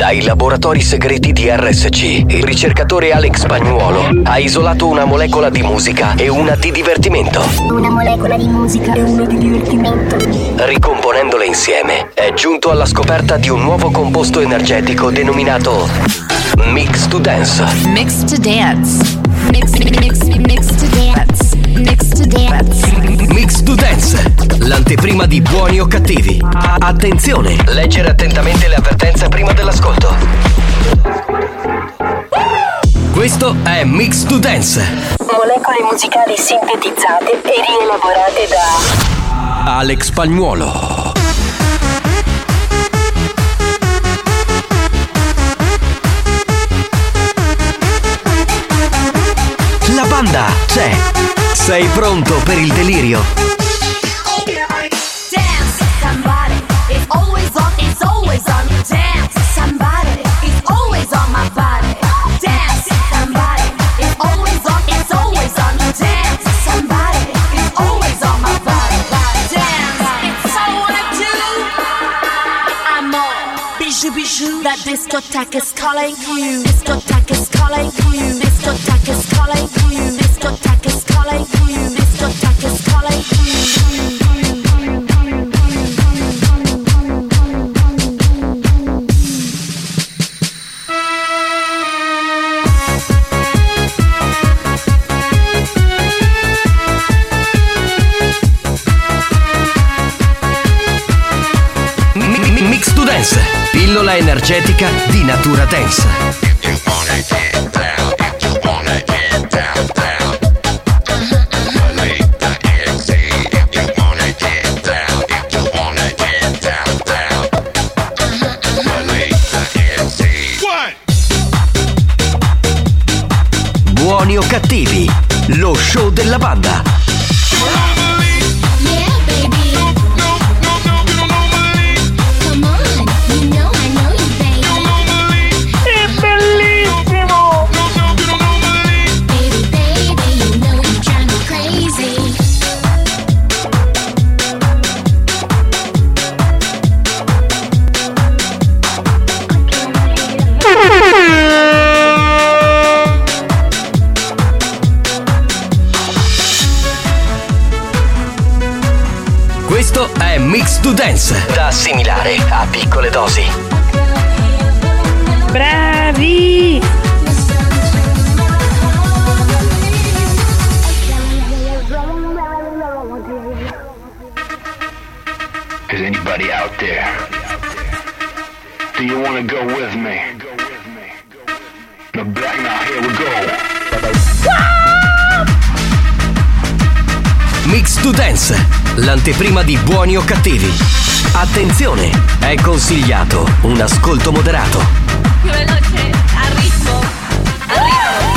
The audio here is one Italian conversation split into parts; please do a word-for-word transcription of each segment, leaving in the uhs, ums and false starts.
Dai laboratori segreti di R S C, il ricercatore Alex Spagnuolo ha isolato una molecola di musica e una di divertimento. Una molecola di musica e una di divertimento. Ricomponendole insieme, è giunto alla scoperta di un nuovo composto energetico denominato Mix to Dance. Mix to Dance. Mix, mix, mix to Dance. Mix to Dance. Mix to Dance, l'anteprima di Buoni o Cattivi. Attenzione, leggere attentamente le avvertenze prima dell'ascolto. Questo è Mix to Dance. Molecole musicali sintetizzate e rielaborate da Alex Spagnuolo. La banda c'è. Sei pronto per il delirio? Dance, somebody is always on, is always on. Dance, somebody is always on my body. Dance, somebody is always on, is always on. Dance, somebody is always on my body. Dance, it's all I wanna do. I'm on bijou bijou. That discotheque is calling you. Discotheque is calling you. Discotheque is calling you. Discotheque is calling you. Discotheque is calling you. Mix to Dance, pillola energetica di natura dance. Buoni o Cattivi, lo show della banda. Questo è Mix to Dance, da assimilare a piccole dosi. Bravi! Is anybody out there? Do you want to go with me? The black, now here we go. Mix to Dance, l'anteprima di Buoni o Cattivi. Attenzione, è consigliato un ascolto moderato. Più veloce, a ritmo, a ritmo.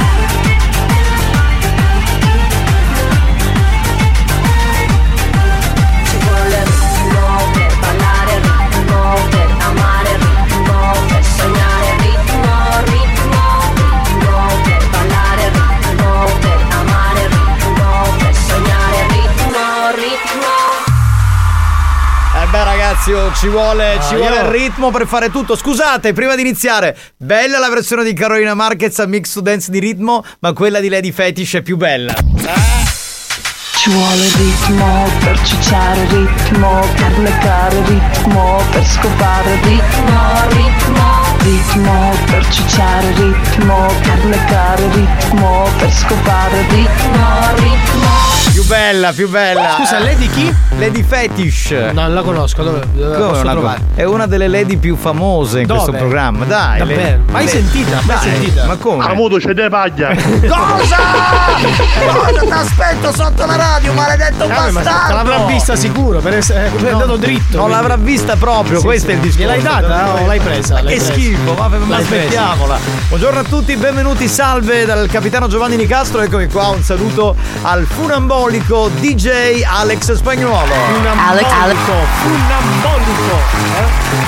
Ci vuole ritmo per ballare, ritmo per amare, ritmo per sognare, ritmo, ritmo, ritmo per ballare, ritmo per amare, ritmo per sognare, ritmo, ritmo. Eh beh ragazzi, oh, ci vuole, ci Ah, vuole io- il ritmo per fare tutto. Scusate, prima di iniziare, bella la versione di Carolina Marquez a Mix to Dance di ritmo, ma quella di Lady Fetish è più bella. Ci vuole ritmo per ciucciare, ritmo per leccare, ritmo per scopare, ritmo, ritmo, ritmo per ciucciare, ritmo per leccare, ritmo per scopare, ritmo, ritmo. Più bella, più bella. Scusa, Lady chi? Lady Fetish. Non la conosco, dove, dove la Come posso una- trovare? È una delle lady più famose in Dove? questo programma. Dai, Davvero? le- Mai le- sentita? Mai Dai, sentita? Ma come? Amuto c'è de paglia. Cosa? Cosa ti aspetto sotto la radio, maledetto Eh, vabbè, ma bastardo? te l'avrà vista sicuro, per essere è andato dritto. Non quindi. l'avrà vista proprio, Sì, questo sì. è il discorso. Gliel'hai data o l'hai presa? L'hai Che presa. schifo, ma, ma L'hai aspettiamola. Buongiorno a tutti, benvenuti, salve dal capitano Giovanni Nicastro. Eccomi qua, un saluto al funambolico D J Alex Spagnuolo. Funambolico, Alex, Alex. funambolico. Eh?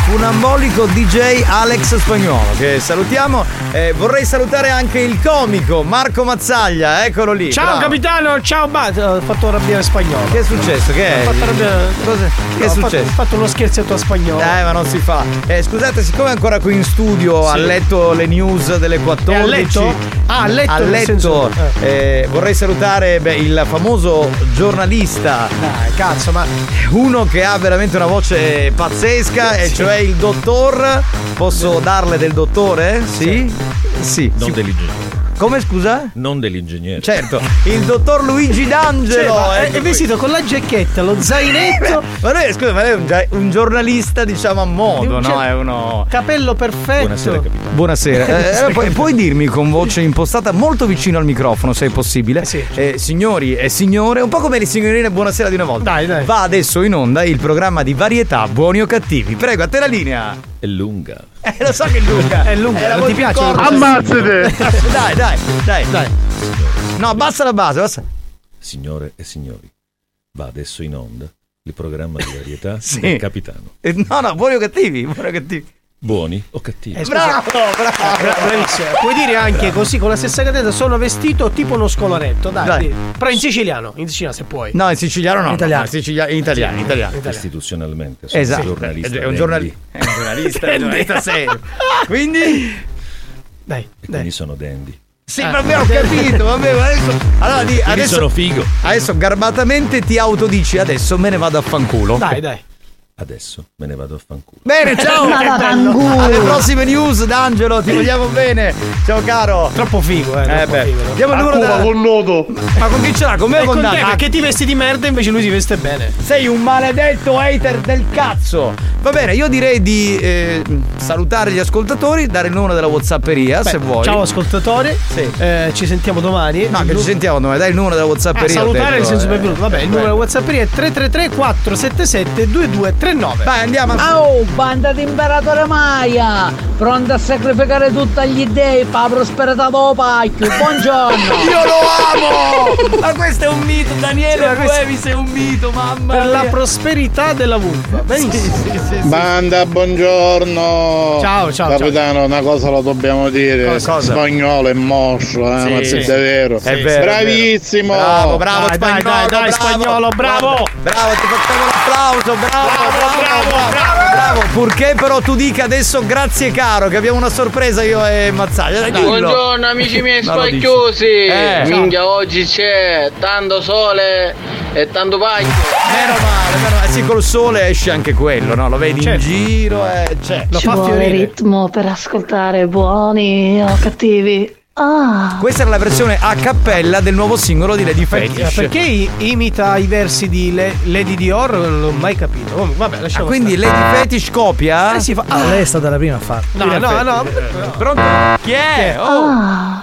funambolico D J Alex Spagnuolo, che salutiamo. Eh, vorrei salutare anche il comico Marco Mazzaglia, eccolo lì. Ciao bravo. capitano, ciao Bat, ho fatto arrabbiare Spagnolo. Che è successo? Che è? Ho fatto arrabbiare... Cosa... Che no, è ho successo? Fatto, ho fatto uno scherzetto a Spagnolo. Eh, ma non si fa. Eh, scusate, siccome è ancora qui in studio, Sì. ha letto le news delle quattordici. E ha letto? Ah, ha letto. Ha nel letto. senso- eh. Eh, vorrei salutare beh, il famoso giornalista. Dai, cazzo, ma Uno che ha veramente una voce pazzesca, e cioè il dottor. Posso darle del dottore? Sì? Sì. Non Sì. dell'ingegnere. Come scusa? Non dell'ingegnere. Certo, il dottor Luigi D'Angelo. Cioè, ma è, ecco è vestito con la giacchetta, lo zainetto, Ma lui, scusa, ma lei è un, gia- un giornalista, diciamo, a modo, Un no? cer- È uno. capello perfetto. Buonasera capitano. Buonasera. Eh, eh, pu- puoi dirmi con voce impostata molto vicino al microfono, se è possibile? Sì. Eh, signori e signore, un po' come le signorine Buonasera di una volta. Dai, dai. Va adesso in onda il programma di varietà Buoni o Cattivi. Prego, a te la linea. È lunga. Eh, lo so che è lunga. È lunga, Eh, la non vuoi ti più piace? corta? Ammazzate! Dai, dai, dai. Dai. No, abbassa la base, abbassa. Signore e signori, va adesso in onda il programma di varietà Sì. del capitano. Eh, no, no, buoni o cattivi, buoni o cattivi. Buoni o cattivi? Eh, scusa. Bravo, bravo. Bra- bravissimo. Puoi dire anche così con la stessa cadenza: sono vestito tipo uno scolaretto. Dai, Dai. di- però in siciliano, in siciliano se puoi. No, in siciliano no. In italiano. No, in, sicilia- in italiano, in italiano. Istituzionalmente sono Esatto. un giornalista. È un, giornali- è un giornalista, è un giornalista serio. Quindi. Dai, E dai. quindi sono dandy. Sì, vabbè, ho capito, vabbè, ma adesso. Allora, di, Quindi adesso, sono figo. adesso garbatamente ti autodici, adesso me ne vado a fanculo. Dai, dai. Adesso me ne vado a fanculo. Bene, ciao. Ma va, fanculo. Alle prossime news, D'Angelo, ti vogliamo bene. Ciao caro. Troppo figo, eh. Eh troppo beh, figo. diamo il numero della... con nodo. Ma con chi ce l'ha? Con me E o con con te, Dante? perché ti vesti di merda invece lui si veste bene. Sei un maledetto hater del cazzo. Va bene, io direi di eh, salutare gli ascoltatori, dare il numero della WhatsApperia Beh, se vuoi. Ciao ascoltatori. Sì. Eh, ci sentiamo domani. No, che ci sentiamo domani, dai il numero della Ah, WhatsApperia. salutare nel senso benvenuto. Vabbè, il numero della WhatsApp. WhatsApperia è tre tre tre quattro sette sette due due tre nove. Vai, andiamo. Oh, banda di imperatore Maya, pronta a sacrificare tutti gli dei per la prosperità del pacchio. Buongiorno. Io lo amo! Ma questo è un mito, Daniele Sì, ma questo- Cuevi, sei un mito, mamma Per la mia. prosperità della vulva. Benissimo. Sì, sì, sì. Banda, buongiorno. Ciao, ciao, Capitano, una cosa la dobbiamo dire. Cosa? Spagnolo è mostro, eh, Sì, ma se sì. è vero. È vero, è Bravissimo. Bravo, bravo, Dai, dai, spagnolo, dai, dai, spagnolo, bravo. Bravo, ti facciamo un applauso, bravo, bravo, bravo, bravo, bravo. Purché però tu dica adesso grazie caro, che abbiamo una sorpresa io e Mazzaglia. Dai, dillo. Buongiorno amici miei Non lo dici. spacchiosi. Eh, Minchia, oggi c'è tanto sole e tanto pacchio. Meno male, meno male. Sì, col sole esce anche quello, no? Lo vedi Certo. in giro e c'è. Lo Ci fa vuole fiorire. ritmo per ascoltare buoni o cattivi. Ah. Questa era la versione a cappella del nuovo singolo di Lady Fetish. Perché i- imita i versi di Le- Lady Dior? Non l'ho mai capito. Comunque, vabbè, Ah, lasciamo quindi stare. Lady Fetish copia? Eh, si fa. Ah, Lei è stata la prima a farlo. no, no, no. Pronto? Chi è? Oh. Ah.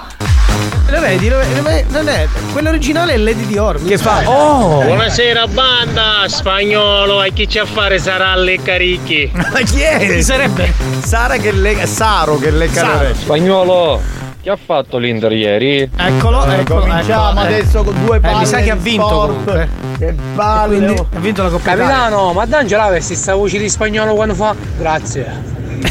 Lo vedi, lo vedi, lo vedi, non è. Quello originale è Lady Dior. Che fa? Oh! Buonasera banda, spagnolo e chi c'è a fare sarà le caricchi. Ma chi è? Chi sarebbe? Sara che lega. Saro che lega le Saro. orecchie. Spagnolo, chi ha fatto l'Inter ieri? Eccolo, Eh, eccolo. cominciamo eccolo, eh. adesso con due Eh, palle. mi sa che ha di vinto sport. comunque. Che palle. Quindi ha vinto la Coppa Italia. Capitano, ma D'Angelo avessi sta voce di spagnolo quando fa? Grazie.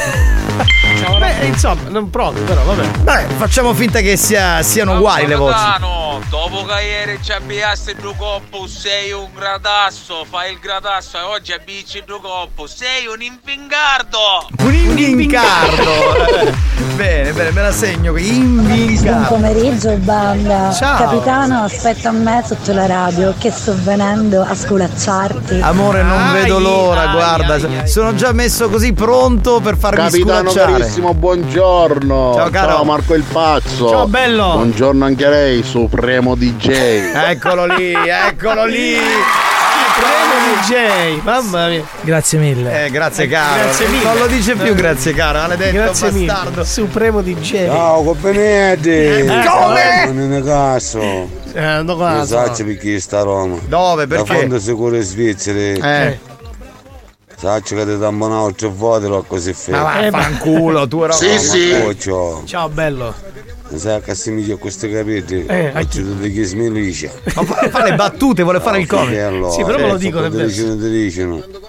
Beh, insomma, non proprio, però vabbè. Beh, facciamo finta che sia, siano uguali le voci. Capitano, dopo che ieri ci abbiasti due coppo, sei un gradasso, fai il gradasso e oggi abbicci due coppo, sei un infingardo! Un invincardo. Bene, bene, me la segno qui. Buon Invincardo. pomeriggio banda. Ciao. Capitano, aspetta a me sotto la radio che sto venendo a sculacciarti. Amore, non Ai, vedo l'ora, ai, guarda. ai, ai. Sono già messo così pronto per farmi Capitano sculacciare. carissimo, buongiorno. Ciao, caro. Marco il Pazzo. Ciao, bello. Buongiorno anche lei, Supremo D J. Eccolo lì, eccolo lì. Premo D J, mamma mia. Grazie mille. Eh, grazie caro. Grazie mille. Non lo dice più grazie caro, maledetto Grazie mille. bastardo. Supremo D J. Ciao, complimenti! Come? Non è caso. Eh, non Non guarda. sai perché sta a Roma. Dove? Da Perché? fondo sicuro Svizzera. Eh. Sai che ti danno un'altra voce lo così Ma fermo. vaffanculo, tu ero. Sì, sì. Ciao. Ciao, bello. Sai che assomiglia a questi capelli? Eh, a Faccio tutte che smilicia. Ma fa, fa le battute, vuole fare il comico. Sì, però me lo dicono, è vero. Dicono, dicono.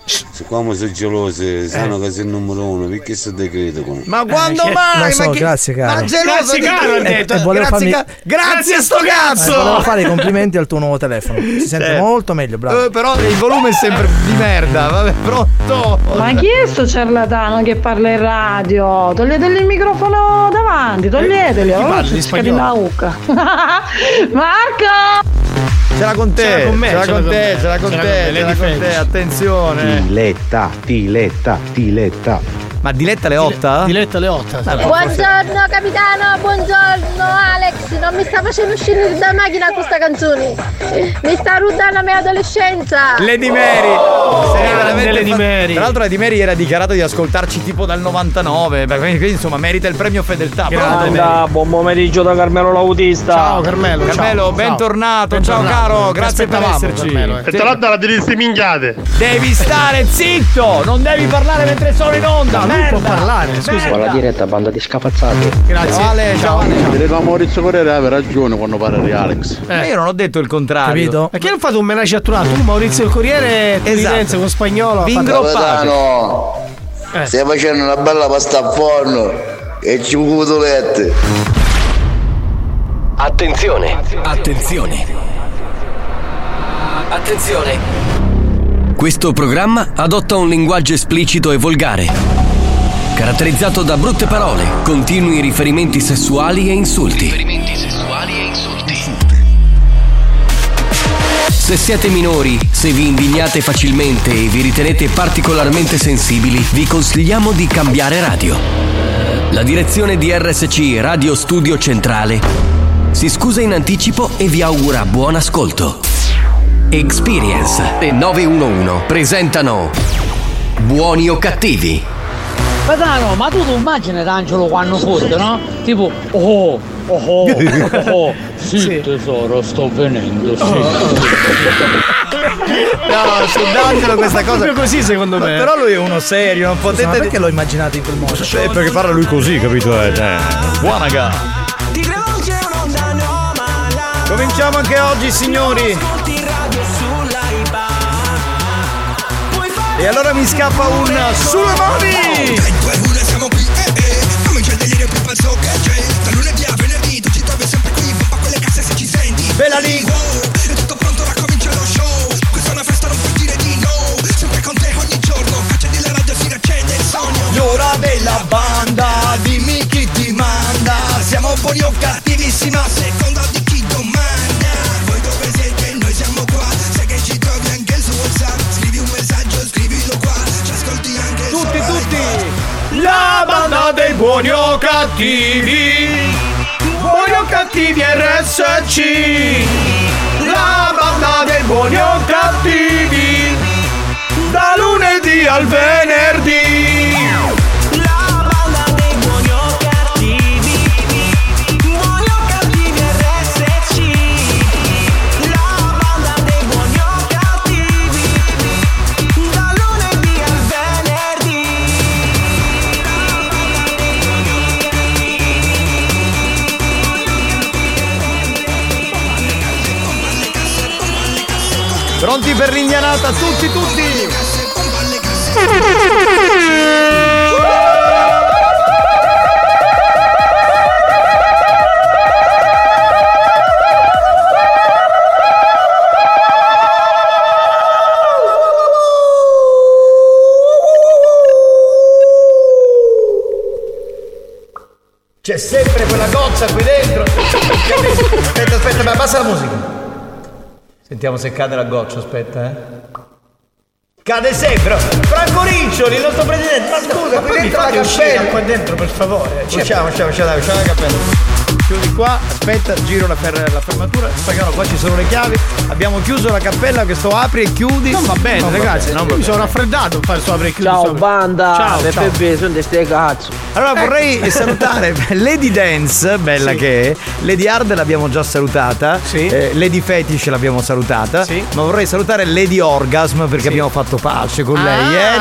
Siccome sono gelosi, sanno che sei il numero uno, perché se decreto con... Ma quando Eh, mai? lo so, Ma che- grazie, caro. Ma geloso Grazie, di- caro, ha Eh, detto. eh, Volevo grazie, farmi- ca- grazie a sto Eh, cazzo! volevo fare i complimenti al tuo nuovo telefono. Si sente Certo. molto meglio, bravo. Eh, però il volume è sempre di merda. Vabbè, pronto? Ma chi è sto ciarlatano che parla in radio? Toglietegli il microfono davanti, toglieteli. Chi Oh, parla in si scadi spagnolo? la ucca. Marco! Ce l'ha con te, Ce l'ha con me, ce l'ha ce l'ha con con te, me, ce l'ha con ce l'ha te, con me, ce l'ha Lady con te, Fetish. attenzione. Diletta, diletta, diletta. Ma Diletta Leotta? Diletta Leotta. Buongiorno capitano, buongiorno Alex, non mi sta facendo uscire da macchina questa canzone, mi sta rubando la mia adolescenza. Lady Mary. Sei veramente Lady fa- Mary. Tra l'altro Lady Mary era dichiarato di ascoltarci tipo dal novantanove, beh, quindi, quindi, insomma merita il premio fedeltà. Pronto, Mary? Buon pomeriggio da Carmelo l'autista. Ciao Carmelo. Carmelo, ciao, bentornato, ciao Bentornato. caro, Ti grazie per aspettavamo, esserci. Carmelo, eh. E tra l'altro la diresti minchiate. Devi stare zitto, non devi parlare mentre sono in onda. No, lui merda, può parlare, scusa. merda. Con la diretta, banda di scapazzati. Grazie. Ciao Ale, ciao Ale. Diretto a Maurizio Corriere aveva ragione quando parla di Alex. Ma io non ho detto il contrario. Capito? Perché non fate un menage a trois? Tu, Maurizio il Corriere, tu Esatto. Firenze con spagnolo. Vi fate- ingroppate. No, Eh. stai facendo una bella pasta a forno e ci cutolette. Attenzione, attenzione. Attenzione. Questo programma adotta un linguaggio esplicito e volgare, caratterizzato da brutte parole, continui riferimenti sessuali e insulti. Riferimenti sessuali e insulti. Se siete minori, se vi indignate facilmente e vi ritenete particolarmente sensibili, vi consigliamo di cambiare radio. La direzione di R S C Radio Studio Centrale si scusa in anticipo e vi augura buon ascolto. Experience e nove uno uno presentano Buoni o Cattivi. Padano, ma tu ti immagini D'Angelo quando fotte, no? Tipo, oh, oh, oh, oh, sì, Sì. tesoro, sto venendo, sì. No, su D'Angelo questa cosa. Proprio così secondo me. Però lui è uno serio, non Scusa, ma potete. perché l'ho immaginato in quel modo? Eh, perché parla lui così, capito? Eh, eh. Buona gara. Cominciamo anche oggi, signori. E allora mi scappa un sulle mani. Siamo qui, eh eh, comincia il delirio più pazzo che c'è. Da lunedì a venerdì tu ci trovi sempre qui, pompa quelle casse se ci senti. Bella lì. Wow, è tutto pronto, ora comincia lo show. Questa è una festa, non puoi dire di no. Sempre con te ogni giorno, accendi la radio, si riaccende il sogno. L'ora della banda, dimmi chi ti manda. Siamo buoni o cattivissima. Seconda di chi domanda. Voi dove siete? Noi siamo qua. Sai che ci trovi anche il suo WhatsApp. Scrivi un messaggio, scrivilo qua. Ci ascolti anche il Tutti, suo tutti. radio. La banda dei buoni o cattivi. Buoni o cattivi R S C. La banda dei buoni o cattivi. Da lunedì al venerdì. La banda dei buoni o cattivi. Buoni o cattivi R S C. La banda dei buoni o cattivi. Da lunedì al venerdì. Pronti per l'indianata, tutti, tutti. C'è sempre quella goccia qui dentro. Aspetta, aspetta, ma abbassa la musica. Sentiamo se cade la goccia, aspetta, eh. Cade sempre! Franco Riccioli, il nostro presidente! Ma scusa, qui dentro la cappella! qua dentro, per favore. Usciamo, usciamo, usciamo, dai, usciamo la cappella. Chiudi qua, aspetta, giro la, fer- la fermatura. Spagnolo, qua ci sono le chiavi. Abbiamo chiuso la cappella, questo apri e chiudi. Non va bene, Non va ragazzi. bene, non va mi bene. sono raffreddato per fare il apri e chiudi. Ciao sopra. banda, Ciao, Peppe ciao. B, sono di ste cazzo. Allora vorrei salutare Lady Dance, bella Sì. che è. Lady Hard l'abbiamo già salutata. Sì. Eh, Lady Fetish l'abbiamo salutata. Sì. Ma vorrei salutare Lady Orgasm perché Sì. abbiamo fatto pace con lei Ah. ieri.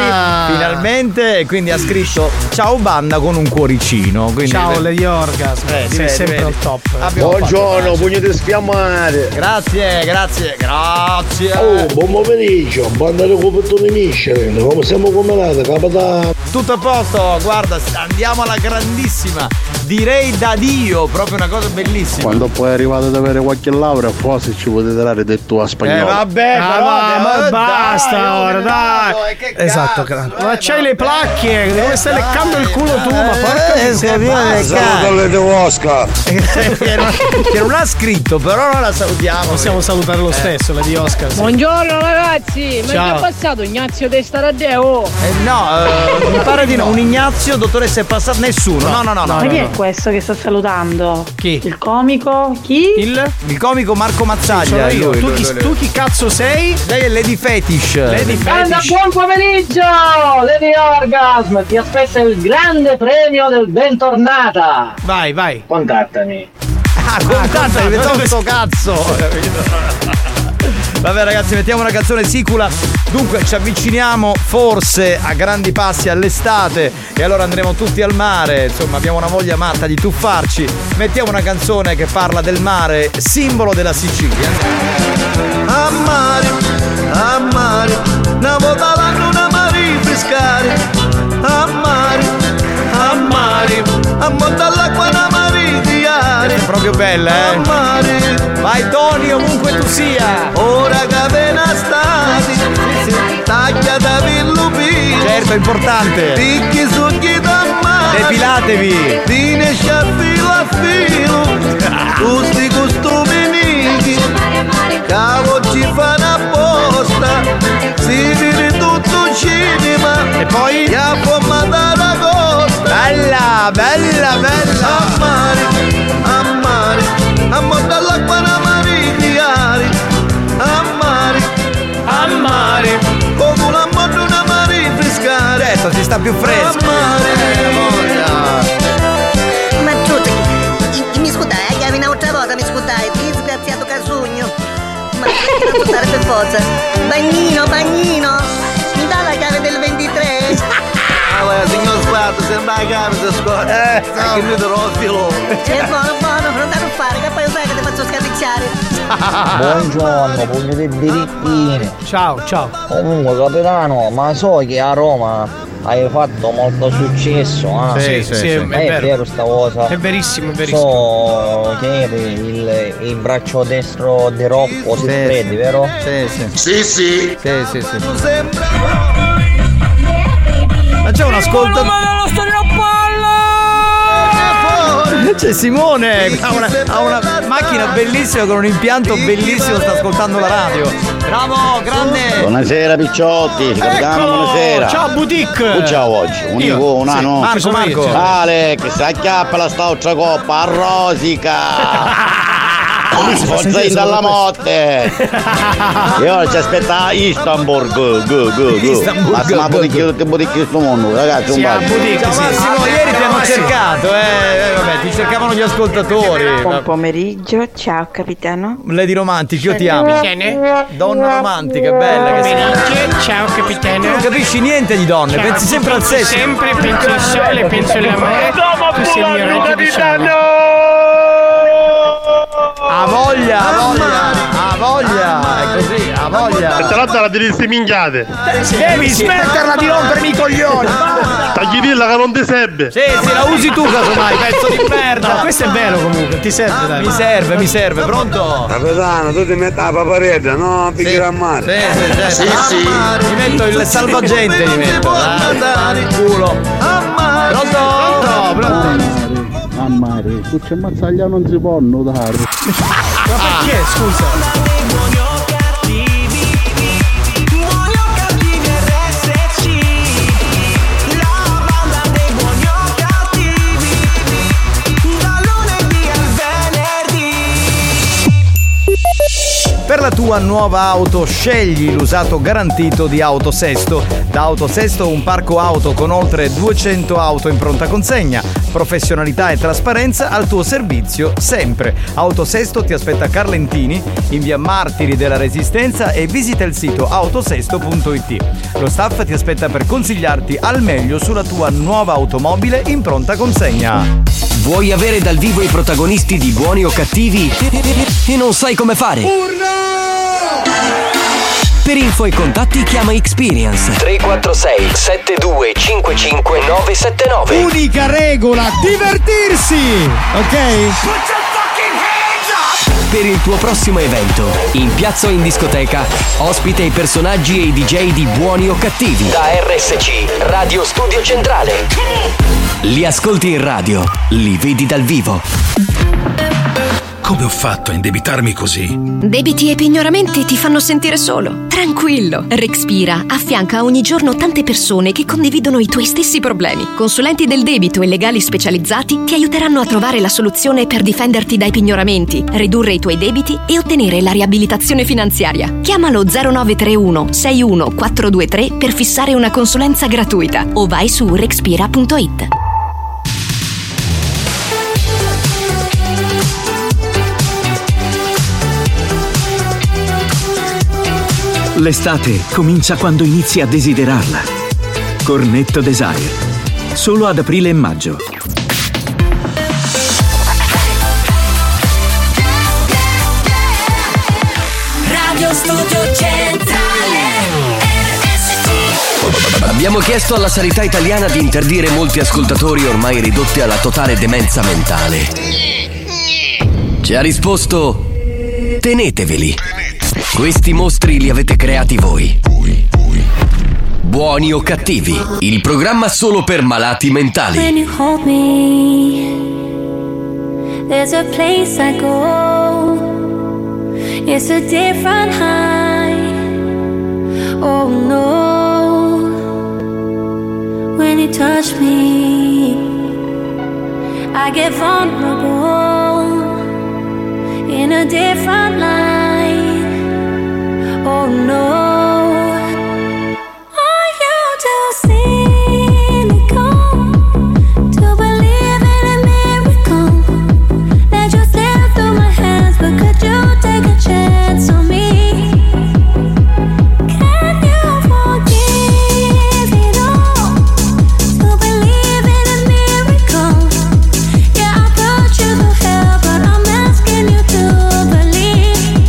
Finalmente. E quindi ha scritto ciao banda con un cuoricino. Quindi, Ciao Lady Orgasm. Eh, Devi sì, sempre sempre al top. Buongiorno, pugno di sfiammare. Grazie, grazie, grazie. Oh, buon pomeriggio, banda di copertone Michelin, come siamo combinati, capitano? Tutto a posto, guarda, andiamo alla grandissima. Direi da Dio, proprio una cosa bellissima. Quando poi arrivate ad avere qualche laurea, forse ci potete dare detto a spagnolo. Eh vabbè, Ah, però, ma, ma dai, basta dai, ora, dai. Esatto, cazzo. Ma c'hai le placche, come stai leccando il culo tu, ma porca miseria. Salutale De Oscar. che, non, che non ha scritto, però non la salutiamo. Possiamo salutare lo stesso, la di Oscar. sì. Buongiorno ragazzi, ma Ciao. che è passato Ignazio De Staradeo? Eh, no, eh, mi pare di no. Un Ignazio, dottoressa, è passato nessuno. No, no, no, no. Ma no, chi no. è questo che sta salutando? Chi? Il comico? Chi? Il? Il comico Marco Mazzaglia. Sono io. lui, tu, lui, chi, lui, lui. tu chi cazzo sei? Lei è Lady Fetish. Lady Anda, Fetish. buon pomeriggio! Lady Orgasm, ti aspetta il grande premio del bentornata! Vai, vai. Contattami. Ah, contante, è diventato questo cazzo. Vabbè ragazzi, mettiamo una canzone sicula. Dunque ci avviciniamo forse a grandi passi all'estate e allora andremo tutti al mare. Insomma, abbiamo una voglia matta di tuffarci. Mettiamo una canzone che parla del mare, simbolo della Sicilia. A mare, a mare, una volta l'anno una mare pescare. A mare, a mare, a monte all'acqua una mare diare. È proprio bella, eh? A mare, vai Tony, ovunque tu sia. ora che appena stati, taglia da villupino. Certo, è importante. Picchi succhi da mare. Depilatevi. Finisce a filo a filo. Tutti costumi nighi. Cavo ci fanno apposta. Si vede tutto cinema. E poi? E a pomata la costa. Bella, bella, bella. A mare, a mare, a monte all'acqua una mare diari. A mare, a mare, come una monte una mare frescare. Certo, si sta più fresco. A mare, Ma tu, mi scudai, chiami un'altra volta, mi scudai, disgraziato casugno. Ma perché non portare per forza? Bagnino, bagnino, mi dà la chiave del ventitré? ah, guarda, signor Sparto, sembra la chiave di scuola. Eh, che mi darò il filo. È buono, buono, non da non fare, che poi sai che ti faccio scaricciare. Buongiorno, pugno di birichine. Ciao, ciao. Comunque capitano, ma so che a Roma hai fatto molto successo, eh? Sì, sì, sì, è è vero. vero sta cosa. È verissimo, è verissimo. So che il, il braccio destro di Rocco si Sì, spreadi, sì. vero? Sì, sì. Sì, sì. Sì, sì, sì. Ma c'è un ascolto. C'è Simone, ha una, ha una macchina bellissima con un impianto bellissimo, sta ascoltando la radio. Bravo, grande. Buonasera picciotti, ci capitano, Eccolo! buonasera. Ciao boutique. Tu ciao oggi, un Io? Ivo, un Sì, anno. Marco, sono io, Marco. sì. Ale, che si acchiappa la stautra coppa, a rosica. Forza in dalla morte. E ora ci aspetta Istanbul, go, go, go, go. Istanbul, Ma go, siamo go, boutique, go. tutte boutique di sto mondo, ragazzi, un Siamo bacio. boutique, Ciao sì. Massimo, ieri ti hanno cercato, eh. eh, Vabbè, ti cercavano gli ascoltatori. Buon pomeriggio, ciao capitano. Lady Romantic, io ti amo. Capitano. Donna romantica, bella che sei. Pomeriggio, ciao capitano. Tu non capisci niente di donne, Ciao, pensi sempre al sesso. Sempre penso al sole, penso all'amore. Tu sei il mio raggio di sole. Ha voglia, ha voglia, ha voglia, è così, ha voglia. Questa lotta la devi ste minchiate. Devi smetterla di rompermi i coglioni. Tagliatilla che non ti serve. Sì, sì, la usi tu casomai, pezzo di merda. No, questo è vero comunque, ti serve, dai. Mi serve, mi serve, pronto? Capitano, tu ti metti la paparetta, no? Picchi a mare. Sì, sì, sì, sì. Ti metto il salvagente, ti metto. Dai, il culo. Pronto? Pronto, pronto. A mare, tu c'è mazzaglia non si può nuotare. Ma perché, scusa? Per la tua nuova auto scegli l'usato garantito di Autosesto. Da Autosesto un parco auto con oltre duecento auto in pronta consegna. Professionalità e trasparenza al tuo servizio sempre. Autosesto ti aspetta a Carlentini, in via Martiri della Resistenza e visita il sito autosesto punto it. Lo staff ti aspetta per consigliarti al meglio sulla tua nuova automobile in pronta consegna. Vuoi avere dal vivo i protagonisti di Buoni o Cattivi e non sai come fare? Per info e contatti chiama Experience tre quattro sei sette due cinque cinque nove sette nove. Unica regola, divertirsi, ok? Per il tuo prossimo evento, in piazza o in discoteca, ospita i personaggi e i D J di Buoni o Cattivi da R S C Radio Studio Centrale. Li ascolti in radio, li vedi dal vivo. Come ho fatto a indebitarmi così? Debiti e pignoramenti ti fanno sentire solo. Tranquillo, Rexpira affianca ogni giorno tante persone che condividono i tuoi stessi problemi. Consulenti del debito e legali specializzati ti aiuteranno a trovare la soluzione per difenderti dai pignoramenti, ridurre i tuoi debiti e ottenere la riabilitazione finanziaria. Chiamalo zero nove tre uno sei uno quattro due tre per fissare una consulenza gratuita o vai su rexpira punto it. L'estate comincia quando inizi a desiderarla. Cornetto Desire. Solo ad aprile e maggio. Radio Studio Centrale R S C. Abbiamo chiesto alla sanità italiana di interdire molti ascoltatori ormai ridotti alla totale demenza mentale. Ci ha risposto: teneteveli. Questi mostri li avete creati voi. Buoni o Cattivi, il programma solo per malati mentali. When you hold me, there's a place I go. It's a different high. Oh no. When you touch me, I get vulnerable in a different light. Oh no. Are you too cynical to believe in a miracle that just slipped through my hands? But could you take a chance on me? Can you forgive it all to believe in a miracle? Yeah, I put you through hell, but I'm asking you to believe.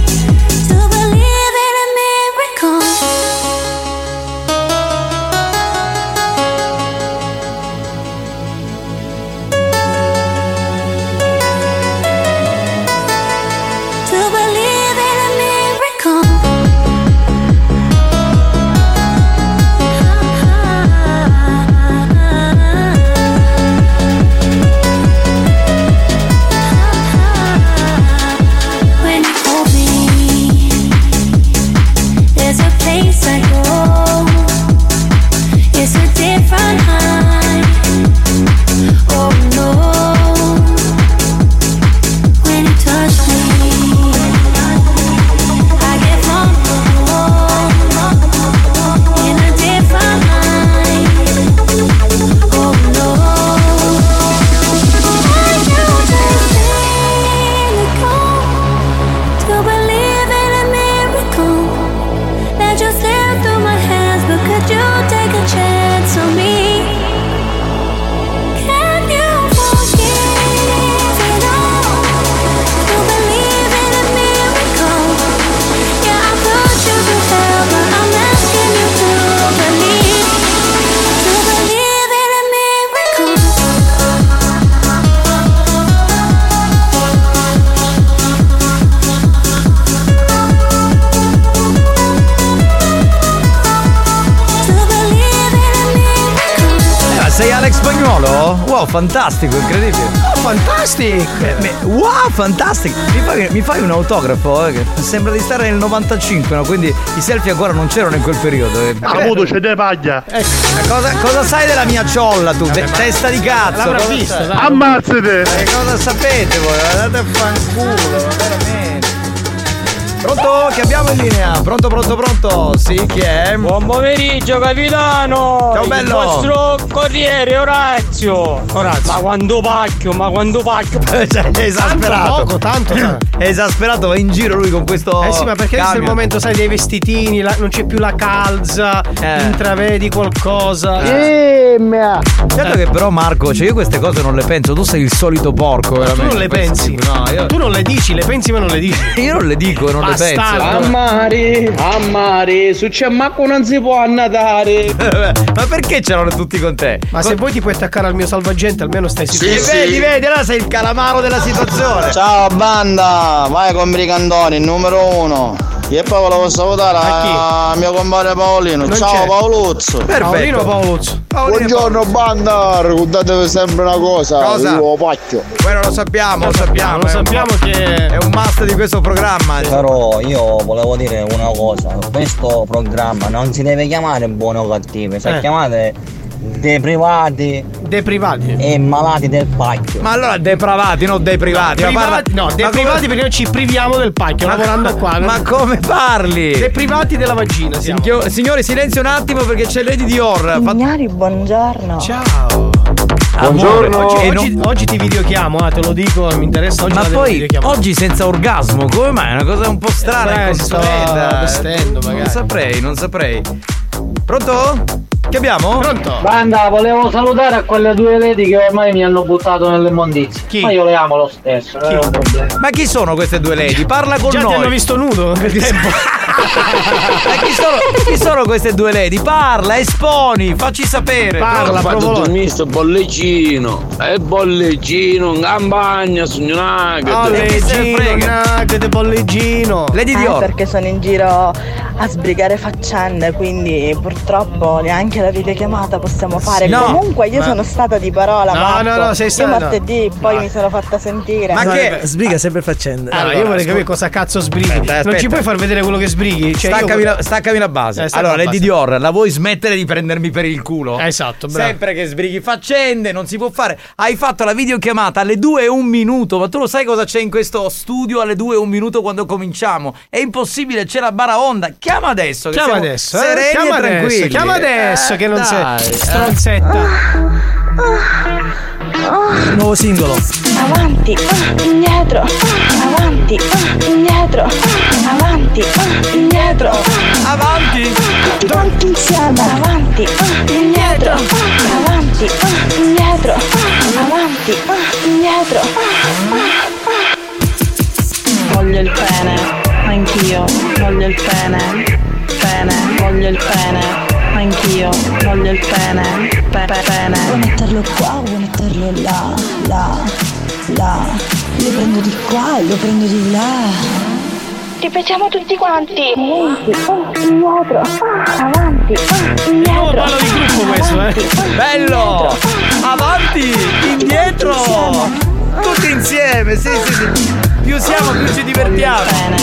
Wow, fantastico, incredibile. Oh, fantastico. Wow, fantastico. Mi fai, mi fai un autografo? Eh? Sembra di stare nel novantacinque, no? Quindi i selfie ancora non c'erano in quel periodo. Eh. Avuto, c'è dei paglia. Eh, cosa, cosa sai della mia ciolla tu? Vabbè, testa di cazzo. L'avrà vista, dai. Ammazzate. Eh, cosa sapete voi? Andate a fanculo, veramente. Pronto? Che abbiamo in linea? Pronto, pronto, pronto? Sì, chi è? Buon pomeriggio, capitano! Ciao, bello! Il vostro corriere Orazio! Orazio! Ma quando pacchio, ma quando pacchio! Cioè, è esasperato! Tanto poco, tanto! È esasperato, va in giro lui con questo. Eh sì, ma perché adesso è il momento, sai, dei vestitini, la, non c'è più la calza, eh. intravedi qualcosa. Eh. Certo che però Marco, cioè io queste cose non le penso, tu sei il solito porco veramente. Tu non le pensi? No, io... Tu non le dici, le pensi ma non le dici. Io non le dico, non Bastardo. le penso. Ammari, ammari, su Ciammacco non si può annatare. Ma perché c'erano tutti con te? Ma se poi ti puoi attaccare al mio salvagente, almeno stai sicuro. Sì, vedi, vedi, allora sei il calamaro della situazione. Ciao banda, vai con Brigandoni, numero uno. E poi volevo salutare a mio compare Paolino. Non Ciao c'è. Paoluzzo. Paolino Paoluzzo. Buongiorno banda, ricordatevi sempre una cosa. Cosa? Io pacchio. Bueno, lo sappiamo, lo sappiamo. Lo sappiamo che è un must di questo programma. Però io volevo dire una cosa, questo programma non si deve chiamare buoni o cattivi, si Eh. chiamate deprivati Deprivati e malati del pacchio. Ma allora depravati, non dei privati. Ma parla- Privati, no, ma deprivati come- perché noi ci priviamo del pacchio Ma- lavorando qua. Ma come parli? Deprivati della vagina siamo. Signor- Signori, silenzio un attimo perché c'è Lady Dior. Fa- Signori, buongiorno. Ciao. Buongiorno. Oggi, E oggi, non- oggi ti videochiamo, eh, te lo dico, mi interessa oggi. Ma la devo poi videochiamare. oggi senza orgasmo, come mai? È una cosa un po' strana. Eh, e sto consueta. vestendo, magari. Non saprei, non saprei. Pronto? Che abbiamo? Pronto? Banda, volevo salutare a quelle due lady che ormai mi hanno buttato nelle immondizie. Chi? Ma io le amo lo stesso, non è un problema. Ma chi sono queste due lady? Parla con Già noi. ti hanno visto nudo nel tempo. Ma chi sono, chi sono queste due lady? Parla, esponi, facci sapere. Parla, Ho fatto provolone. il misto bolleggino e bolleggino in campagna su Nugget. Bolleggino, nugget, bolleggino. Lady Eh, Dior. perché sono in giro a sbrigare faccende, quindi purtroppo neanche la videochiamata possiamo fare. No, Comunque io ma- sono stata di parola, No, Marco. no, no, sei Io stata- martedì poi mi sono fatta sentire. Ma che- Sbriga sempre faccende. Allora, io vorrei capire cosa cazzo sbrighi. Aspetta, Non aspetta. ci puoi far vedere quello che sbrighi? Cioè, Staccami, io... la, staccami la base. Eh, stacca allora, la Lady base. Dior, la vuoi smettere di prendermi per il culo? Esatto, bravo. Sempre che sbrighi faccende, non si può fare. Hai fatto la videochiamata alle due e un minuto, ma tu lo sai cosa c'è in questo studio alle due e un minuto quando cominciamo? È impossibile, c'è la baraonda. Chiama adesso. Che Chiama siamo adesso, eh? sereni Chiama e adesso, tranquilli. chiama adesso Eh, che non dai, sei eh. stronzetta. Nuovo singolo. Avanti, ah, indietro, ah, avanti, ah, indietro, ah, avanti, ah, indietro. Avanti. Tutti quanti insieme. Avanti, ah, indietro, ah, avanti, ah, indietro, ah, avanti, ah, indietro. Voglio il pene, anch'io, voglio il pene, pene, voglio il pene, anch'io, voglio il pene, pe- pe- pene. Vuoi metterlo qua, vuoi metterlo là, là, là. Lo prendo di qua e lo prendo di là. Ripetiamo tutti quanti. Avanti, ah, indietro, ah, avanti, ah, indietro. Ballo di gruppo questo, eh. Bello! Avanti, indietro! Tutti insieme, sì, sì, sì. Più siamo, più ci divertiamo.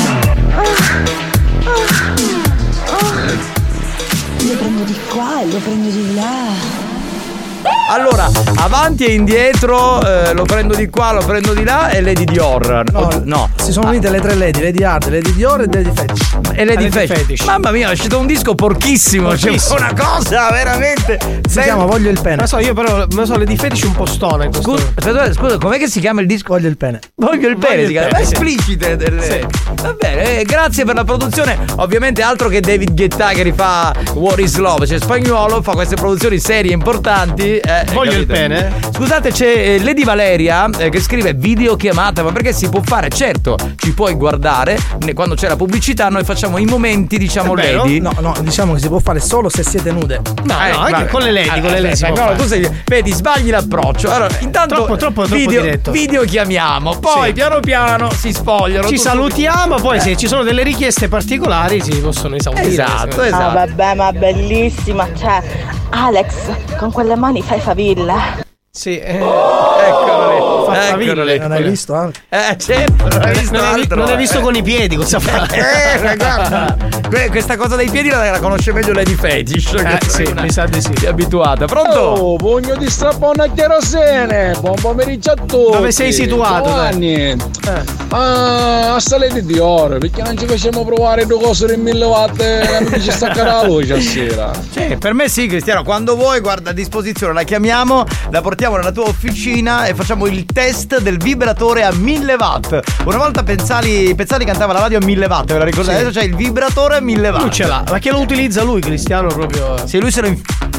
Lo prendo di qua e lo prendo di là. Allora, avanti e indietro, eh, lo prendo di qua, lo prendo di là e Lady Dior. No, Oh, no. Si sono unite le tre lady, Lady Hard, Lady Dior e Lady Fetish. E Lady, Lady Fetish. Fetish. Mamma mia, è uscito un disco porchissimo. Porchissimo. C'è una cosa veramente. Si Ben- chiama Voglio il Non pene. so, io però non lo so, le di fetici un po' stona in questo. Scusa, aspetta, scusa, com'è che si chiama il disco? Voglio il pene. Voglio il bene, il si chiama. bene, Ma sì. esplicite delle. Sì. Va bene, eh, grazie per la produzione. Ovviamente altro che David Guetta che rifà What is Love. Cioè spagnolo, fa queste produzioni serie importanti. eh, Voglio il capite? pene. Scusate, c'è eh, Lady Valeria eh, che scrive videochiamata, ma perché si può fare? Certo, ci puoi guardare ne- quando c'è la pubblicità, noi facciamo i momenti, diciamo, È vero? Lady. No, no, diciamo che si può fare solo se siete nude. No, Eh, no, anche vabbè. con le lady, con le lady. si Aspetta, può no, fare. tu sei, vedi, sbagli l'approccio. Allora, intanto Troppo, troppo, troppo video, diretto. video chiamiamo, poi Sì. piano piano si spogliano. Ci tutto- salutiamo, poi se ci sono delle richieste particolari si possono esaudire. Esatto, Ah, esatto. vabbè, ma bellissima. Cioè, Alex, con quelle mani fai faville. Sì, eh, Eccolo fa lì. faville. Eccolo lì. Non hai visto anche? Eh, certo, non hai visto non, hai, vi- altro, non hai eh. visto con i piedi cosa fa? Eh, ragazzi, que- questa cosa dei piedi la, la conosce meglio Lady Fetish. Eh, che sì, è una- mi sa di sì. È abituata. Pronto? Oh, pugno di strappone a cherosene. Buon pomeriggio a tutti. Dove sei situato, Giovanni. Eh. Ah, a Salete di oro, perché non ci facciamo provare due cose di mille watt e mi ci staccherà la luce a sera. Sì, per me sì, Cristiano, quando vuoi, guarda a disposizione, la chiamiamo, la portiamo nella tua officina e facciamo il test del vibratore a mille watt. Una volta Pezzali, Pezzali cantava la radio a mille watt, ve la ricordate? Sì. Adesso c'è il vibratore a mille watt. Lui ce l'ha, ma che lo utilizza lui, Cristiano, proprio. Sì, lui se lo inf-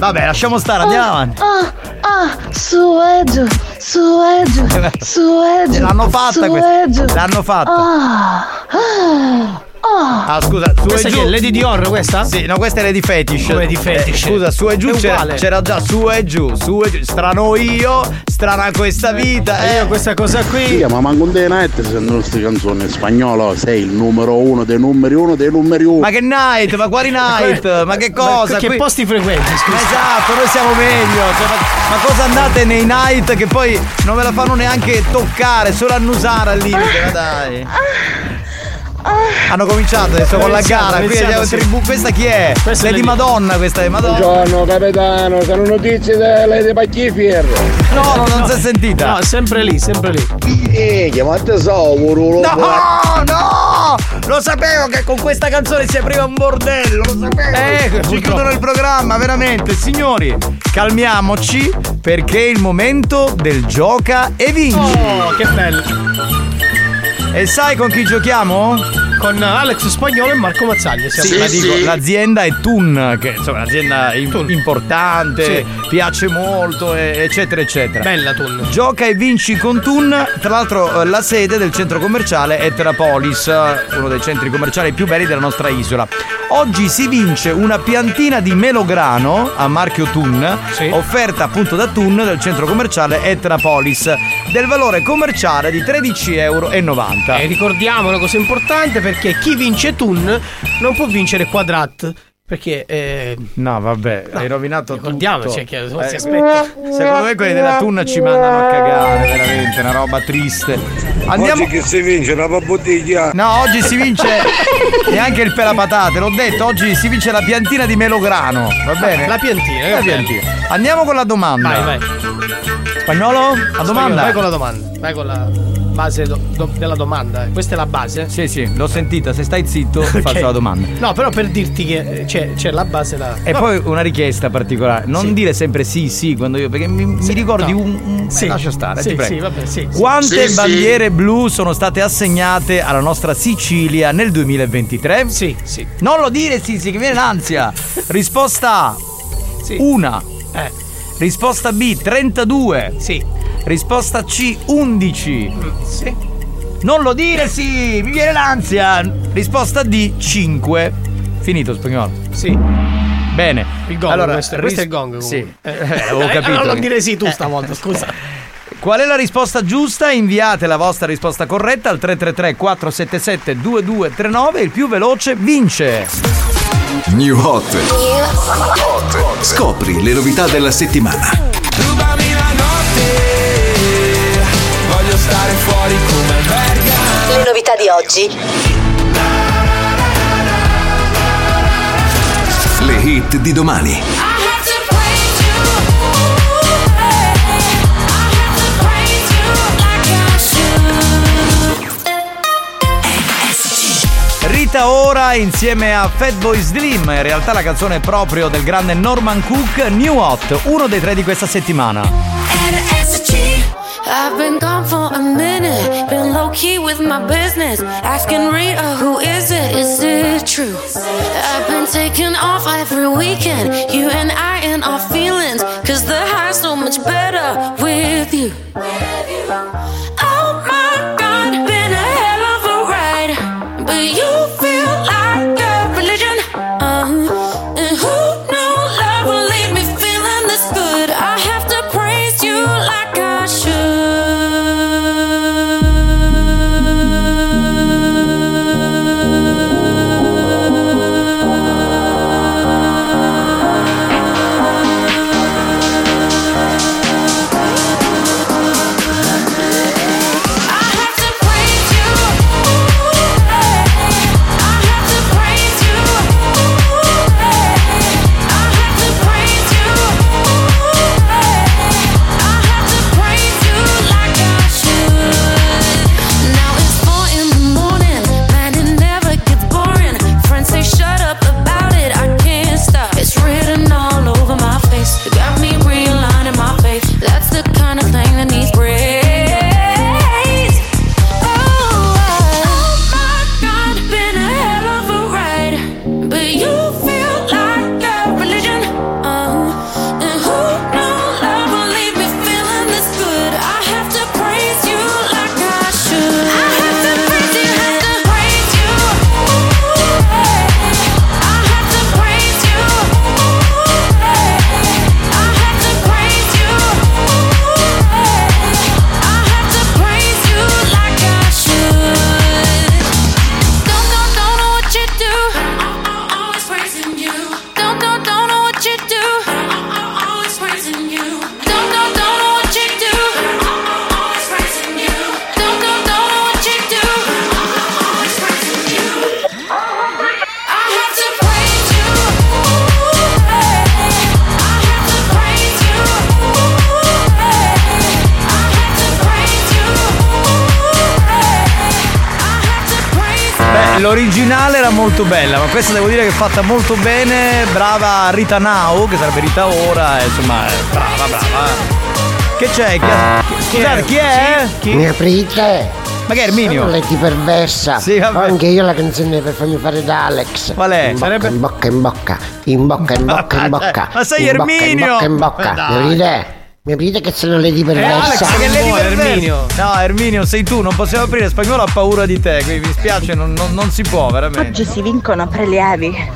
Vabbè, lasciamo stare, andiamo avanti. Ah, ah, su e giù, su e giù, su e giù. L'hanno fatta su questa. e giù. L'hanno fatta. Ah, ah, ah. Ah, scusa, su Questa e chi giù. è? Lady Dior questa? Sì, no, questa è Lady Fetish. Come di Fetish? Eh, scusa, su e giù È c'era, uguale. c'era già su e giù, su e giù. Strano io, strana questa vita. E Eh. io questa cosa qui. Sì, ma manco un dei night se non queste canzoni in spagnolo sei il numero uno dei numeri uno dei numeri uno. Ma che night? Ma quali night? Ma che cosa? Che Qui- posti frequenti, scusa. Esatto, noi siamo meglio. Cioè, ma, ma cosa andate nei night che poi non ve la fanno neanche toccare, solo annusare al limite, ma dai. Hanno cominciato adesso con la Iniziamo, gara. Qui iniziamo, abbiamo sì. tribù. Questa chi è? Questa è Lady Lady- Madonna, questa è Madonna. Buongiorno capitano, sono notizie delle Pacchifierro. No, no, non si è sentita. No, sempre lì, sempre lì. Eh, chiamate so, No, no! Lo sapevo che con questa canzone si apriva un bordello, lo sapevo. Eh, ci purtroppo. chiudono il programma, veramente. Signori, calmiamoci perché è il momento del gioca e vinci. Oh, che bello. E sai con chi giochiamo? Con Alex Spagnolo e Marco Mazzaglia. siamo Sì, qui. ma dico, l'azienda è Thun, che insomma è un'azienda im- Thun. importante, Sì. piace molto, e- eccetera, eccetera. Bella Thun. Gioca e vinci con Thun. Tra l'altro, eh, la sede del centro commerciale è Terapolis, eh, uno dei centri commerciali più belli della nostra isola. Oggi si vince una piantina di melograno a marchio Thun, Sì. offerta appunto da Thun del centro commerciale Etterapolis, del valore commerciale di tredici euro e novanta. E ricordiamo una cosa importante, perché chi vince Thun non può vincere Quadrat. Perché eh, No, vabbè, hai rovinato tutto. ricordiamoci che Eh, si aspetta. Secondo me quelli della Thun ci mandano a cagare, veramente, una roba triste. Andiamo. Oggi che si vince una bottiglia. No, oggi si vince neanche il pelapatate, l'ho detto, oggi si vince la piantina di melograno, va bene? La piantina, La che piantina. Andiamo con la domanda. Vai, vai. Spagnolo? La domanda? Vai con la domanda. Vai con la base do- do- della domanda. Questa è la base? Sì, sì, l'ho sentita, se stai zitto Ok. faccio la domanda. No, però per dirti che eh, c'è, c'è la base la. E no, poi una richiesta particolare, non Sì. dire sempre sì, sì, quando io, perché mi, mi ricordi no. un... un Sì. eh, lascia stare, Sì, ti prego. sì, vabbè, sì, sì. Quante Sì, sì. bandiere blu sono state assegnate alla nostra Sicilia nel duemilaventitré? Sì, sì. Non lo dire sì, sì, che viene l'ansia. Risposta A, Sì. una. Eh, Risposta B, trentadue. sì. Risposta C, undici. Sì. Non lo dire sì, mi viene l'ansia. Risposta D, cinque. Finito, Spagnolo. Sì. Bene. Il gong, allora, questo, questo è il gong. Sì, comunque. eh, avevo Eh, capito. Non che- dire sì tu stavolta, scusa. Qual è la risposta giusta? Inviate la vostra risposta corretta al tre tre tre quattro sette sette due due tre nove. Il più veloce vince. New Hot. Scopri le novità della settimana. Rubami la notte, voglio stare fuori come verga. Le novità di oggi. Le hit di domani. Rita Ora insieme a Fatboy Slim. In realtà la canzone è proprio del grande Norman Cook. New Hot, uno dei tre di questa settimana. I've been gone for a minute, been low key with my business. Asking Rita, who is it? Is it true? I've been taking off every weekend, you and I in our feelings. Cause the high's so much better with you. Oh my God, been a hell of a ride. But you feel like a religion. Uh-huh. And who knew love would leave me feeling this good? I have to praise you like I should. l'originale era molto bella, ma questa devo dire che è fatta molto bene. Brava Rita Now, che sarebbe Rita ora, eh, insomma, brava, brava. Che c'è? Chi, scusate, chi è? Chi? Mi aprite? Ma che è Erminio? Sono Lady Perversa. Sì, vabbè. Anche io la canzone per farmi fare da Alex. Qual è? In bocca, Sarebbe... in bocca, in bocca, in bocca, in bocca, in bocca. Ma sei in bocca, Erminio! in bocca, in bocca. Dai. Mi aprite? Mi aprite che sono Lady Eh, Perversa? Alex, che Lady No, Perversa. Erminio. No, Erminio, sei tu, non possiamo aprire. Spagnolo ha paura di te, quindi mi spiace, non, non, non si può, veramente. Oggi si vincono prelievi.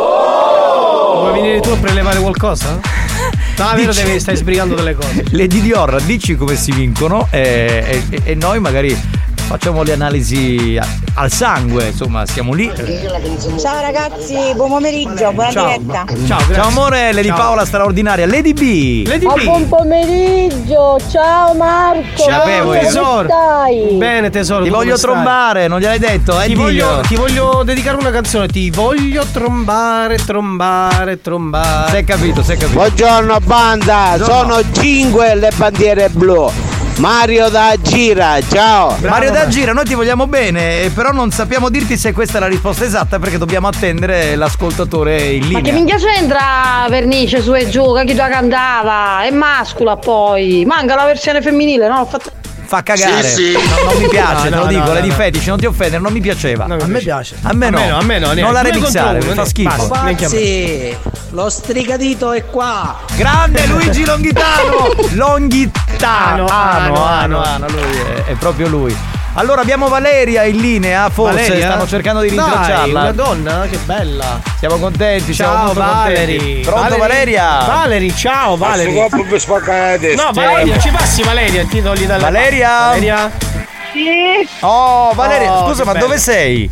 Vuoi venire tu a prelevare qualcosa? No, è vero, Dici- devi, stai sbrigando delle cose. Lady Dior, dici come si vincono e, e- e noi magari facciamo le analisi a- al sangue, insomma, siamo lì. Ciao ragazzi, buon pomeriggio, buona Ciao. diretta. Ciao, ciao amore, Lady Ciao. Paola straordinaria. Lady B. Ah, buon pomeriggio, ciao Marco. Ci avevo io. Come stai? Bene tesoro. Ti tu voglio come stai? trombare, non gliel'hai detto? Eh, Ti voglio, diglielo. ti voglio dedicare una canzone. Ti voglio trombare, trombare, trombare. Si è capito, si è capito. Buongiorno banda, Buongiorno. sono cinque le bandiere blu. Mario da Gira, ciao. Mario da Gira, noi ti vogliamo bene, eh, però non sappiamo dirti se questa è la risposta esatta perché dobbiamo attendere l'ascoltatore in linea. Ma che minchia c'entra vernice su e giù, che chi la cantava? È mascola poi. Manca la versione femminile, no? L'ho fatto... Fa cagare. Sì, sì. No, non mi piace, No, te no, lo dico, no, Lady no. Fetish, non ti offendere, non mi piaceva. A me piace. A me no. A me no, a me no, neanche. Non la Due remixare, contro uno, fa schifo. basta. Ragazzi, lo strigadito è qua. Grande Luigi Longhitano! Longhitano! Ano, Ano, ano, ano. ano, lui è, è proprio lui. Allora abbiamo Valeria in linea, forse Valeria? stanno cercando di Dai, rintracciarla. una donna? Che bella. Siamo contenti, siamo Ciao molto Valerie. contenti. Pronto Valeria? Valerie, ciao Valerie. Questo copo per spaccare la testa. No, Valeria, ci passi Valeria, ti togli dalle Valeria? Valeria? Sì, Oh, Valeria, Oh, scusa, che ma bello. dove sei?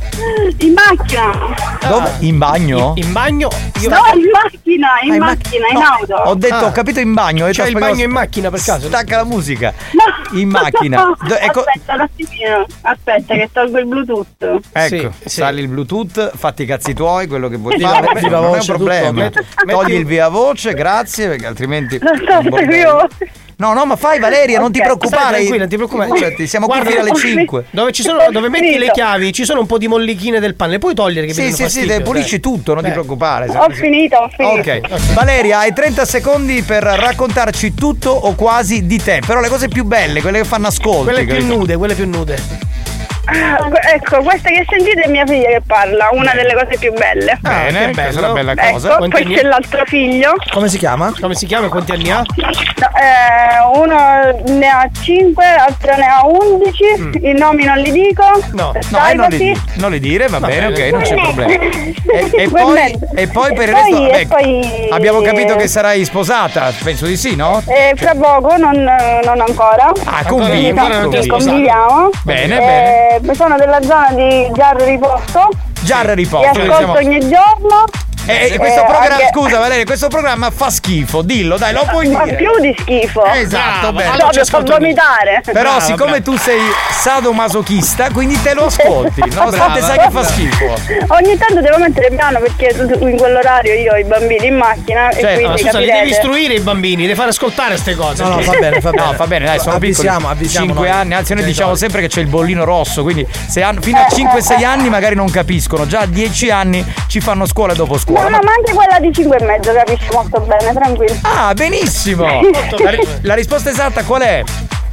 in macchina. Dove? In bagno? In bagno? Io... No, in macchina, in Ah, in ma- macchina, in no, auto. Ho detto, Ah. ho capito in bagno. ho detto, C'è il spagnolo- bagno in macchina per caso? Stacca la musica. No. In macchina. Do- ecco, Aspetta un attimino, aspetta che tolgo il Bluetooth. ecco, Sì, sì. sali il Bluetooth, fatti i cazzi tuoi, quello che vuoi Viva- fare. viva non è un voce, problema. tutto. Metti- Togli metti- il via voce, grazie, perché altrimenti. Non sto un bordello. seguendo. No, no, ma fai Valeria, non ti Ok, preoccupare. Stai tranquilla, non ti preoccupare. Figurati, siamo qui Guarda, fino alle cinque. Dove, ci sono, dove metti le chiavi ci sono un po' di mollichine del pane, le puoi togliere che Sì, vedono sì, sì, fastidio, te pulisci dai. tutto, non ti Eh. preoccupare. Ho finito, ho finito. Ok, Valeria, hai trenta secondi per raccontarci tutto o quasi di te, però le cose più belle, quelle che fanno ascolti. Quelle più capito? nude, quelle più nude. Ah, ecco, questa che sentite è mia figlia che parla, una delle cose più belle. Bene, che bello. questa è una bella Ecco, cosa. poi c'è l'altro figlio. Come si chiama? Come si chiama? Quanti anni ha? No, eh, uno ne ha cinque, l'altro ne ha undici. I nomi non li dico. No, per no, eh, non, li, privacy. non li dire, va Va bene, bene. ok, non c'è problema. E, e Due e poi, mezzo. e poi per il Poi- resto, e ecco, poi- abbiamo capito che sarai sposata, penso di sì, no? Eh, fra poco, non, non ancora. Ah, convivi, Quindi ancora non ti hai sposato. conviviamo. Bene, eh, Sono della zona di Giarro Riposto. Giarra riposo. Ti ascolto ogni giorno. E questo Eh, programma, anche- scusa Valeria, questo programma fa schifo, dillo, dai, lo puoi Ma dire. più di schifo. Esatto, bene. Proprio fa vomitare. Però siccome tu sei sadomasochista, quindi te lo ascolti, nonostante Brava, sai che fa brava. schifo. Ogni tanto devo mettere piano perché in quell'orario io ho i bambini in macchina e Cioè, quindi no, scusa, li capirete. devi istruire i bambini, devi fare ascoltare queste cose. No, no, va bene, va bene. No, va bene, dai, sono Avvisiamo, piccoli. avvisiamo cinque noi. anni, anzi noi Genitori. diciamo sempre che c'è il bollino rosso, quindi se hanno fino a cinque sei anni magari non capiscono, già a dieci anni ci fanno scuola dopo No, scuola. no, ma anche quella di cinque e mezzo capisce molto bene, tranquillo. Ah, benissimo! La, ri- la risposta esatta qual è?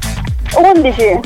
undici.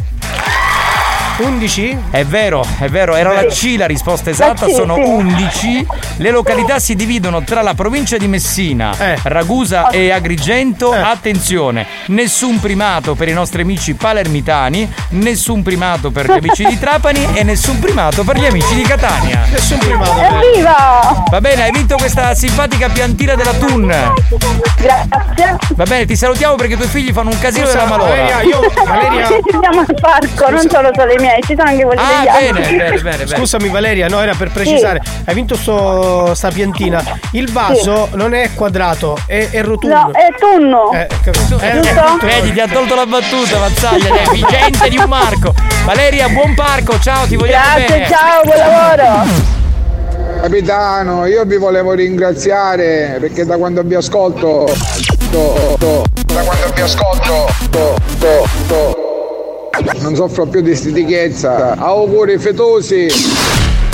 undici? È vero, è vero, era la C la risposta esatta, La C, sono sì. undici. Le località si dividono tra la provincia di Messina, Ragusa e Agrigento. Attenzione, nessun primato per i nostri amici palermitani, nessun primato per gli amici di Trapani e nessun primato per gli amici di Catania. Nessun primato. Evviva! Va bene, hai vinto questa simpatica piantina della Thun. Grazie. Va bene, ti salutiamo perché i tuoi figli fanno un casino Scusa, della malora. Valeria, io Valeria Ci siamo al parco, non solo solo i miei, ci sono anche quelli Ah, degli altri. bene, bene, bene, bene. Scusami Valeria, no, era per precisare. Hai vinto sto, sta piantina. Il vaso non è quadrato, è, è rotondo. No, è tunno. Eh, capito? Eh, Giusto? eh, Vedi, ti ha tolto la battuta, Mazzaglia, è vigente di un Marco. Valeria, buon parco, ciao, ti vogliamo Grazie, bene. ciao, buon lavoro. Capitano, io vi volevo ringraziare perché da quando vi ascolto to, to, da quando vi ascolto to, to, to, non soffro più di stitichezza. Auguri fetosi.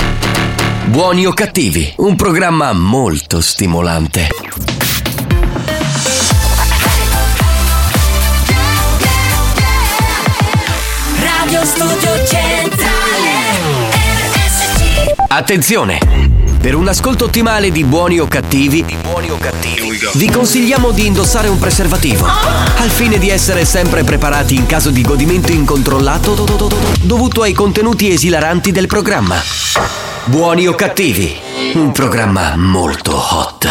Buoni o cattivi, un programma molto stimolante. Radio Studio Centrale R S C. Attenzione! Per un ascolto ottimale di Buoni o cattivi, di buoni o cattivi, vi consigliamo di indossare un preservativo, al fine di essere sempre preparati in caso di godimento incontrollato dovuto ai contenuti esilaranti del programma. Buoni o cattivi, un programma molto hot.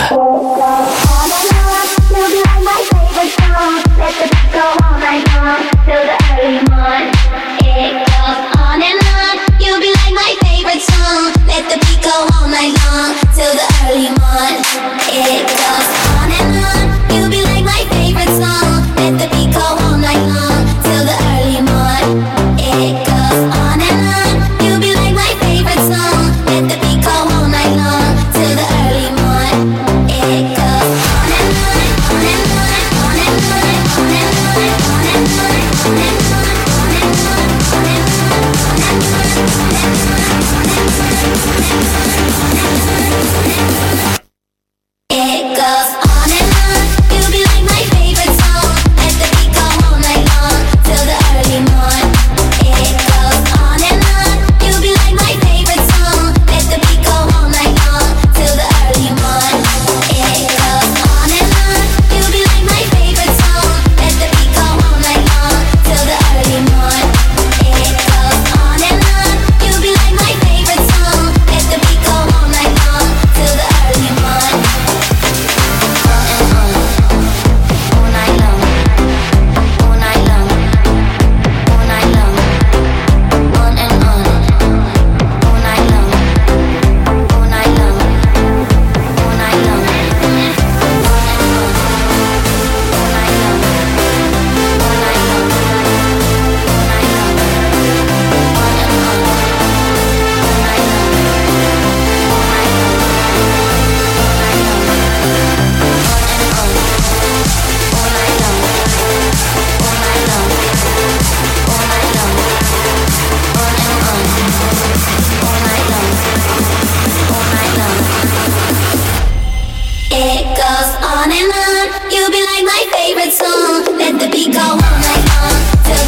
Let the beat go all night long till the early morn. It goes on and on. You'll be like my favorite song. Let the beat go all night long till the early morn. It goes on and on. You'll be like my favorite song. Let the beat go all night long till the early morn. It goes on and on, on and on, on and on, on and on, on and on, on and on, on and on, on and It goes on and on. You'll be like my favorite song. Let the beat go all night long till the early morn. It goes on and on. You'll be like my favorite song. Let the beat go all night long till the early morn. It goes on and on. You'll be like my favorite song. Let the beat go all night long till the early morn. It goes on and on. You'll be like my favorite song. Let the beat go all night long till the early morn. It goes on and on. You'll be like my favorite song. Let the beat go all night long till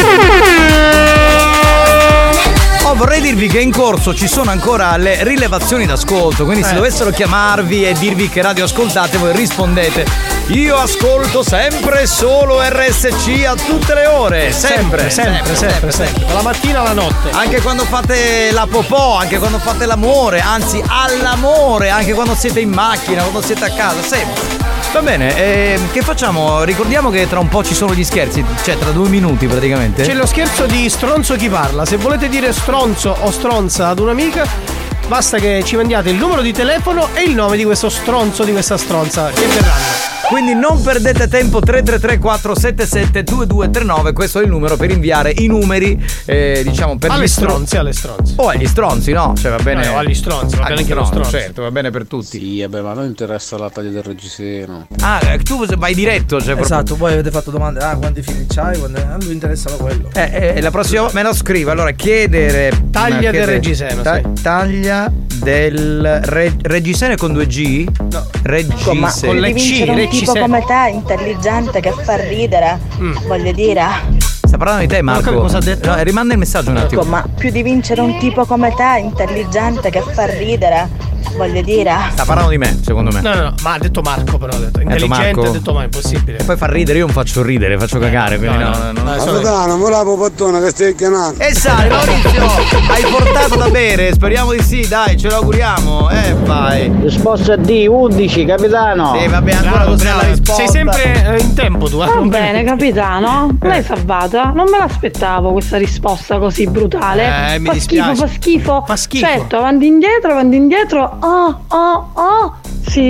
the Oh, vorrei dirvi che in corso ci sono ancora le rilevazioni d'ascolto, quindi se Eh. dovessero chiamarvi e dirvi che radio ascoltate, voi rispondete: io ascolto sempre solo R S C a tutte le ore, sempre, sempre, sempre, sempre. Dalla mattina alla notte. Anche quando fate la popò, anche quando fate l'amore, anzi all'amore, anche quando siete in macchina, quando siete a casa, sempre. Va bene, eh, che facciamo? Ricordiamo che tra un po' ci sono gli scherzi, cioè tra due minuti praticamente. C'è lo scherzo di stronzo chi parla. Se volete dire stronzo o stronza ad un'amica, basta che ci mandiate il numero di telefono e il nome di questo stronzo, di questa stronza che verranno. Quindi non perdete tempo. Tre tre tre quattro sette sette due due tre nove. Questo è il numero per inviare i numeri, eh, diciamo per alle gli stro- stronze, alle stronze. O agli stronzi, no? Cioè va bene. No, agli stronzi, va bene anche lo stronzo. Certo, va bene per tutti. Sì, vabbè, ma a noi interessa la taglia del reggiseno. Ah, eh, tu vai diretto, cioè proprio- Esatto, voi avete fatto domande, ah quanti figli c'hai? Quando- A lui interessava quello. Eh, eh, la prossima me lo scrivo. Allora, chiedere. Taglia no, del chiedere- reggiseno, ta- sì. Taglia del re- reggiseno con due G? No. Reggiseno. Ma con le C, un tipo reggiseno. come te, intelligente, che fa ridere, voglio dire. Sta parlando di te, Marco. Non ho capito cosa ha detto. No, rimanda il messaggio un attimo. Ecco, ma più di vincere un tipo come te, intelligente, che fa ridere, voglio dire. Sta parlando di me, secondo me. No, no, no, ma ha detto Marco però, ha detto intelligente, Marco. ha detto ma è impossibile. E poi fa ridere, io non faccio ridere, faccio cagare. Quindi no, no, no, no, no, no. sono- Capitano, me la popottona che stai chiamando. E sai, Maurizio, hai portato da bere, speriamo di sì, dai, ce lo auguriamo. Eh, vai. Risposta D, undici, capitano. Sì, vabbè, ancora Bravo, così bravo. la risposta. Sei sempre eh, in tempo tu, eh? Va Non bene, capitano. L'hai salvata. Non me l'aspettavo questa risposta così brutale. Eh, mi fa dispiace. schifo, fa schifo. Fa schifo. Certo, avanti indietro, avanti indietro. Oh, oh, oh. Sì,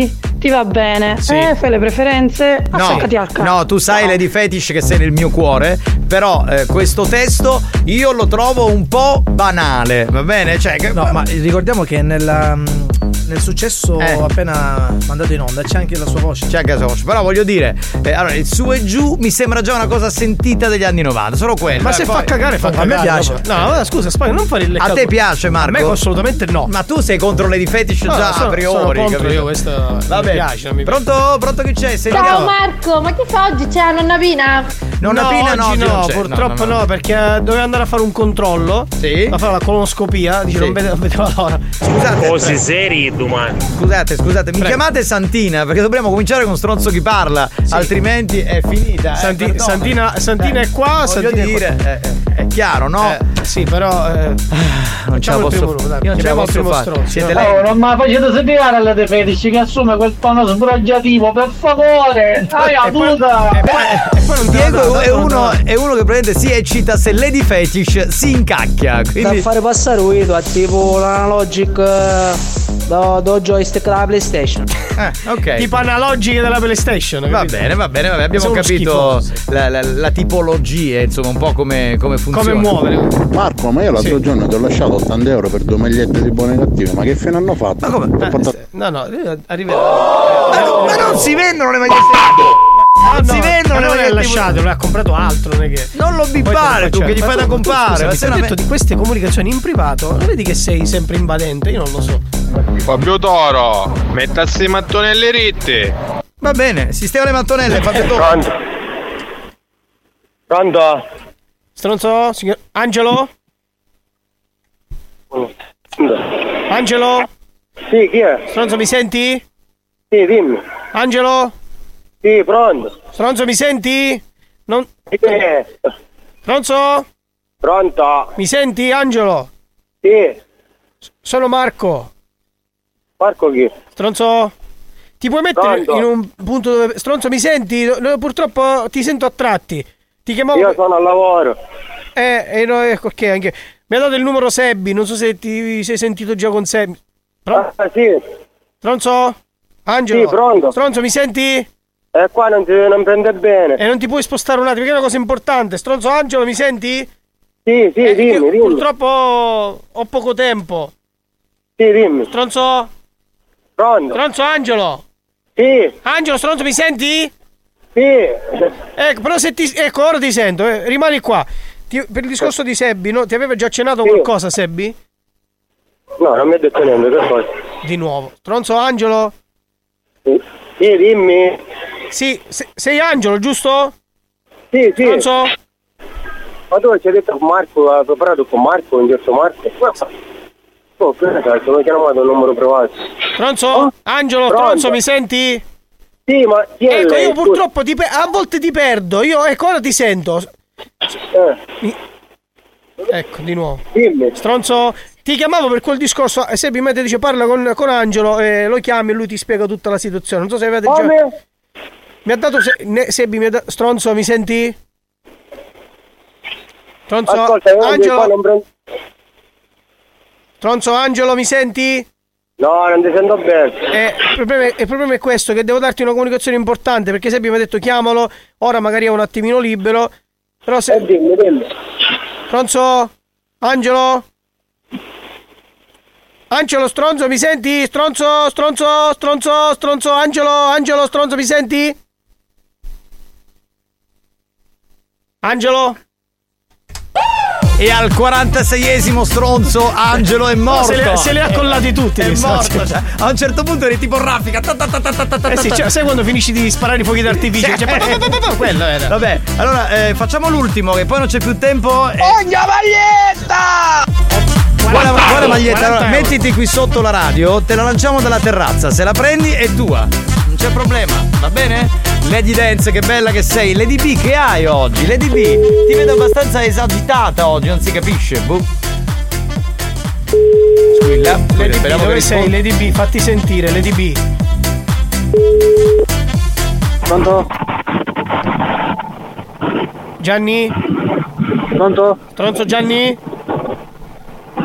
Ti va bene? Sì. Eh, fai le preferenze? No, Attaccati al cazzo. no, tu sai Lady Fetish che sei nel mio cuore, però eh, questo testo io lo trovo un po' banale, va bene? Cioè, che... No, ma ricordiamo che nella, nel successo Eh. appena mandato in onda c'è anche la sua voce. C'è anche la sua voce, però voglio dire, eh, allora il su e giù mi sembra già una cosa sentita degli anni novanta, solo quello. Ma eh, se poi- fa cagare, fa a cagare. me piace. No, no, scusa, Spagna, non fare il A leccato. te piace, Marco? A me assolutamente no. Ma tu sei contro Lady Fetish No, già no, sono- a priori, sono contro capito? io, questo non mi Vabbè. piace, non mi Pronto? Pronto chi c'è? Sei Ciao Marco, ma chi fa oggi? C'è la nonna Pina? Nonna no, Pina no, oggi oggi no, non c'è. purtroppo No, no, no, no. perché doveva andare a fare un controllo. Sì. A fare la colonoscopia, dice Sì. non vede- non vedeva l'ora. Scusate. Cose serie domani. Scusate, scusate, mi Prego. chiamate Santina perché dobbiamo cominciare con Stronzo chi parla, altrimenti è finita. eh, Santi- perdono. Santina, Santina Eh, è qua, voglio Santina dire, è qua. eh, eh, è chiaro, no? Eh, sì, però eh, non ce la facciamo il posso primo numero, dai, io non ce la chiamiamo il posso primo fare. stronzo, Siete dai. lei? Oh, non mi facete sentire alla De Fetish che assume quel tono sbroggiativo, per favore! Dai, E poi- aiuta! e poi- E poi non te la Diego dà, è non te la uno, dà. è uno che praticamente si eccita se Lady Fetish si incacchia. Da Quindi fare passare un video a tipo l'analogic eh, da, da joystick della PlayStation. eh, ok. Tipo analogiche della PlayStation. Va capito? bene, va bene, va bene. Abbiamo Sono capito schifosi. la, la, la tipologia, insomma, un po' come, come funziona. Come muovere. Marco, ma io l'altro Sì. giorno ti ho lasciato ottanta euro per due magliette di buone e cattive, ma che fine hanno fatto? Ma come? Ti ho portato- No, no, eh, arriverà. Ma, no, ma non si vendono le magliette. Ah, Non no, si vendono ma le non l'hai magliette. lasciato, lui ha comprato altro, non è che. Non lo Poi te lo bippare tu, faccio- che gli ma fai da tu- ma tu, compare. scusa, ma mi se hai no detto me- di queste comunicazioni in privato, non vedi che sei sempre invadente? Io non lo so. Fabio Toro, mettassi i mattonelle ritte. Va bene, sistema le mattonelle, Fabio Toro. Pronto? Pronto? Stronzo? Signor... Angelo? Angelo? Sì, chi è? Stronzo, mi senti? Sì, dimmi. Angelo? Sì, pronto. Stronzo, mi senti? Non... Chi è? Stronzo? Pronto? Mi senti, Angelo? Sì. Sono Marco. Marco chi? Stronzo? Ti puoi mettere Pronto? in un punto dove... Stronzo, mi senti? No, purtroppo ti sento a tratti. Ti chiamavo... Io sono al lavoro. Eh, eh no, ecco, ok, anche... Mi ha dato il numero Sebbi, non so se ti sei sentito già con Sebbi. Pro- Ah, sì. Stronzo? Angelo? Sì, pronto. Stronzo, mi senti? E qua non, si, non prende bene. E non ti puoi spostare un attimo, perché è una cosa importante. Stronzo Angelo, mi senti? Sì, sì, Eh, dimmi, io dimmi. Purtroppo ho poco tempo. Sì, dimmi. Stronzo? Pronto? Stronzo Angelo? Sì. Angelo, stronzo, mi senti? Sì. Ecco, però se ti... Ecco, ora ti sento, eh. Rimani qua. Ti- per il discorso di Sebbi, no? Ti aveva già accennato Sì. qualcosa, Sebbi? No, non mi ha detto niente, per cosa? Di nuovo. Stronzo Angelo? Sì, sì, dimmi. Sì, se- sei Angelo, giusto? Sì, sì. Stronzo? Ma tu ci hai detto con Marco, hai preparato con Marco, un certo Marco? Oh, che ne sai, sono chiamato un numero privato. Stronzo? Oh? Angelo, Pronto? stronzo, mi senti? Sì, ma chi è Ecco, lei? io Scusa. purtroppo ti pe- a volte ti perdo. Io, ecco, ora ti sento. Eh, Mi- Ecco, di nuovo. dimmi. Stronzo, ti chiamavo per quel discorso. E Sebbi mi dice parla con, con Angelo e lo chiami e lui ti spiega tutta la situazione. Non so se avete già. Come? Mi ha dato. Se... ne- Sebbi mi ha dato. Stronzo, mi senti? Stronzo, Ascolta, io qua Angelo. non prendo... Stronzo, Angelo, mi senti? No, non ti sento bene. Eh, il, problema è, il problema è questo, che devo darti una comunicazione importante, perché Sebbi mi ha detto chiamalo, ora magari è un attimino libero, però se... Eh, dimmi, dimmi. Stronzo? Angelo? Angelo, stronzo, mi senti? Stronzo, stronzo, stronzo, stronzo, Angelo, Angelo, stronzo, mi senti? Angelo? E al quarantaseiesimo stronzo Angelo è morto. Se li, se li ha collati tutti. È mi sa. morto, cioè, a un certo punto eri tipo raffica. ta ta ta ta ta ta ta Eh sì, ta. cioè, sai quando finisci di sparare i fuochi d'artificio? Cioè, pa, pa, pa, pa, pa, quello era. Vabbè, allora eh, facciamo l'ultimo che poi non c'è più tempo. E... Ogna maglietta! Guarda, guarda la maglietta, quaranta allora, euro. mettiti qui sotto la radio, te la lanciamo dalla terrazza, se la prendi è tua, non c'è problema, va bene? Lady Dance, che bella che sei. Lady B, che hai oggi? Lady B, ti vedo abbastanza esagitata oggi, non si capisce. Boh. Squilla, Lady B, speriamo dove che sei? risponda. Lady B, fatti sentire, Lady B. Pronto? Gianni? Pronto? Stronzo Gianni?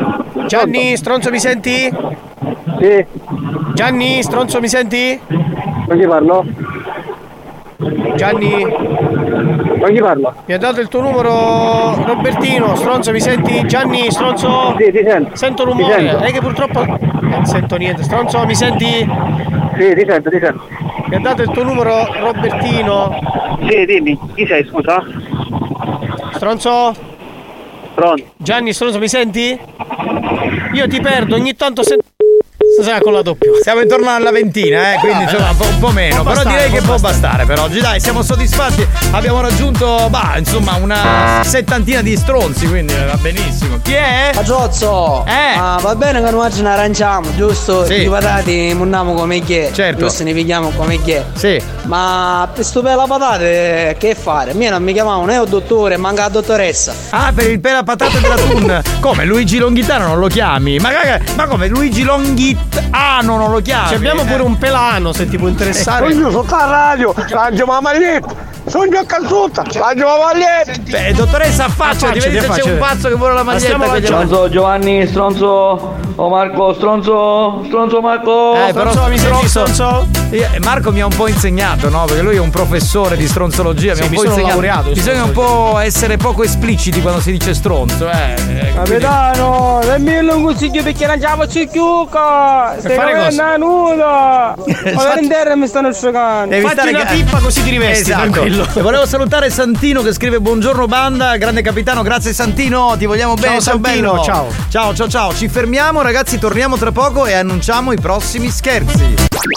Gianni, stronzo mi senti? Sì. Gianni, stronzo mi senti? Con chi parlo? Gianni? Con chi parlo? Mi ha dato il tuo numero Robertino, stronzo, mi senti? Gianni, stronzo? Sì, ti sento. Sento rumore, Ti sento. è che purtroppo non sento niente. Stronzo, mi senti? Sì, ti sento, ti sento. Mi ha dato il tuo numero Robertino. Sì, dimmi, chi sei, scusa? Stronzo? Pronto? Gianni, stronzo, mi senti? Io ti perdo, ogni tanto sento. Stasera con la doppia. Siamo intorno alla ventina, eh, quindi insomma un po', un po' meno. Può Però bastare, direi che può può bastare per oggi. Dai, siamo soddisfatti. Abbiamo raggiunto, bah, insomma, una settantina di stronzi, quindi va benissimo. Chi è? Pagiozzo! Eh! Ah, va bene che noi oggi ne arrangiamo, giusto? Sì. I patati mundiamo come che. Certo. Giusto, ne pigliamo come che. Sì. Ma per sto per la patate che fare? A me non mi chiamavano né un dottore, manca la dottoressa. Ah, per il pela patate della Tun. Come? Luigi Longhitano non lo chiami? Ma, ma come? Luigi Longhitano non lo chiami? Ci abbiamo pure un pelano se ti può interessare. Eh, io sono a radio, lancio la maglietta. Sono già calzuta, lancio la maglietta. Beh, dottoressa, affacciati, vedi se c'è un pazzo che vuole la maglietta. Stronzo Giovanni, stronzo oh Marco, stronzo, stronzo Marco. Eh, però Stronzo, mi senti, stronzo? Io- Marco mi ha un po' insegnato, no? Perché lui è un professore di stronzologia, Sì, mi ha un mi po' sono insegnato. laureato in Bisogna un po' essere poco espliciti quando si dice stronzo, eh. eh, Capitano, dammi un consiglio perché non ce la faccio più. Stai fare cosa? capendo nudo. Ma in terra mi stanno asciugando. Devi Fatti stare una ca- pippa così ti rivesti, Esatto. tranquillo. E volevo salutare Santino che scrive buongiorno banda, grande capitano, grazie Santino, ti vogliamo Ciao, bene, Santino, bello. ciao. Ciao, ciao, ciao. Ci fermiamo ragazzi, torniamo tra poco e annunciamo i prossimi scherzi.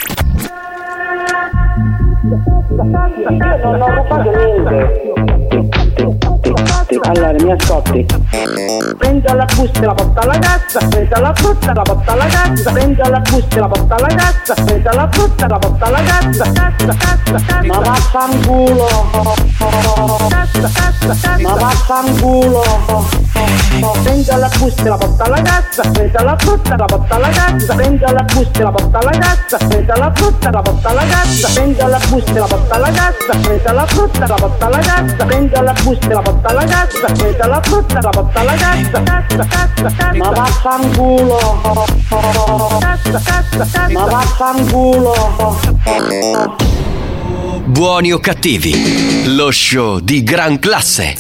Non ho rubato niente. Allora, mi ascolti. Prendo la busta e la porto alla cassa, prendo la frutta e la porto alla cassa, prendo la busta e la porto alla cassa, prendo la frutta e la porto alla cassa, cassa, cassa, cassa. Ma vaffanculo. Cassa, cassa, cassa. Ma vaffanculo. Prendo la busta e la porto alla cassa, prendo la frutta e la porto alla cassa, prendo la busta e la porto alla cassa, prendo la frutta e la porto alla cassa, prendo la busta e la porto alla cassa, prendo la frutta e la porto alla cassa, prendo la busta e la porto alla cassa, prendo la frutta e la porto alla cassa, cassa, cassa, cassa. Ma vaffanculo. Cassa, cassa, cassa. Ma vaffanculo. Buoni o cattivi, lo show di gran classe.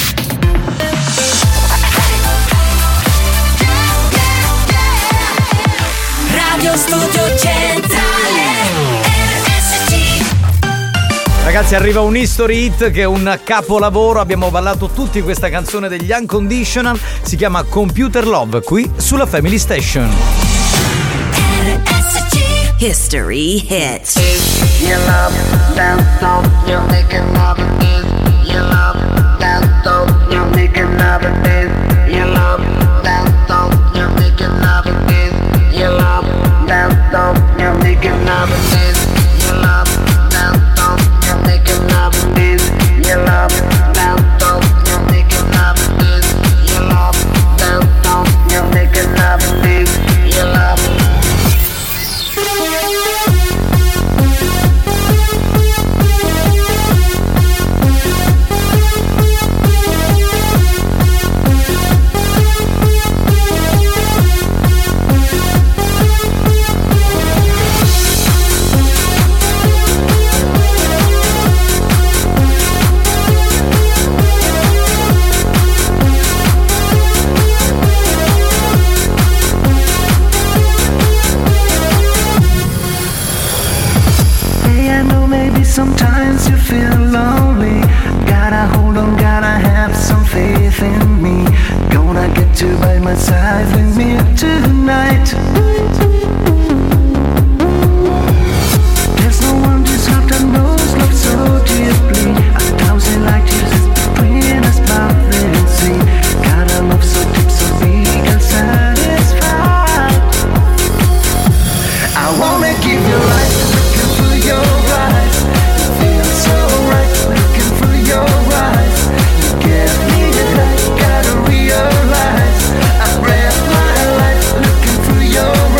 Radio Studio Centrale R S C. Ragazzi, arriva un history hit che è un capolavoro. Abbiamo ballato tutti questa canzone degli Unconditional. Si chiama Computer Love qui sulla Family Station. R S C History Hit. You love tanto, you're making love of it. You love tanto, you're making love of it. You love tanto, you're making love of it. You love tanto, you're making love of it. You love tanto, you're making love of it. You love tanto, you're making love of it. You love tanto, you're making love of it. You love. Hey, I know maybe sometimes you feel lonely. Gotta hold on, gotta have some faith in me. Gonna get you by my side with me tonight. There's no one deserved that knows love so deeply. A thousand light years between us, nothing to see. Got a love so deep, so we can satisfy. I wanna give you life, looking through your eyes. It feels so right, looking through your eyes. You get me tonight, gotta realize I read my life, looking through your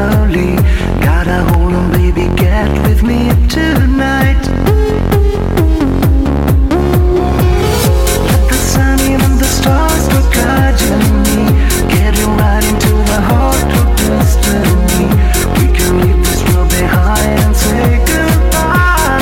slowly. Gotta hold on, baby, get with me tonight. Let the sun and the stars go guiding me, getting right into the heart of destiny. We can leave this world behind and say goodbye.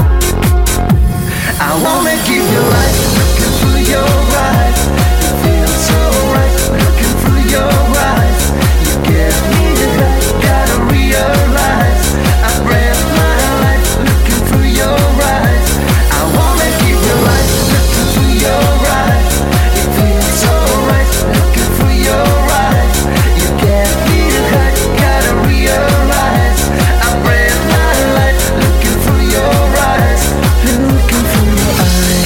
I wanna keep you right, looking through your eyes. It feels so right, looking through your eyes. You get me high, gotta realize I breathe my life, looking through your eyes. I wanna keep you right, looking through your eyes. It feels so right, looking through your eyes. You get me high, gotta realize I breathe my life, looking through your eyes, looking through your eyes.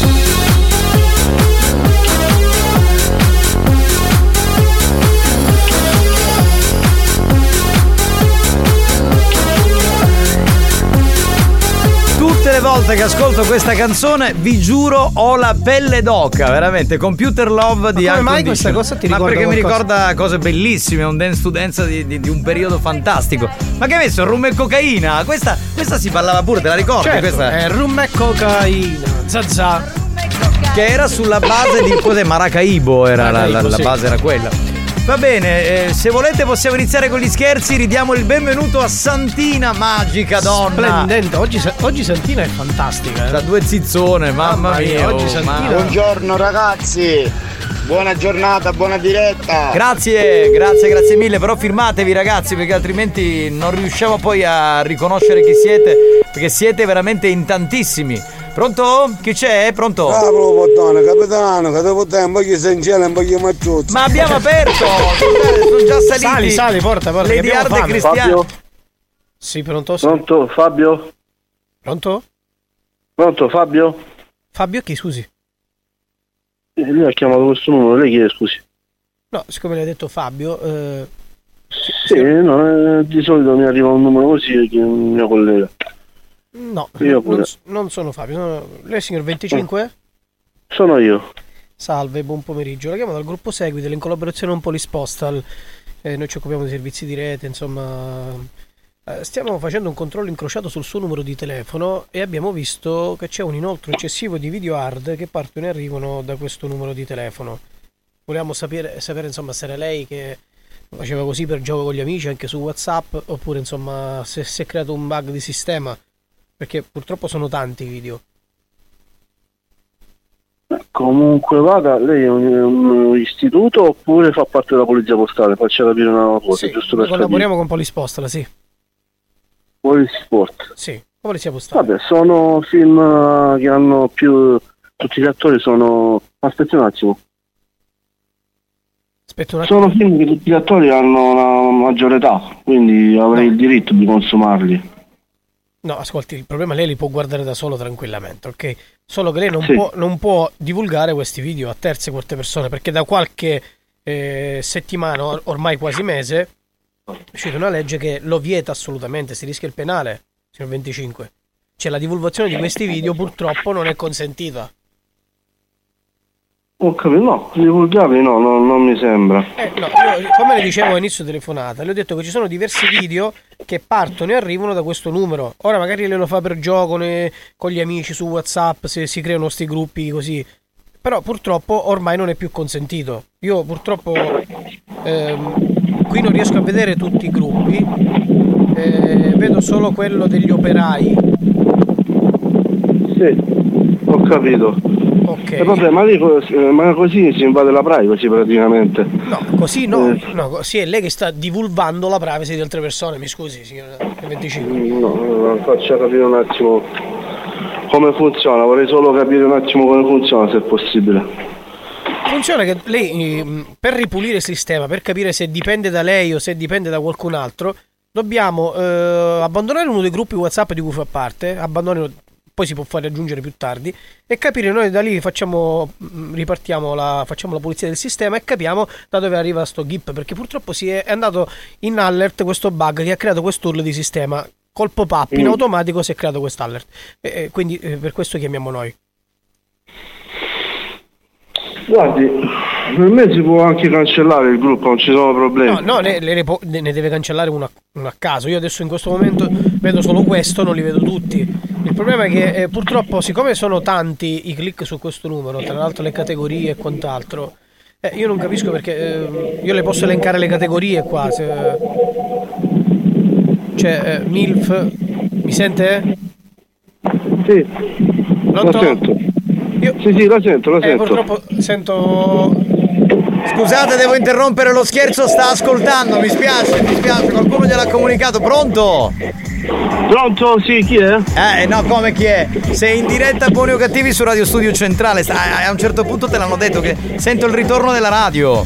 Tutte le volte che ascolto questa canzone, vi giuro, ho la pelle d'oca, veramente. Computer Love di Ma come mai Unconditional. questa cosa ti Ma ricorda perché mi qualcosa? ricorda cose bellissime, un dance to dance di, di- di un periodo fantastico. Ma che hai messo? Rum e cocaina? Questa, questa si ballava pure, te la ricordi? Certo, questa è rum e cocaina, zazà. Che era sulla base di cos'è? Maracaibo era la, la- Maracaibo, la sì. base era quella. Va bene, eh, se volete possiamo iniziare con gli scherzi. Ridiamo il benvenuto a Santina, magica donna. Splendente, oggi, Sa- oggi Santina è fantastica. eh. Da due zizzone, mamma, Mamma mia, mia. oggi oh, Santina- ma- Buongiorno ragazzi, buona giornata, buona diretta. Grazie, grazie, grazie mille. Però firmatevi ragazzi, perché altrimenti non riusciamo poi a riconoscere chi siete, perché siete veramente in tantissimi. Pronto? Chi c'è? Pronto? Bravo, bottone, capitano, che dopo tempo che sei in cielo e un po' di macciuzzo. Ma abbiamo aperto! Sono già saliti. Sali, sali, porta, porta. Lady che abbiamo Hard e fame. Cristiano. Sì, pronto? Sì. Pronto, Fabio? Pronto? Pronto, Fabio? Fabio chi, scusi? Eh, lui ha chiamato questo numero, lei chi è, scusi? No, siccome le ha detto Fabio, eh, Sì, no, eh, di solito mi arriva un numero così che è un mio collega. no, Io pure. non, non sono Fabio. Sono... Lei è signor venticinque? Sono io. Salve, buon pomeriggio. La chiamo dal gruppo Seguite in collaborazione con Police Postal. Eh, noi ci occupiamo di servizi di rete, insomma. Eh, stiamo facendo un controllo incrociato sul suo numero di telefono e abbiamo visto che c'è un inoltro eccessivo di video hard che partono e arrivano da questo numero di telefono. Volevamo sapere, sapere insomma se era lei che faceva così per gioco con gli amici anche su WhatsApp, oppure insomma se si è creato un bug di sistema, perché purtroppo sono tanti i video. Comunque vada, lei è un, un istituto oppure fa parte della polizia postale? Faccia capire una cosa, Sì, giusto noi per collaboriamo capire. con Police Postal, sì. Police Sport. Sì, polizia postale. Vabbè, sono film eh, che hanno più... Tutti gli attori sono... Aspetti un attimo. Aspetta un attimo. Sono film che tutti gli attori hanno una maggiore età, quindi avrei il diritto di consumarli. No, ascolti, il problema lei li può guardare da solo tranquillamente, ok? Solo che lei non, Sì. può, non può divulgare questi video a terze e quarte persone, perché da qualche eh, settimana, or- ormai quasi mese, è uscita una legge che lo vieta assolutamente, si rischia il penale, signor venticinque. Cioè la divulgazione di questi video purtroppo non è consentita. Ho capito, no, divulgarli no, no, non mi sembra. Eh, no, io, come le dicevo a inizio telefonata, le ho detto che ci sono diversi video che partono e arrivano da questo numero. Ora magari lei lo fa per gioco ne- con gli amici su WhatsApp, se si creano sti gruppi così. Però purtroppo ormai non è più consentito. Io purtroppo ehm, qui non riesco a vedere tutti i gruppi, eh, vedo solo quello degli operai. Sì, ho capito. Ok. E vabbè, ma, lì, eh, ma così si invade la privacy praticamente. No, così no, Eh. no, così è lei che sta divulgando la privacy di altre persone, mi scusi signor venticinque. No, no, faccia capire un attimo come funziona, vorrei solo capire un attimo come funziona, se è possibile. Funziona che lei, ehm, per ripulire il sistema, per capire se dipende da lei o se dipende da qualcun altro, dobbiamo eh, abbandonare uno dei gruppi WhatsApp di cui fa parte, abbandonare, poi si può fare aggiungere più tardi, e capire, noi da lì facciamo, mh, ripartiamo la, facciamo la pulizia del sistema e capiamo da dove arriva sto G I P, perché purtroppo si è, è andato in alert questo bug che ha creato quest'urlo di sistema, col pop-up in Mm. automatico si è creato quest'alert, e, e quindi eh, per questo chiamiamo noi. Guardi, Per me si può anche cancellare il gruppo, non ci sono problemi. No, no, ne, ne, ne deve cancellare uno a, uno a caso. Io adesso in questo momento vedo solo questo, non li vedo tutti. Il problema è che eh, purtroppo, siccome sono tanti i click su questo numero, tra l'altro le categorie e quant'altro, eh, io non capisco perché eh, io le posso elencare le categorie qua. Se, cioè, eh, MILF, mi sente? Sì, Pronto? la sento. Io... Sì, sì, la sento, la eh, sento. Purtroppo sento... Scusate, devo interrompere, lo scherzo sta ascoltando, mi spiace, mi spiace, qualcuno gliel'ha comunicato, pronto? Pronto, sì, chi è? Eh, no, come chi è? Sei in diretta a Buoni o Cattivi su Radio Studio Centrale, a, a un certo punto te l'hanno detto che sento il ritorno della radio.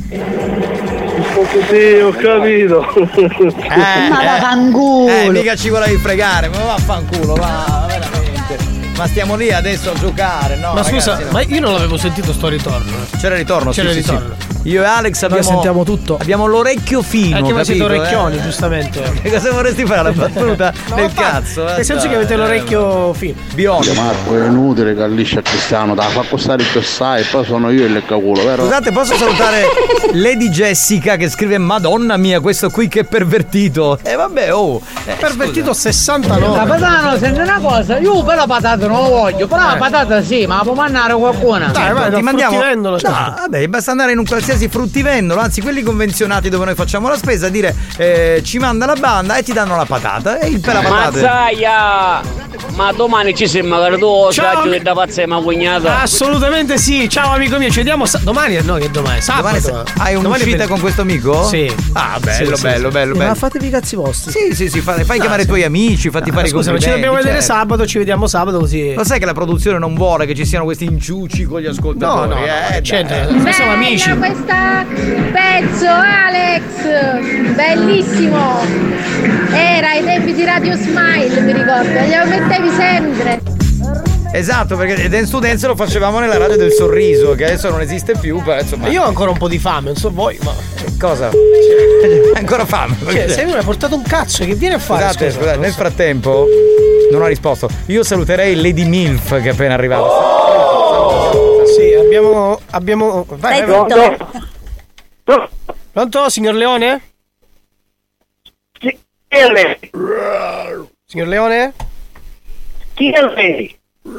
Sì, ho capito. Eh, Ma vaffanculo. Eh, mica ci volevi fregare, ma vaffanculo, va, veramente. Ma stiamo lì adesso a giocare, no? Ma ragazzi, scusa, no. ma io non l'avevo sentito sto ritorno. C'era il ritorno, C'era sì, il sì, ritorno. sì. Io e Alex abbiamo Noi sentiamo tutto. Abbiamo l'orecchio fino. Anche voi siete capito, orecchioni, eh? giustamente. Che cosa vorresti fare? La battuta No, del fa- cazzo? eh? Nel senso che avete l'orecchio fino. Biondo. Marco, è inutile che alliscia Cristiano, da fa costare il Pessai e poi sono io il leccaculo, vero? Scusate, posso salutare Lady Jessica che scrive: Madonna mia, questo qui che pervertito. E eh, vabbè, oh. Eh, pervertito sessantanove. Capitano, senti una cosa, io per la patata non lo voglio, però la patata sì, ma la può mandare qualcuna. Dai, vai, ti no, mandiamo. fruttivendolo, No, certo. vabbè, basta andare in un qualsiasi fruttivendolo, anzi quelli convenzionati dove noi facciamo la spesa, dire eh, ci manda la banda e ti danno la patata e il per la patata. Mazzaia! Ma domani ci sei magari tu, saggio che da pazza è ma cognata. Assolutamente sì, ciao amico mio, ci vediamo sa- domani, no che domani, sabato. Domani hai Domani un'uscita per- con questo amico? Sì. Ah, bello, Sì, sì, bello, sì. bello, Ma bello. fatevi i cazzi vostri. Sì, sì, sì, fai, fai Ah, chiamare sì. i tuoi amici, fatti fare i Scusa, ma ci complimenti. dobbiamo vedere certo. sabato, ci vediamo sabato così. Lo sai che la produzione non vuole che ci siano questi inciuci con gli ascoltatori? No, no, no, eh, c'entra. dai. Noi siamo amici. Bella questa pezzo, Alex! Bellissimo! Era ai tempi di Radio Smile, mi ricordo, glielo mettevi sempre. Esatto, perché Dance to Dance lo facevamo nella radio del sorriso, che adesso non esiste più, però insomma. Io ho ancora un po' di fame, non so voi, ma. Cosa? Hai ancora fame? Cioè, se mi hai portato un cazzo, che viene a fare? Scusate, scusa? scusate, nel frattempo non ha risposto. Io saluterei Lady Milf che è appena arrivata. Sì, abbiamo. abbiamo. Vai, Stai vai, vai. zitto. Pronto, signor Leone? Chi è lei? Signor Leone? Chi è lei?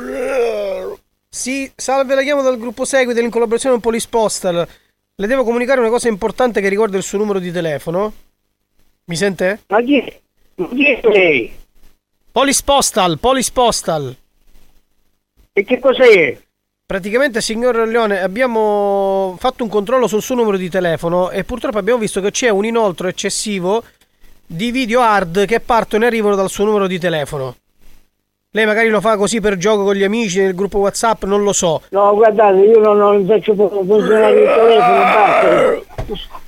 Sì, salve, la chiamo dal gruppo Seguito in collaborazione con Police Postal. Le devo comunicare una cosa importante che riguarda il suo numero di telefono. Mi sente? Ma chi è? Ma chi è lei? Police Postal, Police Postal. E che cos'è? Praticamente, signor Leone, abbiamo fatto un controllo sul suo numero di telefono e purtroppo abbiamo visto che c'è un inoltro eccessivo di video hard che partono e arrivano dal suo numero di telefono. Lei magari lo fa così per gioco con gli amici nel gruppo WhatsApp, non lo so. No, guardate, io non, non faccio funzionare il telefono, basta.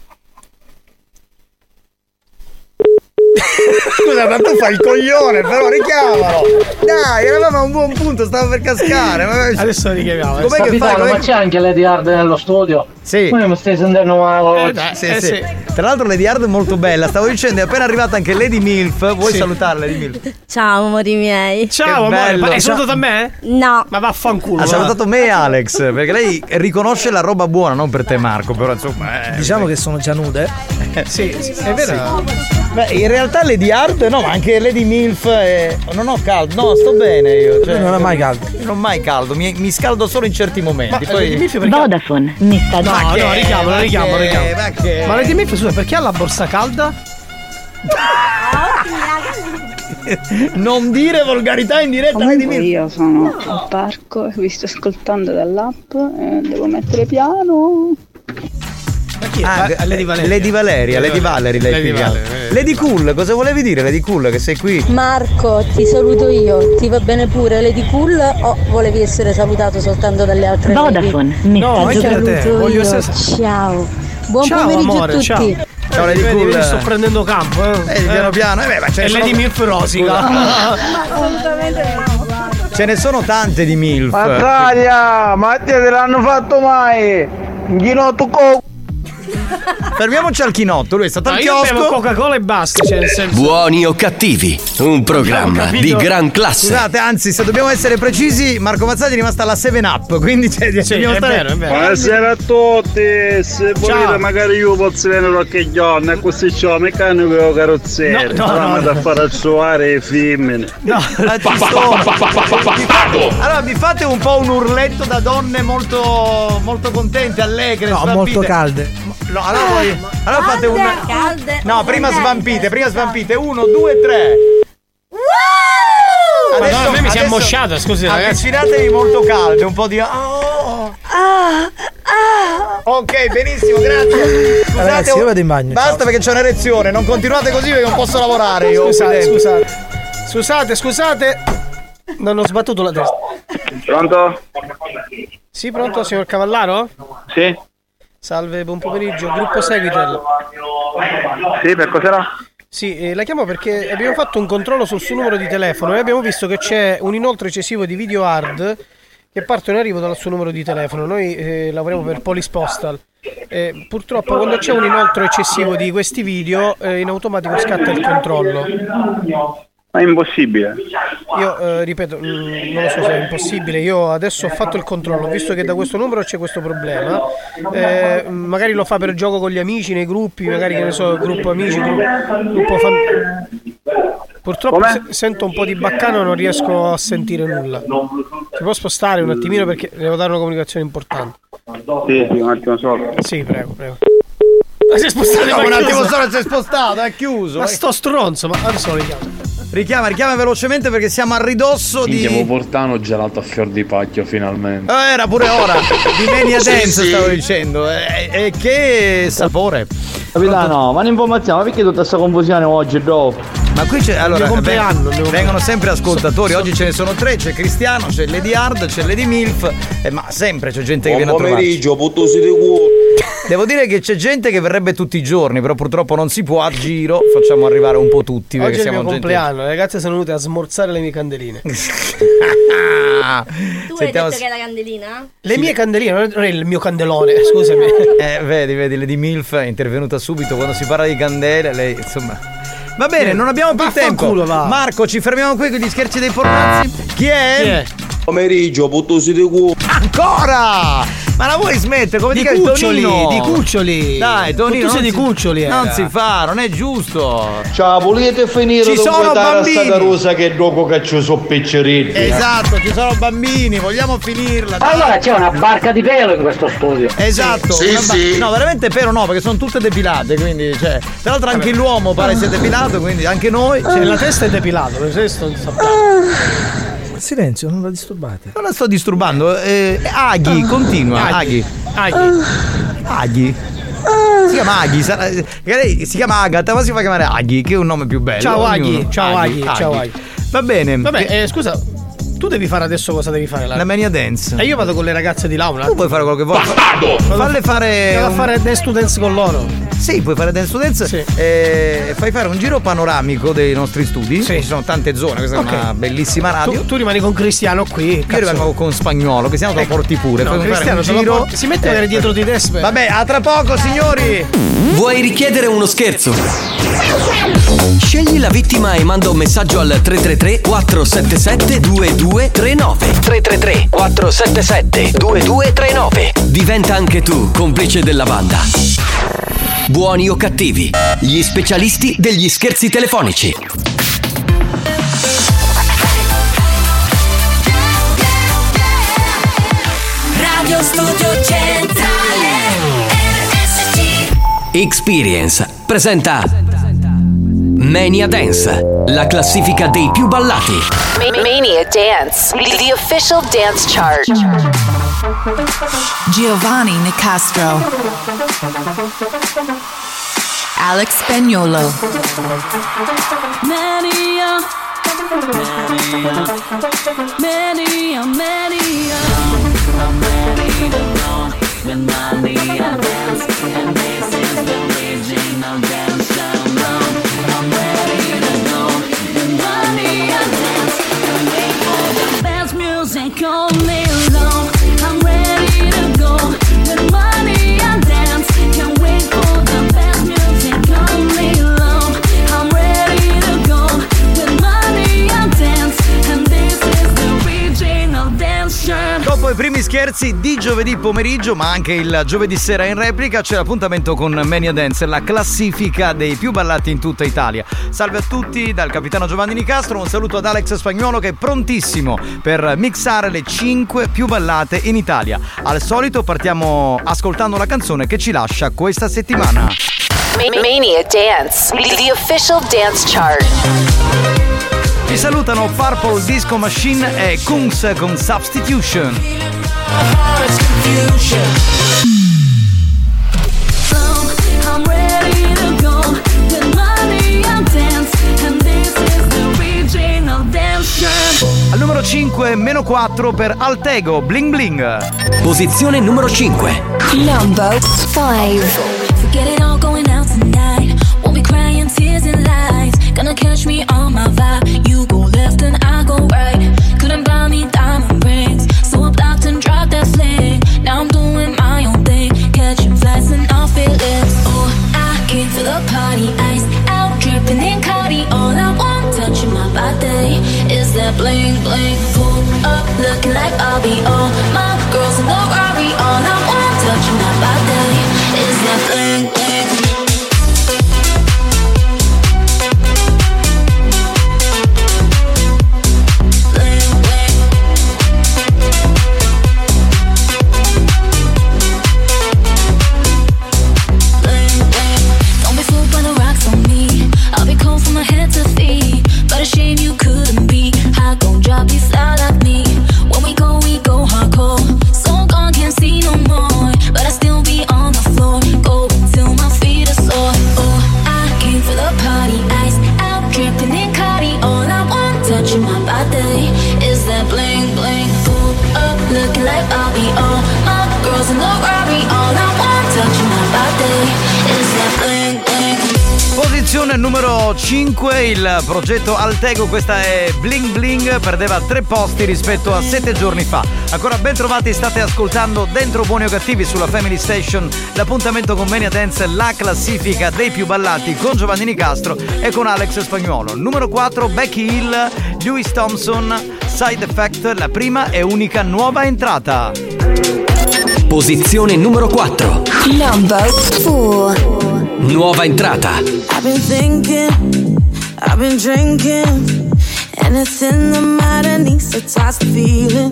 Scusa, ma tu fai il coglione, però richiamalo. Dai, eravamo a un buon punto, stavo per cascare. Ma... Adesso richiamiamo. Com'è che Capitano, fai? ma Com'è... c'è anche Lady Hard nello studio? Sì. Come mi stai sentendo male? Eh, dai, Sì, eh, sì. sì. Tra l'altro Lady Hard è molto bella. Stavo dicendo, è appena arrivata anche Lady Milf. Vuoi Sì. salutare Lady Milf? Ciao amori miei. Ciao, Che amore. bello. Ma hai Ciao. salutato a me? No. Ma vaffanculo. Ha va. salutato me e Alex, perché lei riconosce la roba buona, non per te Marco, però insomma... eh, Diciamo che sono già nude. Sì, sì, è vero. Beh, in realtà Lady Hard, no, ma anche Lady Milf è... non ho caldo, no, sto bene io. Cioè, Non è mai caldo. Io non ho mai caldo, mi, mi scaldo solo in certi momenti. Ma poi... Lady Milf perché... Vodafone mi sta No, Ma che- no, richiamo, ma richiamo, che- richiamo. ma che- Ma Lady Milf, scusa, perché ha la borsa calda? Non dire volgarità in diretta, Lady Comunque Milf. io sono al parco e vi sto ascoltando dall'app e devo mettere piano. Ma chi è? Ah, Va- Lady Valeria. Lady Valeria, Lady Valerie, lei Lady si chiama. Valeria. Lady Cool, cosa volevi dire Lady Cool che sei qui? Marco, ti saluto io. Ti va bene pure Lady Cool o volevi essere salutato soltanto dalle altre Vodafone lady? No, Ti anche da te. saluto Voglio io. essere- Ciao. Buon Ciao, pomeriggio amore, a tutti. ciao. Ciao Lady Vedi, Cool. vedi, sto prendendo campo, eh. Eh, piano piano, eh, beh, ma ce ne E sono- Lady Milf rosica. Assolutamente no. Ce ne sono tante di Milf. Battaglia, ma te te l'hanno fatto mai? Ginotto co... Fermiamoci al chinotto, lui è stato No, al io chiosco. bevo Coca-Cola e basta, cioè nel senso. Buoni o cattivi, un programma Abbiamo di capito. gran classe. Scusate, anzi, se dobbiamo essere precisi, Marco Mazzati è rimasta alla seven up, quindi cioè, dobbiamo è stare... vero, è vero. Buonasera a tutti, se volete magari io posso venire qualche giorno e così c'ho la meccanico e la carrozziere. No, no, Andiamo no, da no. fare a trovare le femmine. No, allora mi fate un po' un urletto da donne molto molto contente, allegre, No, svampite. molto calde. No, allora voi allora fate un Calde. No, prima svampite, prima svampite. Uno, due, tre. Madonna, a me mi si è ammosciata, scusi, ragazzi. Avvicinatevi molto calde, un po' di oh. Ok, benissimo, grazie. Scusate, Ragazzi, io vado in bagno. basta perché c'è un'erezione, non continuate così perché non posso lavorare io. Scusate, qui dentro. scusate. Scusate, scusate. Non ho sbattuto la testa. Pronto? Sì, pronto, signor Cavallaro? Sì? Salve, buon pomeriggio, gruppo Seguitel. Sì, per cos'era? Sì, eh, la chiamo perché abbiamo fatto un controllo sul suo numero di telefono e abbiamo visto che c'è un inoltro eccessivo di video hard che partono in arrivo dal suo numero di telefono. Noi eh, lavoriamo per Police Postal. Eh, purtroppo quando c'è un inoltro eccessivo di questi video eh, in automatico scatta il controllo. Ma è impossibile. Io eh, ripeto, mh, non lo so se è impossibile. Io adesso ho fatto il controllo, ho visto che da questo numero c'è questo problema. Eh, magari lo fa per gioco con gli amici nei gruppi, magari che ne so, gruppo amici, gruppo, gruppo fam- Purtroppo se- sento un po' di baccano e non riesco a sentire nulla. Si può spostare un attimino perché devo dare una comunicazione importante. Sì, sì, un attimo solo. Sì, prego, prego. Ma si è spostato, No, ma un è attimo chiuso. solo si è spostato, è chiuso. Ma sto stronzo, ma adesso lo richiamo. Richiama, richiama velocemente perché siamo a ridosso di. Minchia, portano gelato a fior di pacchio finalmente. Eh, era pure ora di Mania Sì, Dance, sì. stavo dicendo. E, e che sapore. Capitano, ma un'informazione, ma perché tutta questa confusione oggi, bro? Ma qui c'è allora mio compleanno, ven- mio vengono sempre ascoltatori. So- Oggi ce ne sono tre: c'è Cristiano, c'è Lady Hard, c'è Lady Milf. Eh, ma sempre c'è gente che viene a trovarci. pomeriggio, puttosi di culo. Devo dire che c'è gente che verrebbe tutti i giorni, però purtroppo non si può. A giro facciamo arrivare un po' tutti. Oggi Perché è il siamo mio gente. compleanno, le ragazze sono venute a smorzare le mie candeline. Ah, Tu hai sentiamo- detto che è la candelina? Le mie candeline, non è- non è il mio candelone, scusami. Eh, vedi, vedi, Lady Milf è intervenuta subito quando si parla di candele. Lei, insomma. Va bene, non abbiamo più tempo. Vaffanculo, va. Marco, ci fermiamo qui con gli scherzi dei pornazzi. Chi è? Chi è? Pomeriggio, puttosi di culo. Ancora! Ma la vuoi smettere? Come Di ti chiami? cuccioli, Tonino? di cuccioli. Dai, Tonino. Tu sei non di si- cuccioli, eh. Non si fa, non è giusto. Ciao, volete finire Ci con sono questa bambini. razzata rosa che dopo caccio so pecceretti. Esatto, ci sono bambini, vogliamo finirla. dai. Allora c'è una barca di pelo in questo studio. Esatto, Sì, una ba- sì. no, veramente però no, perché sono tutte depilate, quindi cioè, tra l'altro anche l'uomo pare sia depilato, quindi anche noi. Cioè, la testa è depilata, per questo non sappiamo. Silenzio, non la disturbate. Non la sto disturbando. Eh, Aghi, continua. Aghi. Aghi. Aghi. Si chiama Aghi, sarà- lei si chiama Agata, ma si fa chiamare Aghi, che è un nome più bello. Ciao Aghi, Ognuno. ciao Aghi, ciao Aghi. Va bene. Vabbè, Che- eh, scusa, tu devi fare adesso cosa devi fare? la Mania Dance. E io vado con le ragazze di là, Tu puoi fare quello che vuoi. Falle fare. Vado a un- fare dance to dance con loro. Sì, puoi fare dance to dance. Sì. E fai fare un giro panoramico dei nostri studi. Sì. Ci sono tante zone, questa Ok. è una bellissima radio. Tu, tu rimani con Cristiano qui. Io rimango con Spagnolo, che siamo te lo porti pure. No, Fai fare Cristiano, un te lo giro. porti- si mette magari dietro di te. aspetta. Vabbè, a tra poco, signori. Vuoi richiedere uno scherzo? Scegli la vittima e manda un messaggio al tre tre tre quattro sette sette due due tre nove. tre tre tre quattro sette sette due due tre nove. Diventa anche tu complice della banda. Buoni o cattivi, gli specialisti degli scherzi telefonici. Radio Studio Centrale R S C. Experience presenta Mania Dance, la classifica dei più ballati. Mania Dance, the official dance chart. Giovanni Nicastro, Alex Spagnolo, Mania, Mania, Mania. I'm ready to go with Mania Dance, and this is the original dance song. I'm ready to go with Mania Dance, and wait for the best music all day long. I'm ready to go with Mania Dance, can't wait for scherzi, di giovedì pomeriggio, ma anche il giovedì sera in replica, c'è l'appuntamento con Mania Dance, la classifica dei più ballati in tutta Italia. Salve a tutti dal capitano Giovanni Nicastro, un saluto ad Alex Spagnuolo che è prontissimo per mixare le cinque più ballate in Italia. Al solito partiamo ascoltando la canzone che ci lascia questa settimana. Mania Dance, the official dance chart. Ci salutano Purple Disco Machine e Kungs con Substitution. I'm ready to go. With money I'll dance, and this is the original dance chart. Al numero cinque, meno quattro per Altego, Bling Bling. Posizione numero cinque. Number five. Forget it all, going out tonight. Won't be crying tears and lies. Gonna catch me on my vibe. You go left and I go right. Couldn't buy me diamond rings, so I blocked and dropped that fling. Now I'm doing my own thing, catching flights and all feelings. Oh, I came for the party, ice out, dripping in Cardi. All I want, touching my body, is that bling bling. Pull up, looking like I'll be all my girls in the Rari. All I want, touching my body, is that bling bling. But a shame you couldn't be. I gon' drop you flat like me. When we go, we go hardcore. So gone, can't see no more. But I still be on the floor. Go till my feet are sore. Oh, I came for the party. Ice out, dripping in Cardi. All I want, touching my body, is that bling bling. Pull up, looking like I'll be all my girls in the Rari. All I want, touching my body, is that bling bling. Posizione numero cinque, il progetto Altego, questa è Bling Bling, perdeva tre posti rispetto a sette giorni fa. Ancora ben trovati, state ascoltando Dentro Buoni o Cattivi sulla Family Station, l'appuntamento con Mania Dance, la classifica dei più ballati con Giovanni Nicastro e con Alex Spagnuolo. Numero quattro, Becky Hill, Louis Thompson, Side Effect, la prima e unica nuova entrata. Posizione numero quattro. Number four. Nuova entrata. I've been thinking, I've been drinking, and it's in the mind underneath the toxic feeling.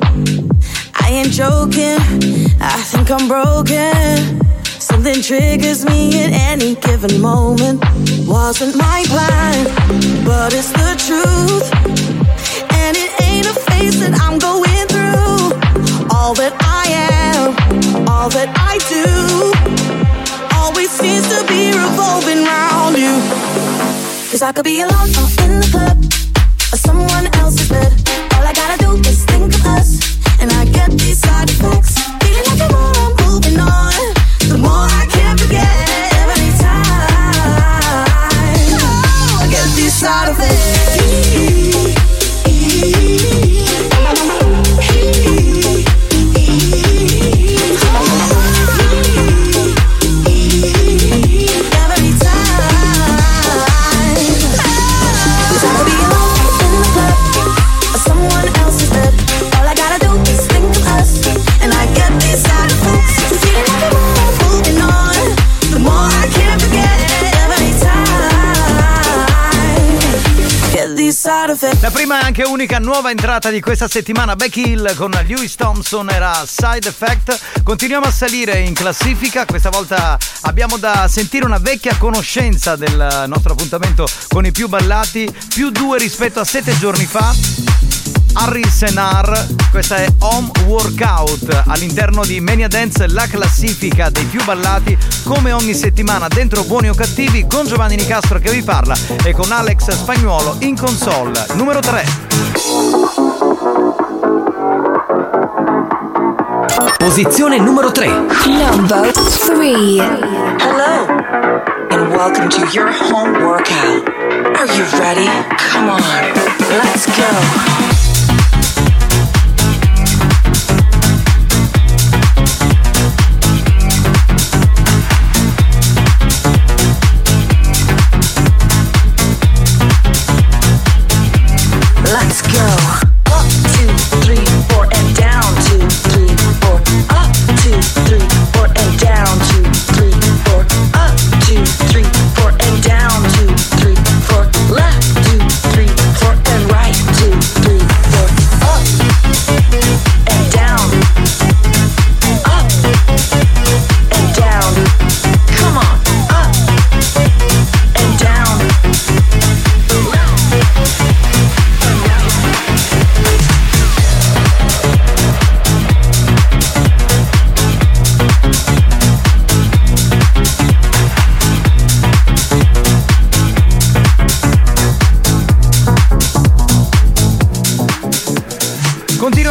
I ain't joking, I think I'm broken. Something triggers me at any given moment. Wasn't my plan, but it's the truth. And it ain't a phase that I'm going through. All that I am, all that I do, always seems to be revolving around you. Cause I could be alone or in the club, or someone else's bed. All I gotta do is think of us, and I get these side effects. Feeling like the more I'm moving on, the more I can't forget. Every time oh, I get these side effects. La prima e anche unica nuova entrata di questa settimana, Becky Hill con Louis Thompson, era Side Effect. Continuiamo a salire in classifica, questa volta abbiamo da sentire una vecchia conoscenza del nostro appuntamento con i più ballati, più due rispetto a sette giorni fa. Harry Senar, questa è Home Workout, all'interno di Mania Dance, la classifica dei più ballati, come ogni settimana dentro Buoni o Cattivi, con Giovanni Nicastro che vi parla e con Alex Spagnuolo in console. Numero tre. Posizione numero tre. Number three. Hello, and welcome to your home workout. Are you ready? Come on, let's go. Let's go. Up, two, three, four, and down, two, three, four.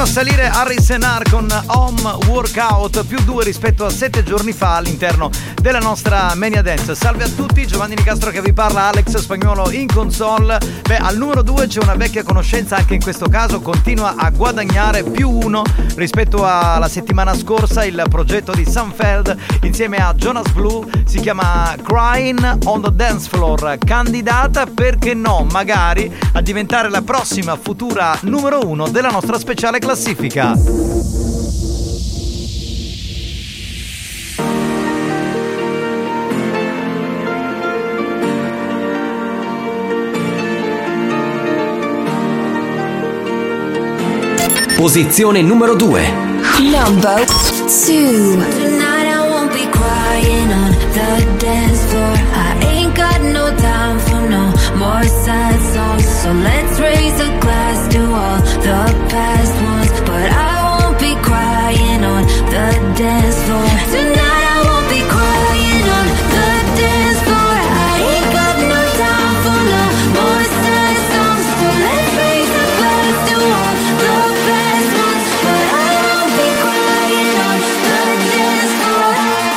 a salire Harry Senar con Home Workout più due rispetto a sette giorni fa all'interno della nostra Mania Dance. Salve a tutti, Giovanni Nicastro che vi parla, Alex Spagnuolo in console. Beh, al numero due c'è una vecchia conoscenza, anche in questo caso continua a guadagnare più uno rispetto alla settimana scorsa. Il progetto di Sunfeld insieme a Jonas Blue si chiama Crying on the Dance Floor, candidata, perché no, magari a diventare la prossima futura numero uno della nostra speciale classifica. Posizione numero due. Number two. Tonight I won't be crying on the dance floor. I ain't got no time for no more sad songs. So let's raise a glass to all the past ones. But I won't be crying on the dance floor. Tonight I won't be crying on the dance floor. I ain't got no time for no more sad songs. So let's raise a glass to all the past ones. But I won't be crying on the dance floor.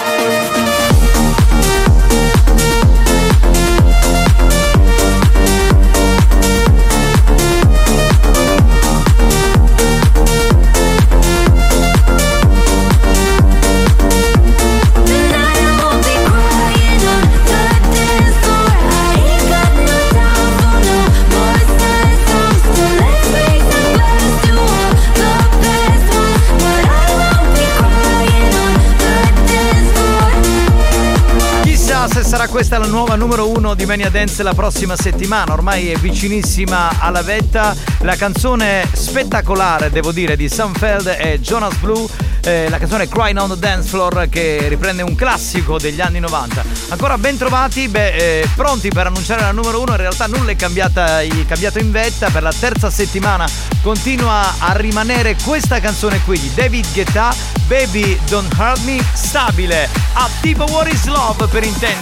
Se sarà questa la nuova numero uno di Mania Dance la prossima settimana, ormai è vicinissima alla vetta. La canzone spettacolare, devo dire, di Sunfeld e Jonas Blue, eh, la canzone Crying on the Dance Floor, che riprende un classico degli anni novanta. Ancora ben trovati, beh, eh, pronti per annunciare la numero uno. In realtà nulla è cambiata, è cambiato in vetta. Per la terza settimana continua a rimanere questa canzone qui di David Guetta, Baby Don't Hurt Me, stabile a tipo What is Love per intenderci.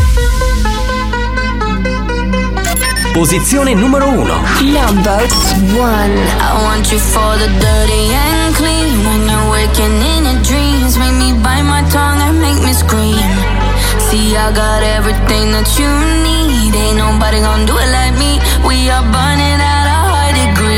Posizione numero uno. Number one. I want you for the dirty and clean. When you're waking in your dreams, make me bite my tongue and make me scream. See, I got everything that you need. Ain't nobody gonna do it like me. We are burning at a high degree.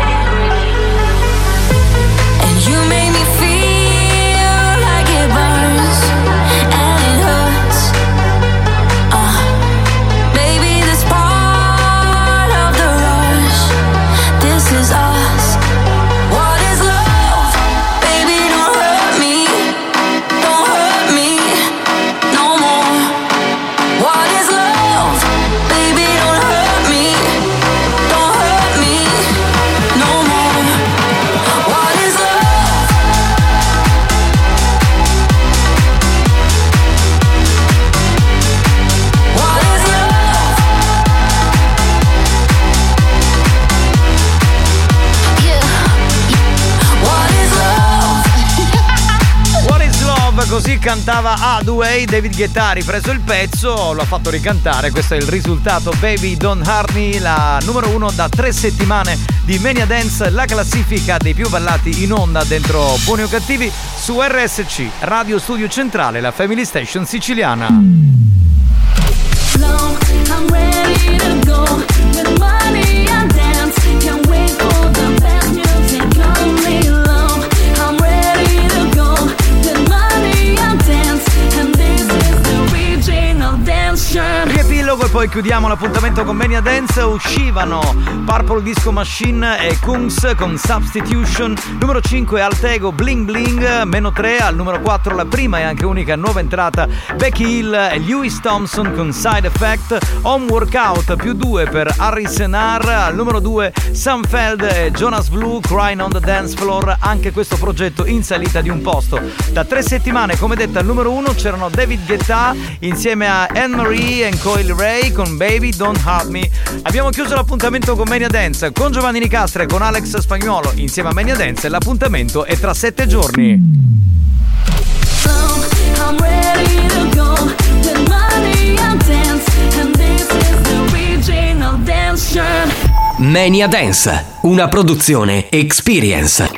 And you make me feel like it burns and it hurts. Uh, baby, this part of the rush, this is us. What is love? Baby, don't hurt me, don't hurt me no more. What is love? Baby, don't hurt me, don't hurt me no more. What is love? What is love? Yeah. What is love? What is Love, così cantava Hadaway. David Guetta ha ripreso il pezzo, lo ha fatto ricantare. Questo è il risultato. Baby Don't Hurt Me, la numero uno da tre settimane di Mania Dance, la classifica dei più ballati in onda dentro Buoni o Cattivi su R S C, Radio Studio Centrale, la Family Station siciliana. I'm ready to go with money and dance. Can't wait for the best music only love. I'm ready to go with money and dance. And this is the original dance show. Riepilogo e poi chiudiamo l'appuntamento con Mania Dance. Uscivano Purple Disco Machine e Kungs con Substitution. Numero cinque Altego Bling Bling. Meno tre. Al numero quattro la prima e anche unica nuova entrata Becky Hill e Lewis Thompson con Side Effect. Home Workout più due per Harry Senar. Al numero due Sunfeld e Jonas Blue, Crying on the Dance Floor. Anche questo progetto in salita di un posto da tre settimane. Come detto, al numero uno c'erano David Guetta insieme a Anne-Marie e Coil Ray con Baby Don't Hurt Me. Abbiamo chiuso l'appuntamento con Mania Dance con Giovanni Nicastre e con Alex Spagnuolo insieme a Mania Dance. L'appuntamento è tra sette giorni. I'm ready to go with money and dance. And this is the original dance show. Mania Dance, una produzione Experience.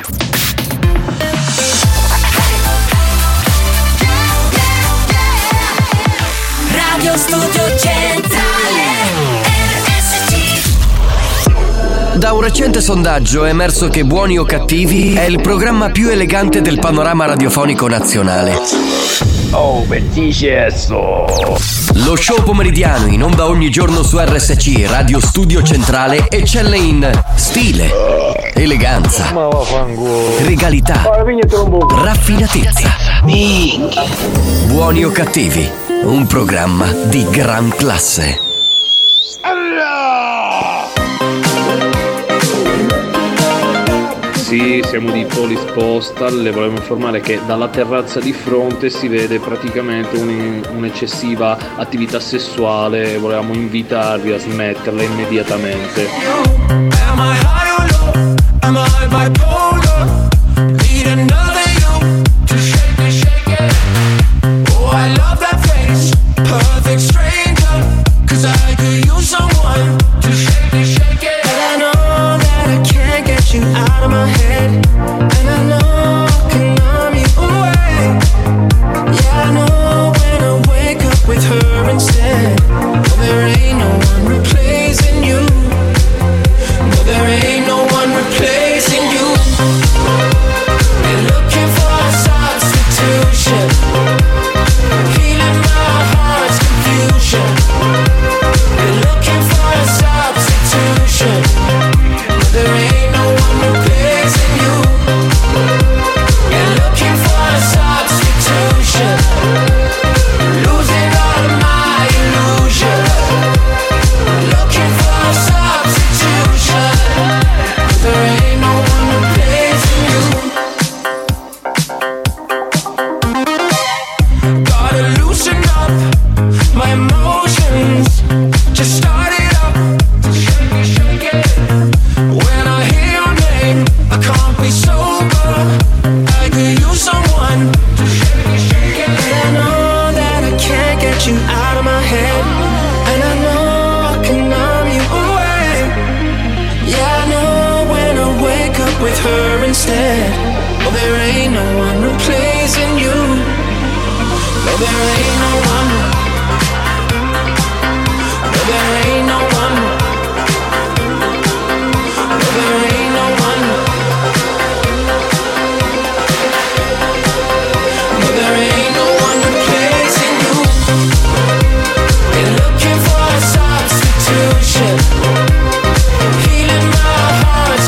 Radio Studio Centrale R S C. Da un recente sondaggio è emerso che Buoni o Cattivi è il programma più elegante del panorama radiofonico nazionale. Oh, benissimo. Lo show pomeridiano in onda ogni giorno su R S C Radio Studio Centrale eccelle in stile, eleganza, regalità, raffinatezza. Buoni o Cattivi, un programma di gran classe. Sì, siamo di Police Postal, le volevo informare che dalla terrazza di fronte si vede praticamente un, un'eccessiva attività sessuale e volevamo invitarvi a smetterla immediatamente. Am I high or low? Am I bipolar? Need another you to shake it, shake it. Oh, I love that face, perfect stranger. Cause I could use someone to shake it, shake it. And I know that I can't get you out of my head. And I know I can numb you away. Yeah, I know when I wake up with her instead. Well, there ain't no one replacing you. No, there ain't no one replacing you. They're looking for a substitution, healing my heart's confusion. They're looking for a substitution. No, there ain't no one replacing you. They're looking for a substitution, losing all of my illusions. Looking for a substitution. There ain't no one replacing you. Gotta loosen up my emotions. Just start it up, shake it, shake it. When I hear your name, I can't be sober. I could use someone to shake it, shake it. And I know that I can't get you out of my head. And I know I can numb you away. Yeah, I know when I wake up with her instead. Oh, there ain't no one replacing you. No, there ain't no one. No, there ain't no one. No, there ain't no one. No, there ain't no one replacing you. They're looking for a substitution, healing my heart's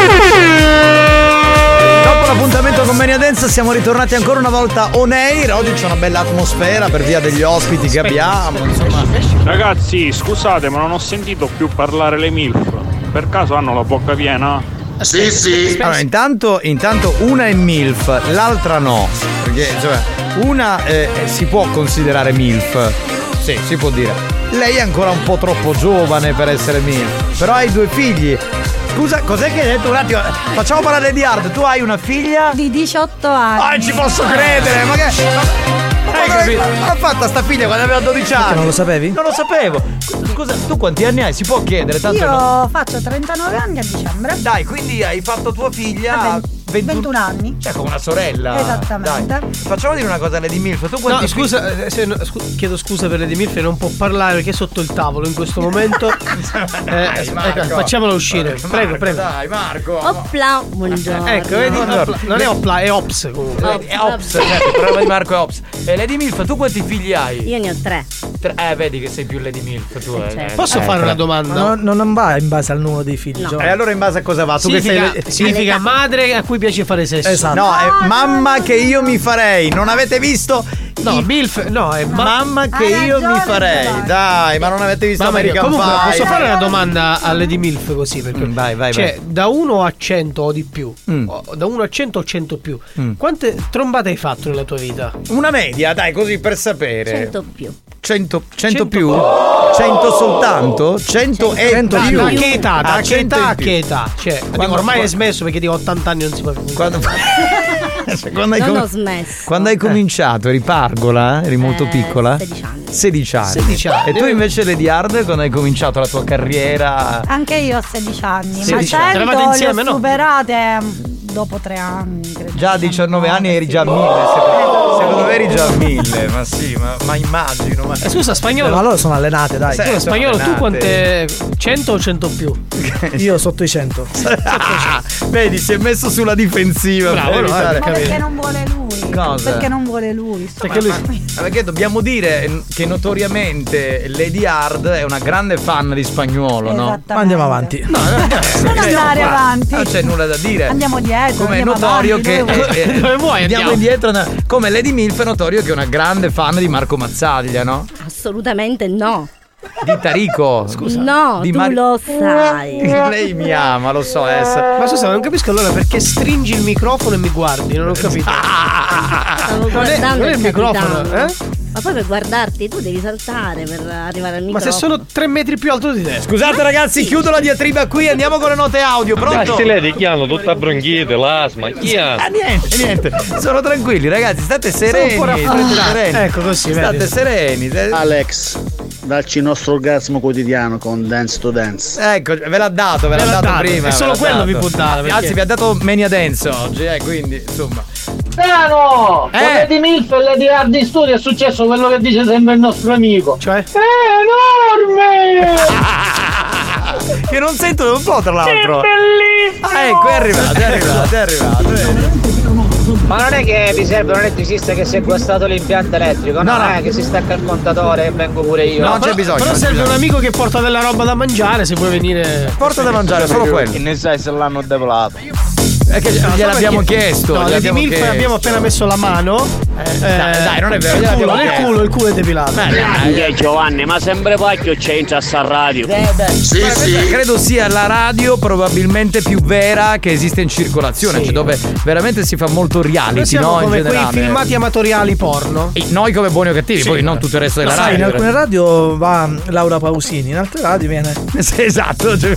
Dopo l'appuntamento con Mania Dance siamo ritornati ancora una volta on air. Oggi c'è una bella atmosfera per via degli ospiti che abbiamo, insomma. Ragazzi, scusate, ma non ho sentito più parlare le MILF. Per caso hanno la bocca piena? Sì, sì. Allora, intanto, intanto una è MILF, l'altra no. Perché cioè, una eh, si può considerare MILF. Sì, si può dire. Lei è ancora un po' troppo giovane per essere MILF. Però hai due figli. Scusa, cos'è che hai detto? Un attimo, facciamo parlare di Hard. Tu hai una figlia? Di diciotto anni. Ah, ci posso credere, ma che. Ma ma l'ha fatta sta figlia quando aveva dodici anni? Non lo sapevi? Non lo sapevo. Scusa, tu quanti anni hai? Si può chiedere, tanto Io no. faccio trentanove anni a dicembre. Dai, quindi hai fatto tua figlia ventuno anni. Cioè come una sorella. Esattamente. Dai. Facciamo dire una cosa a Lady Milf. Tu quanti No, scusa, eh, se, no, scu- chiedo scusa per Lady Milf, non può parlare perché è sotto il tavolo in questo momento. eh, ecco, facciamola uscire. Marco, prego, prego. Dai, Marco. Opla, buongiorno. Ecco, vedi, Opla, non è Opla, è Ops comunque. Ops, è Ops, certo, il problema di Marco è Ops. Eh, Lady Milf, tu quanti figli hai? Io ne ho tre. Tre- Eh, vedi che sei più Lady Milf tu. Eh, certo. Posso eh, fare tre. una domanda? No, no, non va in base al numero dei figli. No. E allora in base a cosa va? Tu significa che sei significa madre a cui piace fare sesso. Esatto. No, è mamma che io mi farei. Non avete visto? No, I- Milf, no, è ma- Mamma che Hai io mi ragione, farei. Giovanni. Dai, ma non avete visto Mamma mia, American comunque Pie? posso fare una domanda a Lady Milf così perché Mm, vai, vai, cioè vai. da uno a cento o di più Mm. o da uno a cento o cento più Mm. quante trombate hai fatto nella tua vita? Una media, dai, così per sapere. cento più. cento, cento cento più? cento soltanto? cento e cento più. Da che età? Da Ah, che cento età in a più. che età? Cioè, dico, Quando- ormai quando- hai smesso perché dico ottanta anni non si può più. Quando Cioè, quando hai non com- ho smesso. Quando hai cominciato eri pargola? Eri molto Eh, piccola? sedici anni. sedici anni. sedici anni. E tu invece Lady Hard quando hai cominciato la tua carriera? Anche io ho sedici anni, sedici ma anni. cento Eravate insieme, le ho no? superate dopo tre anni. Credo. Già a diciannove anni eri già a mille. Secondo, secondo me eri già a mille, ma sì, ma, ma immagino. Ma... Eh, scusa, spagnolo. Eh, ma loro sono allenate, dai. Scusa, spagnolo, tu quante? cento o cento più? Io sotto i cento. Vedi, si è messo sulla difensiva. Bravo, per no, evitare- Ma perché non vuole lui? Cosa? Perché non vuole lui? Sto Perché, lui... Ma perché dobbiamo dire che notoriamente Lady Hard è una grande fan di Spagnuolo, no? Esattamente. Ma andiamo avanti. No, no, no, Non andare avanti. non c'è nulla da dire. Andiamo dietro. Come è andiamo notorio avanti, che dove vuoi? eh, eh, Dove vuoi andiamo andiamo? indietro, no? Come Lady Milf è notorio che è una grande fan di Marco Mazzaglia, no? Assolutamente no. Di Tarico, scusa. No, di tu Mari- lo sai. Lei mi ama, lo so, eh. Ma scusa, non capisco allora perché stringi il microfono e mi guardi, non ho capito. Stavo Non è, guardando non è il microfono, capitano. eh? Ma poi per guardarti tu devi saltare per arrivare al Ma microfono. se sono tre metri più alto di te. Scusate ragazzi, chiudo la diatriba qui, andiamo con le note audio, pronto? Casti chi hanno tutta bronchite, l'asma, chi ha? Ah, niente, niente, sono tranquilli ragazzi, state sereni, Sono un po' state raffreddati. sereni. Ecco così, State vedi. sereni. Alex, dacci il nostro orgasmo quotidiano con Dance to Dance. Ecco, ve l'ha dato, ve l'ha Ve l'ha dato, dato, prima. e solo ve l'ha quello dato. vi può dare, perché- Anzi, vi ha dato Mania Dance oggi, eh, quindi, insomma. Piano! Eh. Con Lady Milf e Lady Hard in studio è successo quello che dice sempre il nostro amico. Cioè? È enorme! Che non sento da un po', tra l'altro. Bellissimo! Ah, ecco, è arrivato, è arrivato, è arrivato. vedi. Ma non è che vi serve un elettricista che si è guastato l'impianto elettrico, no, No, no. è che si stacca il contatore e vengo pure io. No, però, c'è bisogno, Però non c'è serve bisogno. un amico che porta della roba da mangiare se vuoi venire. Porta da mangiare, solo quello. E ne sai se l'hanno deplato. È che No, gliel'abbiamo perché- chiesto. No, Lady gliel'abbiamo Milf chiesto. abbiamo appena messo la mano. Eh, dai, dai, non è vero, Il gliel'abbiamo culo, nel chiesto. culo, il culo è depilato. Beh, dai. Anche Giovanni, ma sempre pacchio c'entra a sta radio. Sì, sì. Credo sia la radio probabilmente più vera che esiste in circolazione, Sì. cioè dove veramente si fa molto Noi reality, siamo no? In come generale. quei filmati amatoriali porno. E noi come buoni o cattivi, Sì. poi non tutto il resto della Sai, in radio. alcune radio va Laura Pausini, in altre radio viene. Sì, esatto, cioè,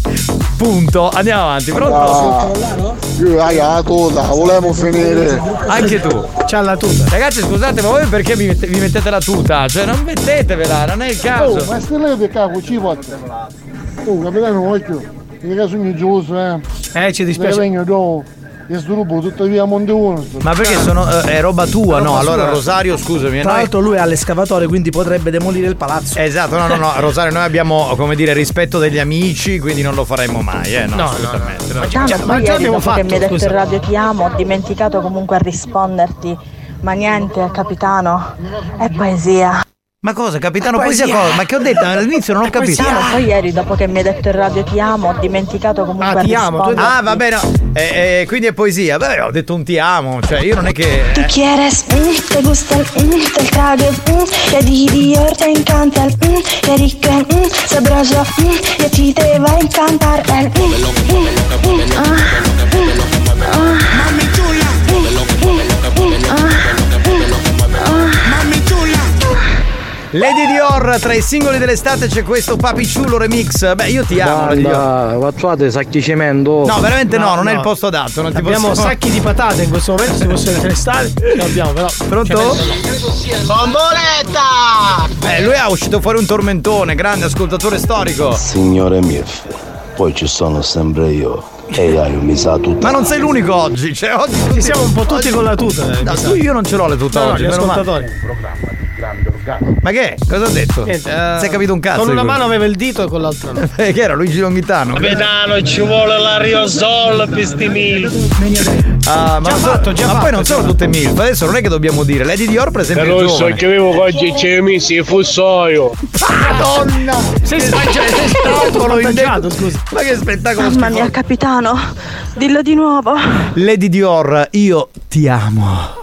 punto. Andiamo avanti, pronto? Io la tuta, volevo finire. Anche tu. C'ha la tuta. Ragazzi, scusate, ma voi perché vi, mette- vi mettete la tuta? Cioè, non mettetevela, non è il caso. Oh, ma ste lei che cavolo ci porta? Oh, capitano, occhio. Che caso mi giusto, eh. Eh, ci Che dispiace. vengo dopo. Che sviluppo tuttavia Monte uno. Ma perché sono, eh, è roba tua, no? roba Allora, sua. Rosario, scusami. Tra noi- l'altro lui ha l'escavatore, quindi potrebbe demolire il palazzo. Esatto, no, no, no, Rosario, noi abbiamo, come dire, rispetto degli amici, quindi non lo faremo mai, eh, no, No, no, assolutamente. no. Già- Tanto ma poi già ieri abbiamo dopo che fatto, mi hai detto scusa. in radio ti amo, ho dimenticato comunque a risponderti. Ma niente, capitano, è poesia. Ma cosa, capitano, poesia cosa? Ma che ho detto all'inizio non ho capito. No, poi ieri dopo che mi hai detto in radio ti amo, ho dimenticato comunque Ah, a ti amo, tu hai risponderti. Ah, vabbè, no. Eh, eh, quindi è poesia. Beh, ho detto un ti amo, cioè io non è che. Tú eh. quieres, mm, te gusta el, mm, del trago, mm, que di Dior te encanta el, mm, que rico, mm, sabroso, mm, y a ti te va a encantar el, mm, mm, mm, ah, mm, ah, Mami chula, mm, mm, mm, ah, mm, ah. mami chula. Lady Dior, tra i singoli dell'estate c'è questo Papicciulo remix. Beh, io ti amo, Lady Dior. Guardate, sacchi cemento. No, veramente no, No, non è no. il posto adatto. Non ti Abbiamo posso... sacchi di patate in questo momento, se possono essere stati. Ce l'abbiamo, però. Pronto? Bomboletta! Eh, lui è uscito fuori un tormentone, grande ascoltatore storico. Signore Milf, poi ci sono sempre io. E io mi sa tutto. Ma non sei l'unico oggi, cioè oggi Ci siamo un po' tutti con la tuta. eh, No, mi sa. tu io non ce l'ho le tutte No, no, oggi. gli meno male. ascoltatori. Ma che? Cosa ho detto? Niente, Non eh, si è capito un cazzo. Con di una quello. mano aveva il dito e con l'altra no. Eh, che era Luigi Longhitano? Capitano, ci vuole la Riosol per sti milf. Ah, ma, Già non so- fatto, già ma fatto, poi non già sono tutte milf. Adesso non è che dobbiamo dire. Lady Dior, per esempio, Però è so giovane. che avevo oggi c'è messi il fussoio. Madonna! Sei sbaggiato, sei spettacolo in sbaggiato, scusa. Ma che spettacolo Mamma mia, schifoso. capitano, dillo di nuovo. Lady Dior, io ti amo.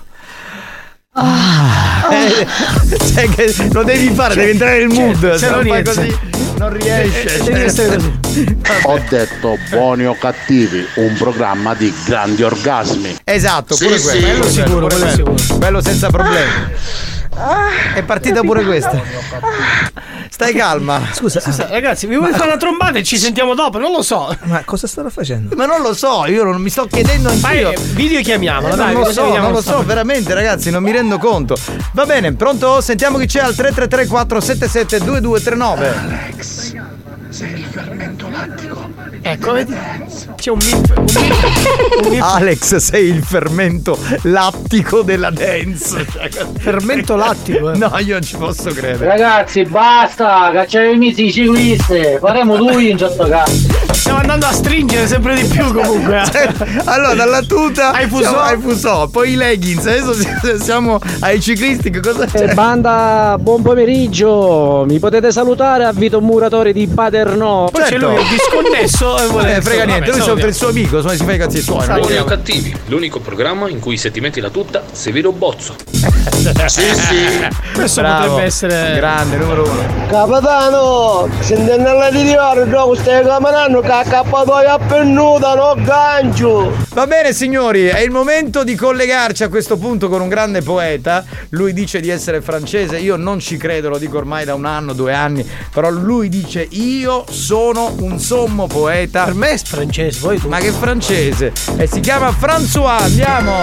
Ah, eh, cioè che lo devi fare, devi entrare nel mood. se non fai riesce. così non riesce. Devi cioè. essere così. Ho detto buoni o cattivi, un programma di grandi orgasmi. Esatto, Sì, pure sì. quello. Quello pure sicuro, pure quello quello. sicuro. Quello senza problemi. È partita pure questa. Stai calma. Scusa, scusa ragazzi, vi vuoi fare una trombata e ci sentiamo dopo? Non lo so. Ma cosa starà facendo? Ma non lo so, io non mi sto chiedendo anch'io. Video chiamiamola, eh, dai. Non lo so, non lo so, veramente ragazzi, non mi rendo conto. Va bene, pronto? Sentiamo chi c'è al tre tre tre quattro sette sette due due tre nove. Alex, sei il fermento lattico. Ecco, vedi? C'è un mif, un mif, un mif. Alex, sei il fermento lattico della dance. Fermento lattico? Eh. No, io non ci posso credere. Ragazzi, basta, cacciare i misi cicliste. Faremo due in sotto casa. Stiamo andando a stringere sempre di più comunque. Allora, dalla tuta ai fusò, ai fusò, poi i leggings. Adesso siamo ai ciclisti. Che cosa c'è? Eh, banda, buon pomeriggio. Mi potete salutare a Vito Muratore di Paternò. Poi certo. C'è lui disconnesso e vuole. Eh, frega niente, lui è il suo amico, insomma, si fa i cazzi suoi. Buoni o cattivi, l'unico programma in cui se ti metti la tuta sei vero bozzo. Sì, sì. Questo bravo, potrebbe essere grande, numero uno. Capitano, sentendo la di ora, no, stai camminando che accappatoia pennuta, no gancio. Va bene signori, è il momento di collegarci a questo punto con un grande poeta. Lui dice di essere francese, io non ci credo, lo dico ormai da un anno, due anni, però lui dice io sono un sommo poeta. Per me è francese, poi tu. Ma che francese? E si chiama François, andiamo!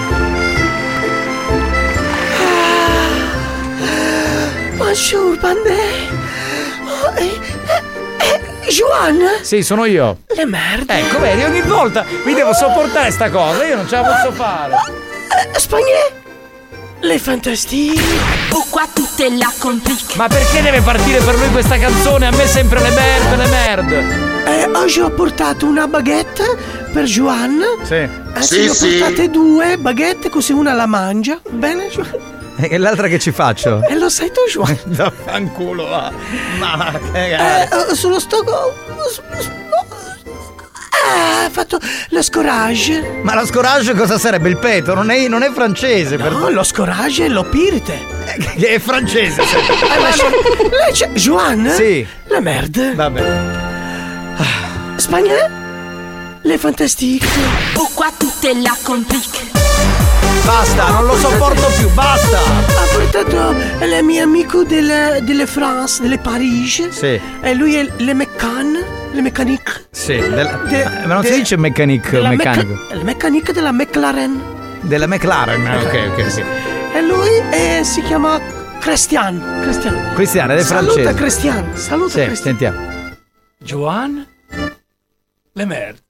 Bonjour, Bandé. Oh, eh, eh, eh, Juan? Sì, sono io. Le merde. Ecco, vedi, ogni volta mi devo sopportare sta cosa, io non ce la posso fare. Eh, Spagnè? Le fantastiche. Pourquoi tutte la complique? Ma perché deve partire per lui questa canzone? A me sempre le merde, le merde. Eh, oggi ho portato una baguette per Juan. Sì. Anzi, sì, ne ho sì. portate due baguette, così una la mangia. Bene, Juan? E l'altra che ci faccio? E lo sai tu, Juan? Vaffanculo, va. Ma che eh, sullo stogo. Ah, ha fatto lo scorage. Ma lo scorage cosa sarebbe? Il peto? Non è, non è francese. No, per... lo scorage è l'opirite. Che è francese. Eh, ma lei c'è... Juan? Sì. La merde. Vabbè. Spagna? Le fantastiche. Pourquoi tutte la complique? Basta, non lo sopporto più, basta. Ha portato il mio amico delle, delle France, delle Parigi. Sì. E lui è le Meccan, le Mécanique. Sì, del, de, ma non de, si dice meccanic, meccanico. Meca, il meccanico della McLaren. Della McLaren, ok, ok, sì. E lui è, si chiama Christian. Christian. Cristiano, ed è Saluta francese. Christian, saluta sì, Christian. Sentiamo. Juan? Le merde.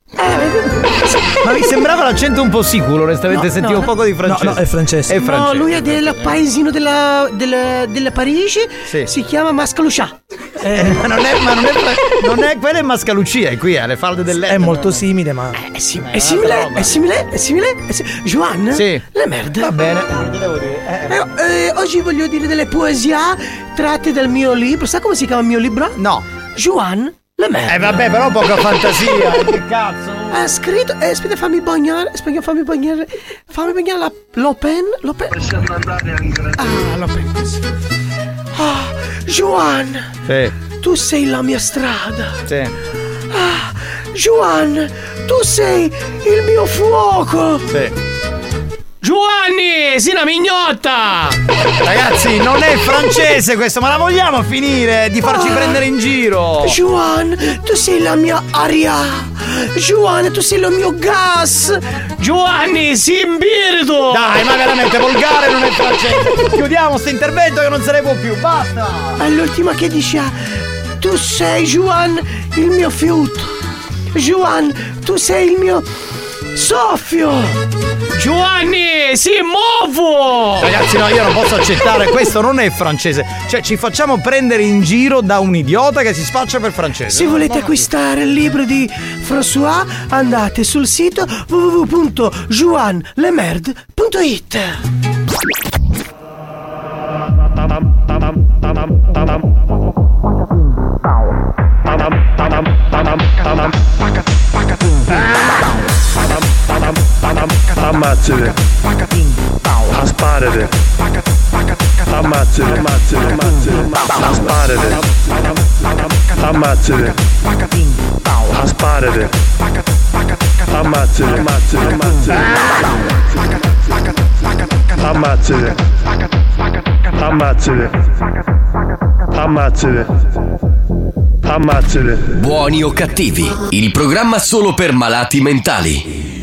Ma mi sembrava l'accento un po' sicuro, onestamente, no, sentivo no, poco di francese. No, no, è francese. È francese. No, lui è del paesino della, della, della Parigi. Sì. Si chiama Mascalucia. Eh, ma non è, ma non è, non è quella è Mascalucia, è qui, alle falde dell'Etna. È molto simile, ma. È, sim- è simile, è simile, è simile, è simile. Juan? Sì. Le merde. Va bene. Che devo dire? Eh, eh, oggi voglio dire delle poesie tratte dal mio libro. Sa come si chiama il mio libro? No. Juan? Le merde. Eh vabbè, però poca fantasia. Che cazzo? Ha scritto. Eh, aspetta, fammi bagnare. Aspetta, fammi bagnare. Fammi bagnare la, l'open. L'open. Ah, l'open. Ah, Juan. Sì. Tu sei la mia strada. Sì. Ah, Juan, tu sei il mio fuoco. Sì. Giovanni, sei una mignotta! Ragazzi, non è francese questo, ma la vogliamo finire di farci ah, prendere in giro? Juan, tu sei la mia aria. Juan, tu sei il mio gas. Giovanni, si imbirito! Dai, ma veramente volgare non è francese. Chiudiamo sto intervento che non se ne può più, basta! All'ultima che dice, tu sei, Juan, il mio fiuto. Juan, tu sei il mio soffio. Giovanni, si muovo! Ragazzi, no, io non posso accettare, questo non è francese. Cioè, ci facciamo prendere in giro da un idiota che si spaccia per francese. Se volete acquistare il libro di François, andate sul sito w w w punto juan le merde punto it. Ammazzate, asparate, ammazzate, ammazzate, asparate, ammazzate, asparate, ammazzate, ammazzate, ammazzate, Ammazzate. Ammazzate. Ammazzate. Buoni o cattivi, il programma solo per malati mentali.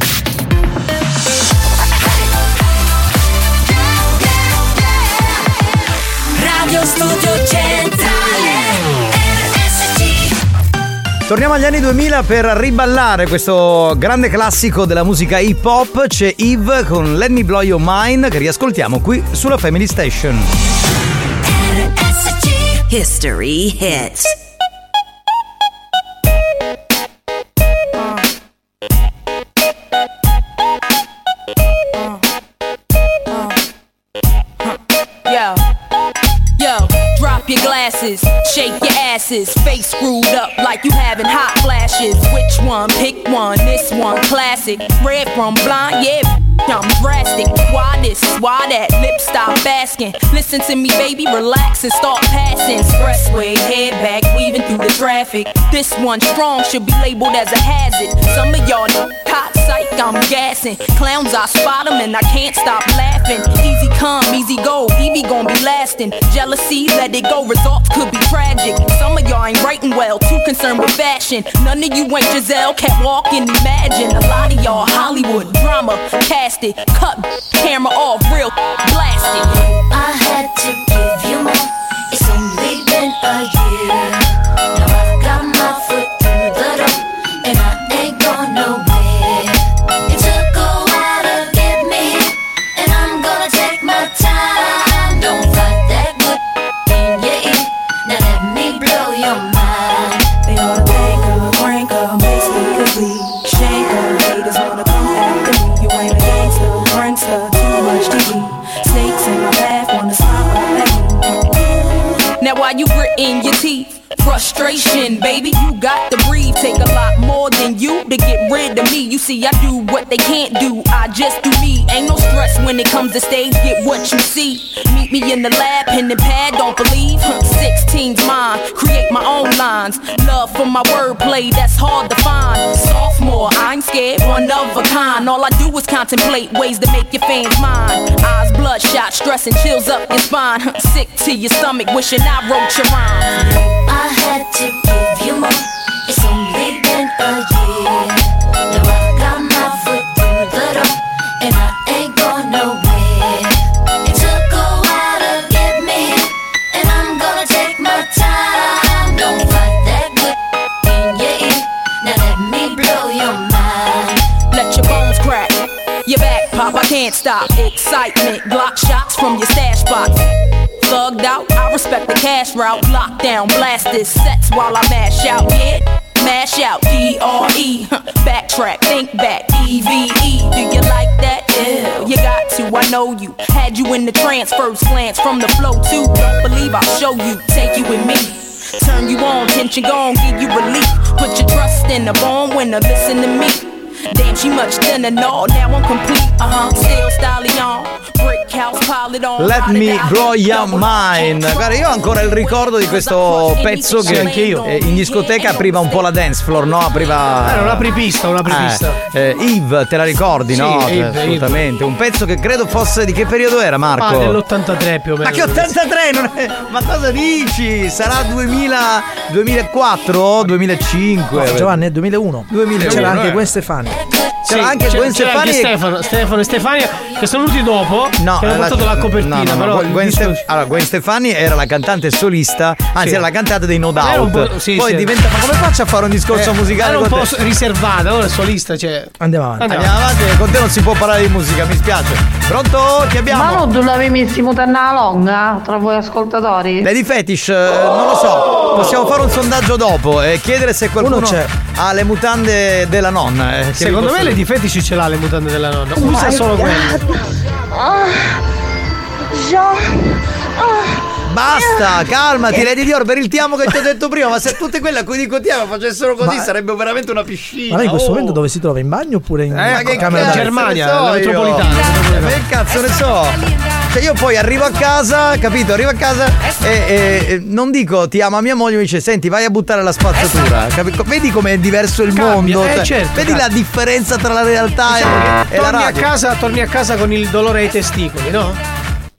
Radio Studio Centrale R S C. Torniamo agli anni duemila per riballare questo grande classico della musica hip hop. C'è Eve con Let Me Blow Your Mind, che riascoltiamo qui sulla Family Station. R S C History Hits. Yo, yo, drop your glasses, shake your asses, face screwed up like you having hot flashes. Which one? Pick one. This one classic. Red from blind, yeah. I'm drastic. Why this? Why that? Lip stop asking. Listen to me, baby, relax and start passing. Expressway, head back, weaving through the traffic. This one strong should be labeled as a hazard. Some of y'all know hot psych, I'm gassing. Clowns, I spot them and I can't stop laughing. Easy come, easy go, Evie gon' be lasting. Jealousy, let it go, results could be tragic. Some of y'all ain't writing well, too concerned with fashion. None of you ain't Giselle, can't walk and imagine. A lot of y'all Hollywood drama, cast it, cut camera off, real blasted. I had to give you more. It's only been a year. Now I've got my foot through the door, and I ain't going nowhere. It took a while to get me here, and I'm gonna take my time. Don't fight that good in your ear. Now let me blow your mind. They ought to thank her, crank her, make speakers leave. Shank her, haters wanna come after me. You ain't a gangster, prankster, too much T V. Snakes in my path, wanna stop my pain. Now while you gritting your teeth, frustration, baby, you got to breathe. Take a lot more than you to get rid of me. You see, I do what they can't do, I just do me. Ain't no stress when it comes to stage, get what you see. Meet me in the lab, pen and pad, don't believe. Huh, sixteen's mine, create my own lines. Love for my wordplay, that's hard to find. Sophomore, I ain't scared, one of a kind. All I do is contemplate ways to make your fans mine. Eyes bloodshot, stress and chills up your spine. Huh, sick to your stomach, wishing I wrote your rhymes. I had to give you more. It's only been a year. Now I've got my foot through the door, and I ain't going nowhere. It took a while to get me here, and I'm gonna take my time. Don't fight that good in your ear. Now let me blow your mind. Let your bones crack, your back pop, I can't stop. Excitement, Glock shots from your stash box. Thugged out, I respect the cash route. Lockdown, blast this sets while I mash out. Yeah, mash out, D R E. Backtrack, think back, E V E. Do you like that? Yeah, you got to, I know you. Had you in the trance, first glance from the flow too. Don't believe I'll show you, take you with me. Turn you on, tension gone, give you relief. Put your trust in the born winner, listen to me. Damn, she much thinner, no, now I'm complete. Uh-huh, still stallion, brick house, pile it on. Let me blow your mind. Guarda, io ho ancora il ricordo di questo pezzo che anche io in discoteca apriva un po' la dance floor, no? Apriva. Era un'apripista, un'apripista. Eh, eh, Eve, te la ricordi, Sì, no? Eve, Assolutamente. Un pezzo che credo fosse di che periodo era, Marco? Ah, dell'ottantatré più o meno. Ma che ottantatré? Non è... Ma cosa dici? Sarà duemila, duemilaquattro, duemilacinque. No, Giovanni è duemilauno. duemilauno. C'era anche eh. Gwen Stefani. C'era Sì, anche c'era, Gwen c'era Stefani anche e... Stefano, Stefano e Stefania che sono venuti dopo, No, che hanno portato la, copertina, no, no, no, però Gwen, il disco- Ste- allora, Gwen Stefani era la cantante solista, anzi Sì. era la cantante dei No Era un Doubt. po'- sì, Poi sì. diventa. Ma come faccio a fare un discorso Eh, musicale? era un con po' te? riservata, ora è solista, cioè. Andiamo avanti. Andiamo. Andiamo avanti, con te non si può parlare di musica, mi spiace. Pronto? Chi abbiamo? Ma non tu l'avevi messi mutanna longa tra voi ascoltatori? Lady Fetish, eh, non lo so, possiamo fare un sondaggio dopo e chiedere se qualcuno Uno c'è. ha le mutande della nonna. eh, che Secondo vi me posso Lady dire. Fetish ce l'ha le mutande della nonna. Usa solo quelle. Ah, già. Basta, calmati, Lady Dior, per il ti amo che ti ho detto prima, ma se tutte quelle a cui dico ti amo facessero così Ma- sarebbe veramente una piscina. Ma lei in questo oh. momento dove si trova? In bagno oppure in Eh, ma che camera cazzo da Germania, ne so la io? metropolitana, la metropolitana. Che cazzo ne so? Cioè io poi arrivo a casa, capito? Arrivo a casa e, e- e non dico ti amo a mia moglie, mi dice senti vai a buttare la spazzatura, capito? Vedi com'è diverso il Cambia, mondo, eh, cioè, certo, vedi cambia. la differenza tra la realtà e, e la Torni a radio. casa, torni a casa con il dolore ai testicoli, no?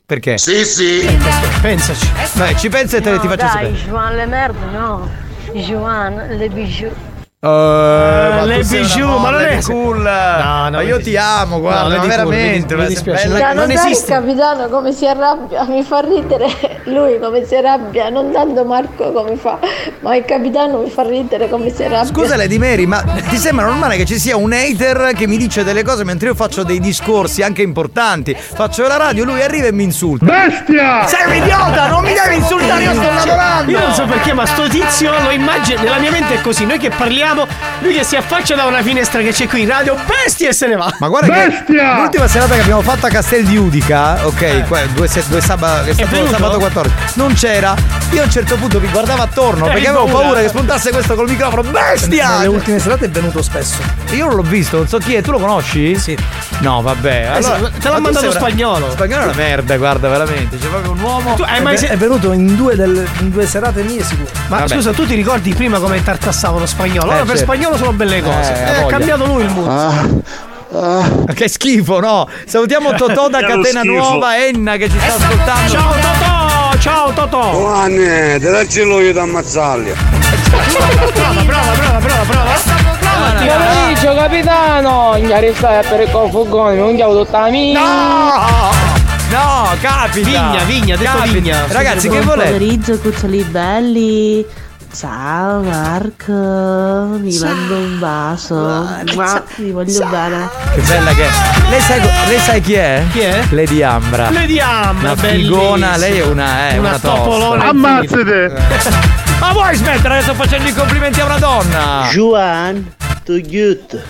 Perché? Sì, sì. Pensaci. Dai, ci pensa e te No, ti faccio dai, sapere. Juan le merde, no. Juan, le bijou. Uh, ma le tu sei bijou, una ma non molle è cool. No, no, ma io ti amo, guarda, no, ma Lady veramente. Cool, mi dis- mi dispiace. bella- Da non notare esiste. il capitano come si arrabbia, mi fa ridere lui come si arrabbia, non tanto Marco come fa, ma il capitano mi fa ridere come si arrabbia. Scusa Lady Mary, ma ti sembra normale che ci sia un hater che mi dice delle cose mentre io faccio dei discorsi anche importanti? Faccio la radio, lui arriva e mi insulta. Bestia! Sei un idiota, non mi devi insultare, io sto Cioè, lavorando! Io non so perché, ma sto tizio lo immagino, nella mia mente è così, noi che parliamo, lui che si affaccia da una finestra che c'è qui in radio, bestia, e se ne va. Ma guarda che l'ultima serata che abbiamo fatto a Castel di Udica, ok, qua, due, se- due sabato, che è stato venuto? sabato quattordici, non c'era. Io a un certo punto mi guardavo attorno Hai perché avevo paura? paura che spuntasse questo col microfono. Bestia! Nelle ultime serate è venuto spesso. Io non l'ho visto, non so chi è, tu lo conosci? Sì. No, vabbè. Allora, Eh, te l'ha ma tu mandato sei una- spagnolo. Spagnolo è una merda, guarda, veramente. C'è proprio un uomo. Tu hai È, mai ve- se- è venuto in due, del- in due serate mie sicuro. Ma Vabbè. scusa, tu ti ricordi prima come tartassavano spagnolo? Ora Eh, per certo. spagnolo sono belle cose. Eh, ha Eh, ha voglia. cambiato lui il mood. Ma che schifo, no? Salutiamo Totò da Che Catena schifo. Nuova, Enna che ci sta ascoltando. Ciao Totò! Ciao Totò! Giovanni, te la ce l'ho io da ammazzarli. Brava, brava, brava, brava, brava. Pomeriggio capitano, mi arrestai per il confugone, mi unghia tutta la mia. No! No, capita! Vigna, vigna, detto Capita. vigna. Ragazzi, che Buon volete? pomeriggio, cuccioli belli. Ciao Marco, mi mando un bacio. Ma ti voglio bene. Che bella che è. Lei sai, lei sai chi è? Chi è? Lady Ambra. Lady Ambra, Una figona, bellissima. lei è una, è Una una, topolona. tosta. Ammazzate! Ma vuoi smettere? Adesso facendo i complimenti a una donna. Juan, tu cute.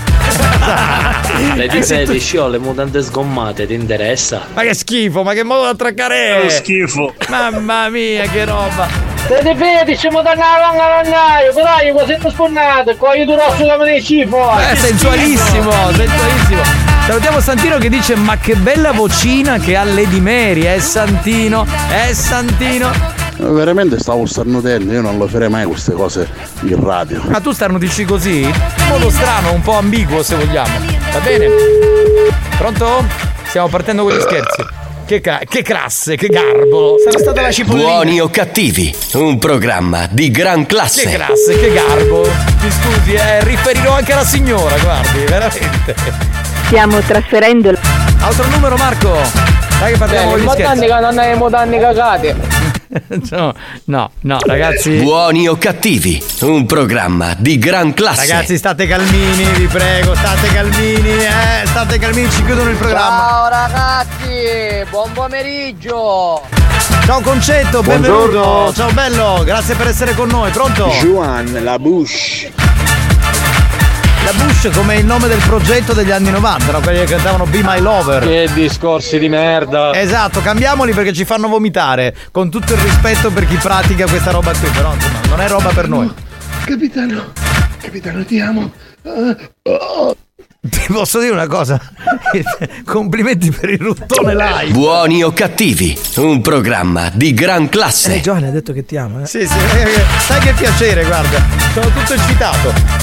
Le dite di scio, le mutande sgommate, ti interessa? Ma che schifo, ma che modo da attraccare È è? lo schifo. Mamma mia, che roba. Siete vedi, ci muovono la langarannaio, però io così non spunnato, con io rosso da me cifo. È sensualissimo, sensualissimo. Salutiamo Santino che dice: ma che bella vocina che ha Lady Mary, eh Santino, eh Santino. Veramente stavo starnutendo, io non lo farei mai queste cose in radio. Ma tu starnutisci così? In modo strano, un po' ambiguo se vogliamo. Va bene? Pronto? Stiamo partendo con gli scherzi. Che, ca- che classe, che garbo. Sarà stata la cipollina. Buoni o cattivi, un programma di gran classe. Che classe, che garbo. Mi scusi, eh, riferirò anche alla signora, guardi, veramente. Stiamo trasferendo. Altro numero, Marco. Dai che partiamo con gli scherzi. che non hai modanni cagate. No, no, no, ragazzi. Buoni o cattivi, un programma di gran classe. Ragazzi, state calmini, vi prego, state calmini, eh, state calmini, ci chiudono il programma. Ciao ragazzi, buon pomeriggio. Ciao Concetto, benvenuto. Ciao bello, grazie per essere con noi, pronto? Juan, la Bush. La Bush come il nome del progetto degli anni novanta, no? Quelli che cantavano Be My Lover. Che discorsi di merda. Esatto, cambiamoli perché ci fanno vomitare. Con tutto il rispetto per chi pratica questa roba qui, però insomma, non è roba per noi. Capitano, capitano, ti amo. Ah, oh. Ti posso dire una cosa? Complimenti per il ruttone live. Buoni o cattivi, un programma di gran classe. Eh, Giovanni ha detto che ti ama, eh. Sì, sì, eh, sai che piacere, guarda. Sono tutto eccitato.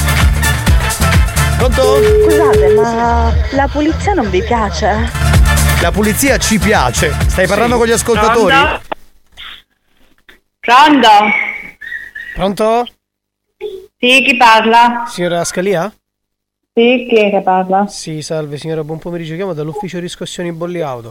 Pronto? Scusate, ma la pulizia non vi piace? La pulizia ci piace. Stai parlando Sì. con gli ascoltatori? Pronto? Pronto? Sì, chi parla? Signora Scalia? Sì, chi è che parla? Sì, salve signora, buon pomeriggio, chiamo dall'ufficio riscossioni bolli auto.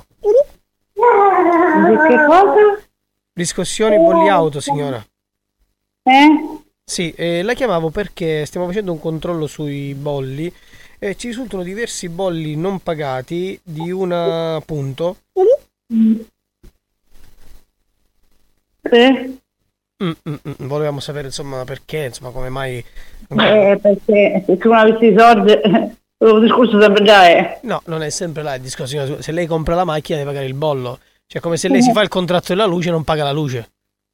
Di che cosa? Riscossioni bolli auto, signora. Eh? Sì, eh, la chiamavo perché stiamo facendo un controllo sui bolli e ci risultano diversi bolli non pagati di una punto. Sì. Mm, mm, mm. Volevamo sapere insomma perché, insomma come mai. Eh, perché se tu non avessi i soldi, lo discorso sempre già è. No, non è sempre là il discorso, signora. Se lei compra la macchina deve pagare il bollo. Cioè come se lei si fa il contratto della luce e non paga la luce.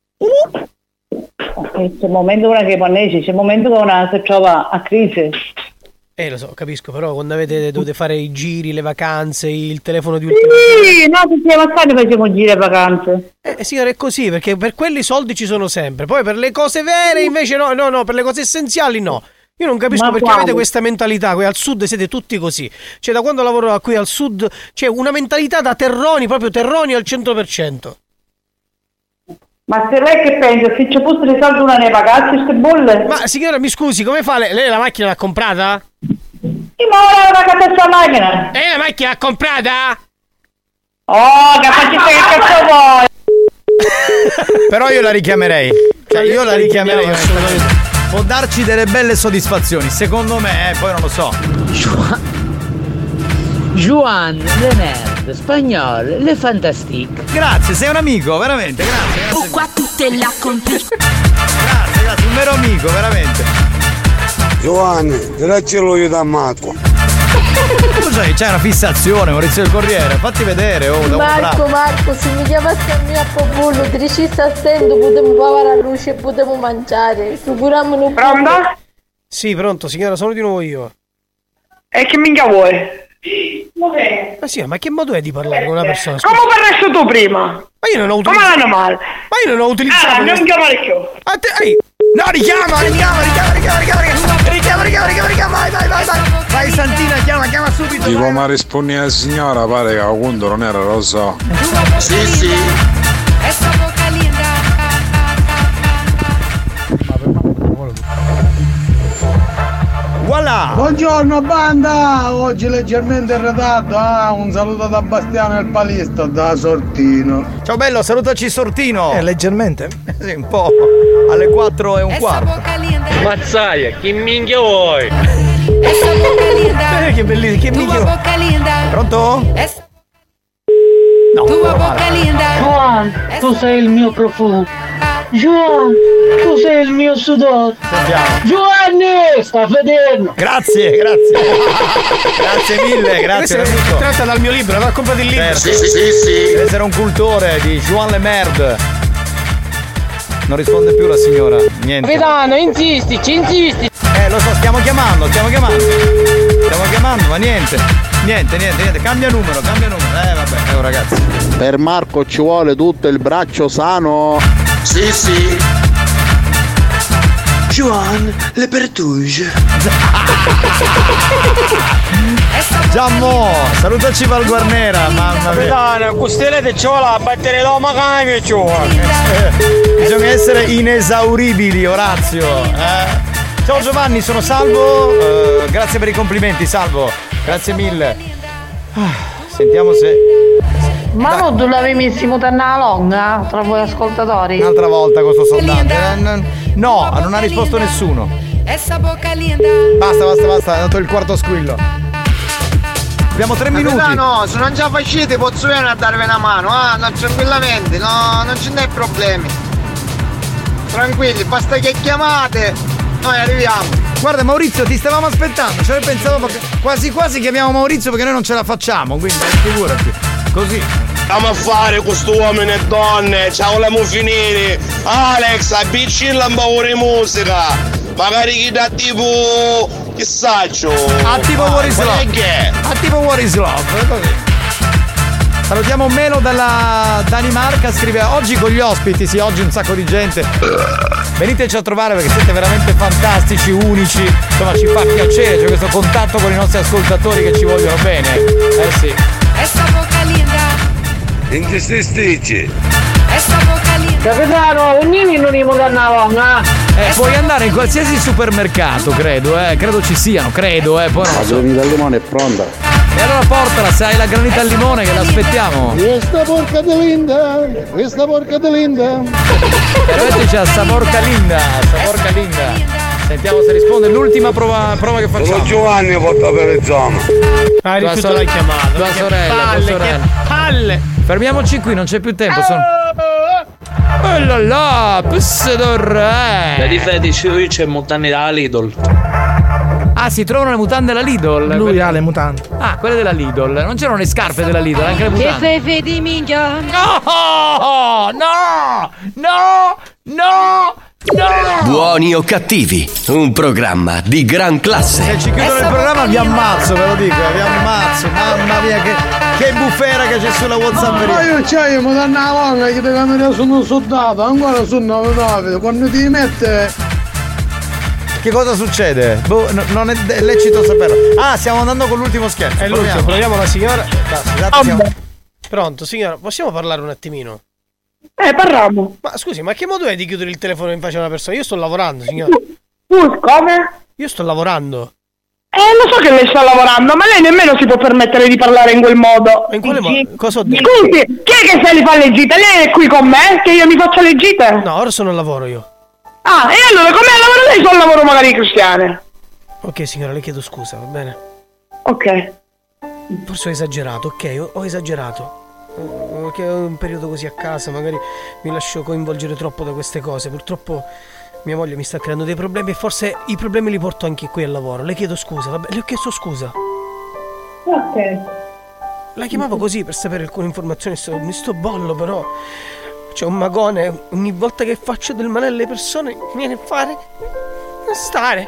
C'è un momento ora che pannesi, c'è un momento che una si trova a crisi. Eh lo so, capisco, però quando avete dovete fare i giri, le vacanze, il telefono di ultima. Sì, no, tutti i vacanze facciamo giri e vacanze. Eh signore, è così, perché per quelli i soldi ci sono sempre. Poi per le cose vere invece no, no, no, per le cose essenziali no. Io non capisco Ma perché quale? avete questa mentalità, qui al sud siete tutti così. Cioè, da quando lavoro qui al sud c'è una mentalità da terroni, proprio terroni al cento per cento. Ma se lei che pensa, se ci fosse risolto una nei pagazzi, queste bolle? Ma signora, mi scusi, come fa lei? Lei la macchina l'ha comprata? Sì, ma ora una cazzo macchina. Eh, la macchina l'ha comprata? Oh, che faccio che cazzo vuoi? Però io la richiamerei. Cioè, io la richiamerei. onestamente. Può darci delle belle soddisfazioni, secondo me, eh, poi non lo so. Juan, le nerd, spagnolo, le fantastique. Grazie, sei un amico, veramente, grazie. grazie. Qua tutte la compli. Grazie, grazie, un vero amico, veramente. Giovanni, grazie da ammazzo. C'hai, c'hai una fissazione, Maurizio del Corriere, fatti vedere, oh, da un Marco, bravo. Marco, se mi chiamassi a me a popollo, ti riuscissi a stendo, potremmo pavare a luce e potremmo mangiare. Figuriamoci un po'. Pronto? Sì, pronto, signora, sono di nuovo io. E che minchia vuoi? Ma sì, ma che modo è di parlare con una persona? Come parlassi tu prima? Ma io non ho utilizzato. Come l'animale? Ma io non ho utilizzato. Ah, non chiamare più. A te, ehi. No, richiama, richiama, richiama, richiama, richiama, richiama, richiama, richiama, richiama, vai, vai, vai, vai. Vai Santina, chiama, chiama subito. Dico, ma rispondi alla signora, pare che appunto non era, lo so. Sì, sì. Voilà! Buongiorno banda, oggi leggermente in ritardo, ah, un saluto da Bastiano il Palista, da Sortino. Ciao bello, salutaci Sortino. Eh, leggermente? Sì, un po'. Alle quattro e un quarto. Mazzaia, che minchia vuoi? Eh, che bellissimo, che minchia. Pronto? No, Juan, tu sei il mio profumo. Juan, tu sei il mio sudore. Sentiamo. Giovanni, sta vedendo. Grazie, grazie. Grazie mille, grazie. Questo è tratta dal mio libro, avrà comprato il libro. Sì, sì, sì, sì. Deve essere un cultore di Juan Le Merde. Non risponde più la signora. Niente. Capitano, insisti, ci insisti. Eh, lo so, stiamo chiamando, stiamo chiamando. Stiamo chiamando, ma niente. Niente, niente, niente. Cambia numero, cambia numero. Eh, vabbè, oh, ragazzi. Per Marco ci vuole tutto il braccio sano. Sì, sì. Juan, le pertuge. Giammo, salutaci Val Guarnera, mamma mia. Capitano, costelette c'ho la batteria da macchina c'ho. Bisogna essere inesauribili, Orazio. Eh? Ciao Giovanni, sono Salvo. Eh, grazie per i complimenti, Salvo. Grazie mille. Ah, sentiamo se. Ma non tu l'avevi messo in mutanda longa tra voi ascoltatori? Un'altra volta con sto soldato. Eh, no, non ha risposto nessuno. Basta, basta, basta, è andato il quarto squillo. Abbiamo tre minuti. No, se non ce la facete posso venire a darvi una mano, ah, no, tranquillamente, no, non ce n'è problemi. Tranquilli, basta che chiamate, noi arriviamo. Guarda Maurizio, ti stavamo aspettando, cioè pensavo quasi quasi chiamiamo Maurizio perché noi non ce la facciamo, quindi figurati. Così. Stiamo a fare questo uomini e donne, ciao la finire. Alex, avvicina un po' di musica. Magari chi da tipo. Chissà. Ah, tipo What is Love. Ah, tipo What is Love, così. Salutiamo Melo dalla Danimarca, scrive oggi con gli ospiti, sì, oggi un sacco di gente. Veniteci a trovare perché siete veramente fantastici, unici, insomma ci fa piacere, c'è questo contatto con i nostri ascoltatori che ci vogliono bene. Eh sì. In che stai stici? Capitano, un nini non mi mutanda Eh, puoi andare in qualsiasi supermercato, credo, eh, credo ci siano, credo, eh, poi non lo so. La granita al limone è pronta. E allora portala, se hai la granita al limone che l'aspettiamo. Questa porca di linda, questa porca di linda. Veramente c'è sta porca linda, sta porca linda. Sentiamo se risponde l'ultima prova, prova che facciamo. Sono Giovanni, ho fatto per il zona. Ah, tua, so- l'hai chiamato. tua sorella, palle, tua sorella. Che palle. Fermiamoci qui, non c'è più tempo. Sono... Oh là là, pisse d'orre. Da di fetici qui c'è mutande da Lidl. Ah, si trovano le mutande della Lidl? Lui ha le mutande. Ah, quelle della Lidl. Non c'erano le scarpe della Lidl, anche le Che mutande. fai fedi minchia? No! No! No! No! No! Buoni o cattivi, un programma di gran classe. Se ci chiudono il programma vi ammazzo, ve lo dico, vi ammazzo. Mamma mia, che, che bufera che c'è sulla WhatsApp. Ma io c'ho io mutanda longa che te camera sono soldato, ancora sono nove nove, quando ti mette Che cosa succede? Boh, no, non è, è lecito saperlo. Ah, stiamo andando con l'ultimo scherzo. È l'ultimo, proviamo. proviamo la signora. Scusate, siamo... Pronto, signora, possiamo parlare un attimino? Eh, parliamo. Ma scusi, ma che modo è di chiudere il telefono in faccia a una persona? Io sto lavorando, signora. Tu, come? Io sto lavorando. Eh, lo so che lei sta lavorando, ma lei nemmeno si può permettere di parlare in quel modo. In quale modo? Cosa ho detto? Scusi, chi è che se li fa le gite? Lei è qui con me? Che io mi faccio le gite? No, ora sono al lavoro io. Ah, e allora com'è al lavoro lei? Sono al lavoro magari cristiane. Ok, signora, le chiedo scusa, va bene? Ok. Forse ho esagerato, ok, ho, ho esagerato. Perché ho un periodo così a casa, magari mi lascio coinvolgere troppo da queste cose. Purtroppo mia moglie mi sta creando dei problemi e forse i problemi li porto anche qui al lavoro. Le chiedo scusa, vabbè, le ho chiesto scusa. Ok. La chiamavo così per sapere alcune informazioni, sto, mi sto bollo però. C'è un magone, ogni volta che faccio del male alle persone mi viene a fare a stare.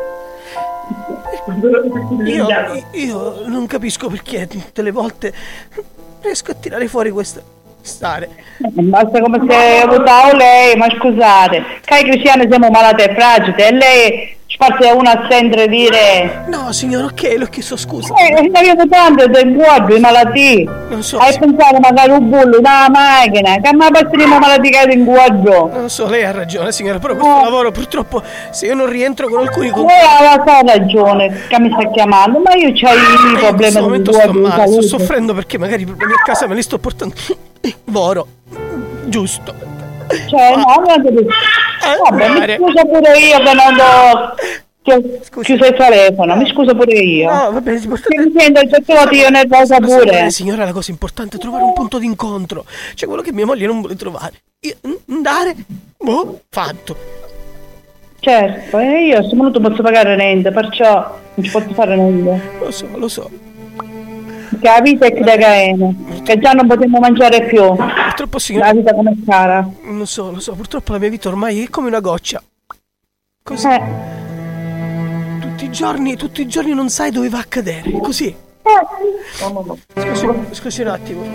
Io, io non capisco perché tutte le volte riesco a tirare fuori questo stare. Basta come se hai avuto lei, ma scusate, che i cristiani siamo malati e fragili e lei spazia uno a sempre dire no signora, ok, l'ho chiesto scusa. Eh, ne abbiamo tante del guardo, i malati. Non so. Hai pensato magari un bullo, una macchina, che ma passiamo malati che in guardo. Non so, lei ha ragione signora, però questo eh. lavoro purtroppo se io non rientro con alcuni con... Lei ha ragione che mi sta chiamando, ma io c'ho i problemi in questo momento sto male, sto soffrendo perché magari i problemi a casa me li sto portando Voro, giusto. Cioè, no, non devi... Vabbè, mi scuso pure io che non ho chiuso il telefono, mi scuso pure io. No, va bene, mi sento il certo io ne cosa pure. Signora, la cosa importante è trovare un punto d'incontro. C'è quello che mia moglie non vuole trovare. Io, andare, boh, fatto. Certo, e io a questo punto posso pagare niente, perciò non ci posso fare niente. Lo so, lo so. Che la vita è che da caena, che già non potremmo mangiare più. Purtroppo signora, la vita come cara. Lo so, lo so, purtroppo la mia vita ormai è come una goccia. Così. Eh. Tutti i giorni, tutti i giorni non sai dove va a cadere. Così. Eh. Scusi, scusi un attimo.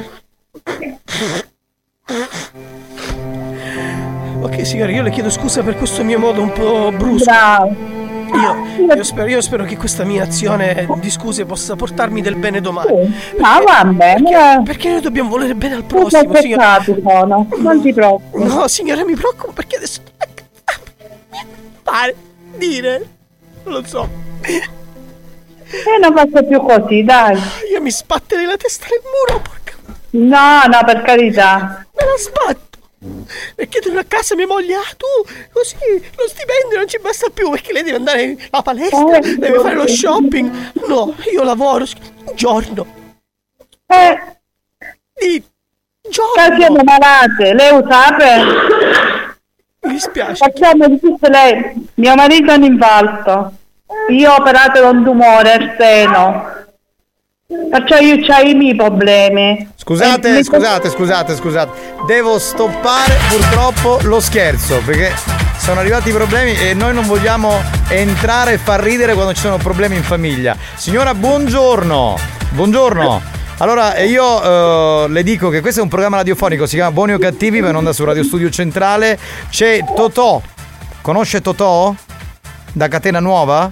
Ok signora, io le chiedo scusa per questo mio modo un po' brusco. Bravo. Io, io, spero, io spero che questa mia azione di scuse possa portarmi del bene domani. Ah, va bene. Perché, perché noi dobbiamo volere bene al prossimo, signora. Sono. Non ti preoccupare. No, signora, mi preoccupo perché adesso pare dire, non lo so. E non faccio più così, dai. Io mi spatterei la testa nel muro, porca. No, no, per carità. Me la spatto. Perché torno a casa mia moglie, ah tu, così lo stipendio non ci basta più perché lei deve andare alla palestra, eh, deve fare lo shopping. No, io lavoro un giorno. Eh. Di giorno. Siamo malate, lei lo sa? Mi spiace. Facciamo di tutto lei. Mio marito è un infarto. Io ho operato da un tumore al seno. Perciò io c'ho i miei problemi. Scusate, eh, scusate, scusate, scusate. Devo stoppare purtroppo lo scherzo perché sono arrivati i problemi e noi non vogliamo entrare e far ridere quando ci sono problemi in famiglia. Signora, buongiorno. Buongiorno. Allora, io eh, le dico che questo è un programma radiofonico, si chiama Buoni o Cattivi, va in onda su Radio Studio Centrale. C'è Totò. Conosce Totò? Da Catena Nuova?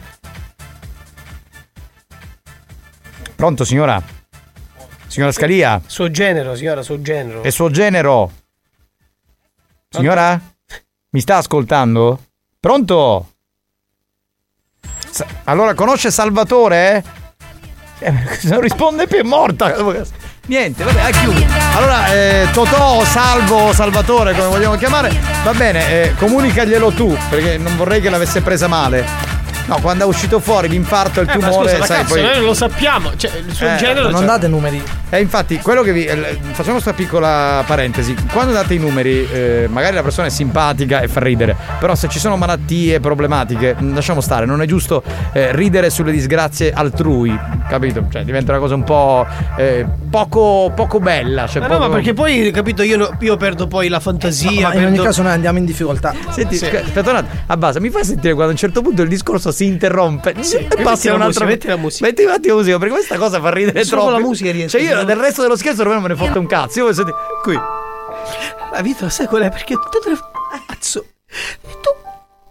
Pronto signora? Signora Scalia? Suo genero, signora, suo genero. È suo genero? Signora? Mi sta ascoltando? Pronto? Sa- allora conosce Salvatore? Eh, se non risponde più è morta. Niente, vabbè, ha chiuso. Allora, eh, Totò, Salvo, Salvatore, come vogliamo chiamare, va bene, eh, comunicaglielo tu, perché non vorrei che l'avesse presa male. No, quando è uscito fuori l'infarto e il eh, tumore, ma scusa, sai, cazzo, poi noi non lo sappiamo, cioè il suo eh, genere non cioè... date numeri. Eh, infatti, quello che vi eh, facciamo questa piccola parentesi. Quando date i numeri, eh, magari la persona è simpatica e fa ridere, però se ci sono malattie, problematiche, lasciamo stare, non è giusto eh, ridere sulle disgrazie altrui, capito? Cioè, diventa una cosa un po' eh, poco poco bella, cioè ma poco... no, ma perché poi, capito, io, io perdo poi la fantasia. Ma, ma perdo... in ogni caso noi andiamo in difficoltà. Senti, sì. aspetta un attimo, Abbasa, mi fai sentire quando a un certo punto il discorso si interrompe. Sì, e passa un'altra metti la musica. Metti un attimo la musica, perché questa cosa fa ridere solo troppo. la musica riesco. Cioè io del resto dello scherzo non me ne fotte un cazzo. Io voglio sentire qui. La vita sai qual è? Perché tu te ne cazzo. E tu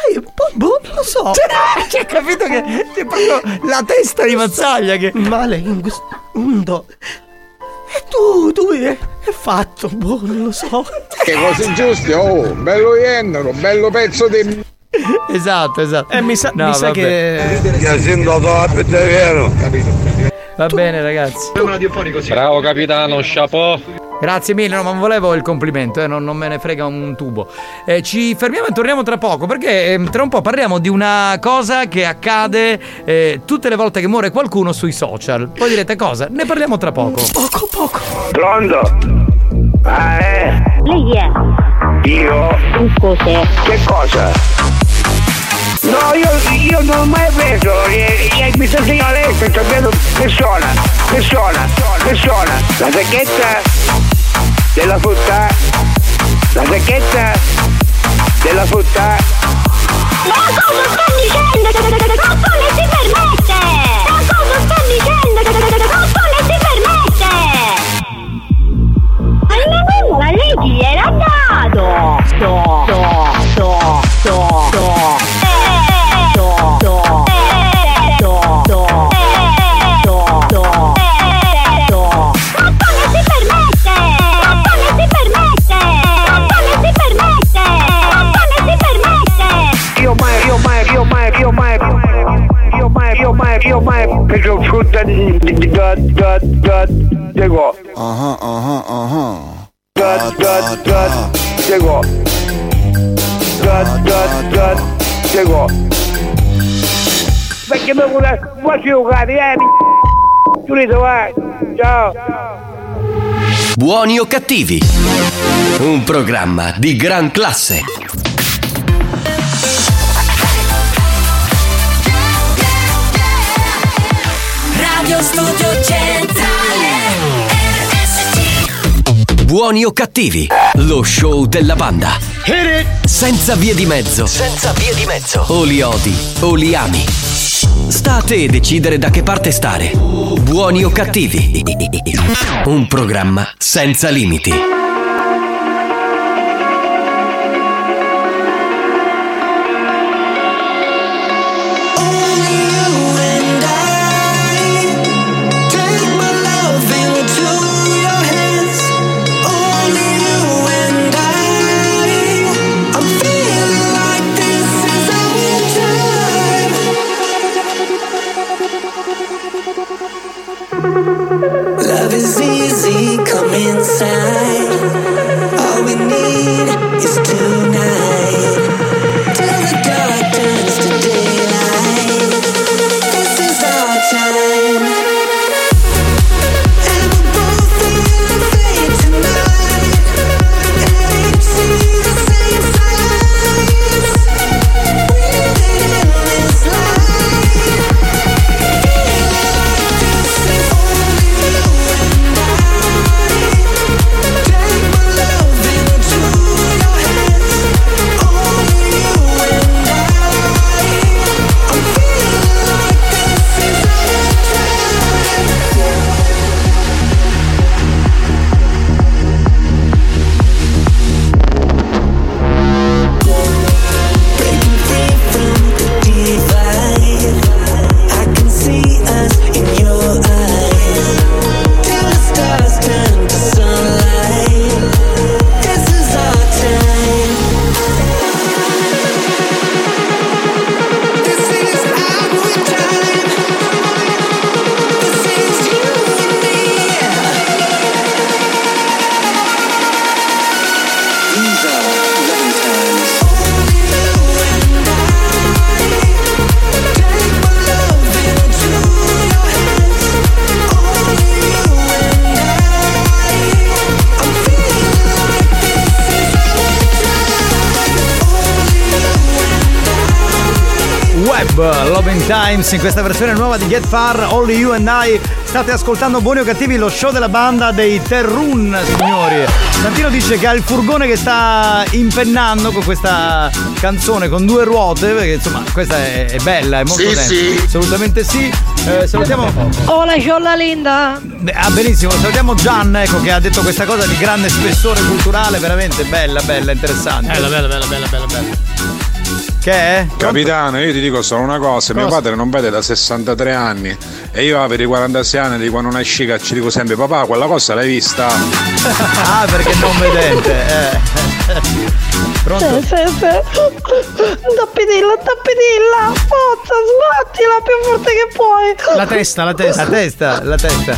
Sì, boh, boh, non lo so. Cioè, capito che c'è proprio la testa di Mazzaglia che. Male in questo mondo. E tu, tu è, è fatto, boh, non lo so. Che cose giuste, oh, bello iennero, bello pezzo di. Esatto, esatto. Eh, mi sa, No, mi sa vabbè. che. Io sento troppo vero. Va bene, ragazzi. Bravo capitano, chapeau. Grazie mille, no, ma non volevo il complimento, eh, non, non me ne frega un tubo. Eh, ci fermiamo e torniamo tra poco, perché eh, tra un po' parliamo di una cosa che accade eh, tutte le volte che muore qualcuno sui social. Poi direte cosa? Ne parliamo tra poco. Poco, poco. Pronto? Ah, eh? Lei è? Io? Un cos'è? Che cosa? No, io, io non ho mai preso, eh, eh, mi sta segnando lei, sto capendo che suona, che suona, che suona. La sacchetta della frutta, la sacchetta della frutta. Ma cosa sta dicendo? Ma come si permette? Ma cosa sta dicendo? Ma come si permette? Ma il numero a lei chi era dato? Do, do, do, do, do. Io mai preso frutta di da da da Diego. Ah ah ah Da da da Diego. Da da da Diego. Perché mi vuole quasi giocare, eh? Giulito, vai. Ciao. Buoni o cattivi? Un programma di gran classe. Radio Studio Centrale R S C. Buoni o cattivi? Lo show della banda. Senza vie di mezzo. Senza vie di mezzo. O li odi o li ami. Sta a te decidere da che parte stare. Buoni o cattivi? Un programma senza limiti. Love is easy, come inside. All we need is tonight. Till the dark turns to daylight. This is our time. And we're both feeling fate tonight. And we can see the same signs. Breathing in this light. Love in Times in questa versione nuova di Get Far, Only You and I. State ascoltando Buoni o Cattivi, lo show della banda dei Terrun, signori. Santino dice che ha il furgone che sta impennando con questa canzone con due ruote, perché insomma questa è, è bella, è molto Sì, dance. sì. Assolutamente sì. Eh, salutiamo. Oh, la ciolla linda. Ah, benissimo, salutiamo Gian, ecco, che ha detto questa cosa di grande spessore culturale, veramente bella, bella, interessante. Bella, bella, bella, bella, bella, bella. Che è? Capitano, io ti dico solo una cosa, cosa? Mio padre non vede da sessantatré anni e io per i quarantasei anni di quando nasci ci dico sempre papà, quella cosa l'hai vista? Ah, perché non vedente, eh. Pronto? Sì, sì, sì. Tappitilla, tappitilla. Forza, sbattila più forte che puoi. La testa, la testa. La testa, la testa.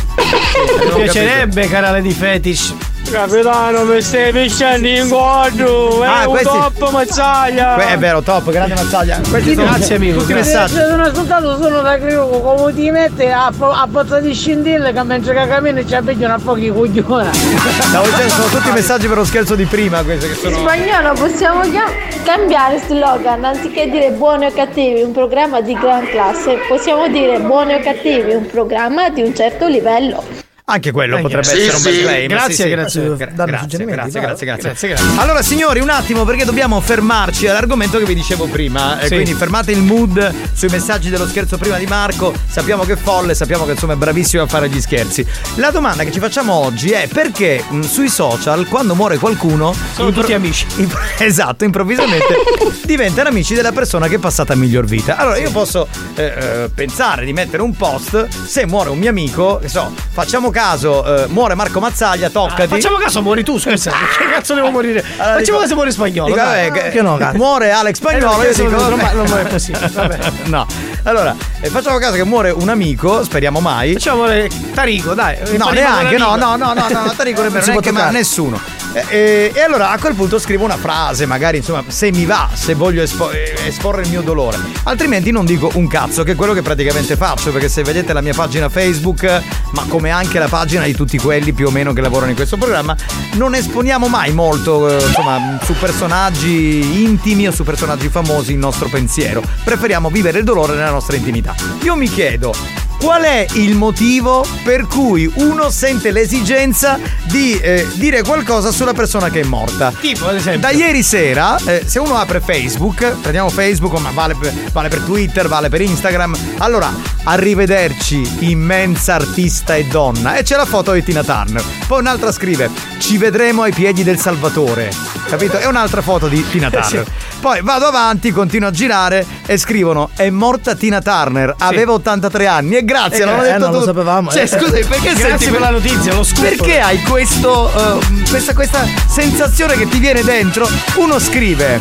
Mi piacerebbe canale di fetish. Capitano, mi stai pisciando in quadro. È Ah, un questi- top Mazzaglia. Que- è vero, top, grande Mazzaglia. Questi sono Grazie, amico. tutti i Grazie. messaggi. Se sono ascoltato sono da Criuco, come ti mette a, a pozza di scintille che mentre che cammini ci abbigliano a pochi coglioni. Stavo dicendo, sono tutti i messaggi per lo scherzo di prima, questi che In sono. spagnolo possiamo chiam- cambiare slogan, anziché dire buoni o cattivi, un programma di gran classe, possiamo dire buoni o cattivi, un programma di un certo livello. Anche quello Anche- potrebbe Sì, essere un sì. bel claim. Grazie, sì, sì. grazie. Gra- Danno grazie, suggerimenti, grazie, bravo. grazie, grazie, Grazie, grazie. Allora, signori, un attimo perché dobbiamo fermarci all'argomento che vi dicevo prima. E Sì. quindi fermate il mood sui messaggi dello scherzo prima di Marco. Sappiamo che è folle, sappiamo che insomma è bravissimo a fare gli scherzi. La domanda che ci facciamo oggi è perché mh, sui social, quando muore qualcuno, Sono tutti amici. imp- esatto, improvvisamente diventano amici della persona che è passata a miglior vita. Allora io posso eh, eh, pensare di mettere un post se muore un mio amico, che so, facciamo caso, eh, muore Marco Mazzaglia, toccati. Ah, facciamo caso muori tu, scusa. Che cazzo devo morire? Allora, Facciamo dico- caso muore Spagnolo. dico, dai. vabbè, che- Che no, cazzo. muore Alex Spagnolo, Eh, io perché dico, non- vabbè. non muore così. Vabbè. No. Allora, eh, facciamo caso che muore un amico, speriamo mai. Facciamo muore Tarico, dai. No, Parliamo neanche, no, dell'amico. no, no, no, no, Tarico Non nemmeno, si può neanche ma toccare. nessuno. E, e- e allora a quel punto scrivo una frase, magari insomma, se mi va, se voglio espo- eh, esporre il mio dolore. Altrimenti non dico un cazzo, che è quello che praticamente faccio, perché se vedete la mia pagina Facebook, ma come anche la pagina di tutti quelli più o meno che lavorano in questo programma, non esponiamo mai molto, eh, insomma, su personaggi intimi o su personaggi famosi il nostro pensiero. Preferiamo vivere il dolore nella nostra intimità. Io mi chiedo, qual è il motivo per cui uno sente l'esigenza di eh, dire qualcosa sulla persona che è morta? Tipo, ad esempio. Da ieri sera, eh, se uno apre Facebook, prendiamo Facebook, ma vale per, vale per Twitter, vale per Instagram. Allora, arrivederci, immensa artista e donna. E c'è la foto di Tina Turner. Poi un'altra scrive, ci vedremo ai piedi del Salvatore. Capito? E un'altra foto di Tina Turner. Poi vado avanti, continuo a girare e scrivono, è morta Tina Turner, aveva ottantatré anni. E grazie, Eh, l'hanno eh, detto non lo tutti. sapevamo, Cioè, eh. scusa, perché Grazie senti per la notizia, lo scoop. Perché hai questo uh, questa, questa sensazione che ti viene dentro? Uno scrive,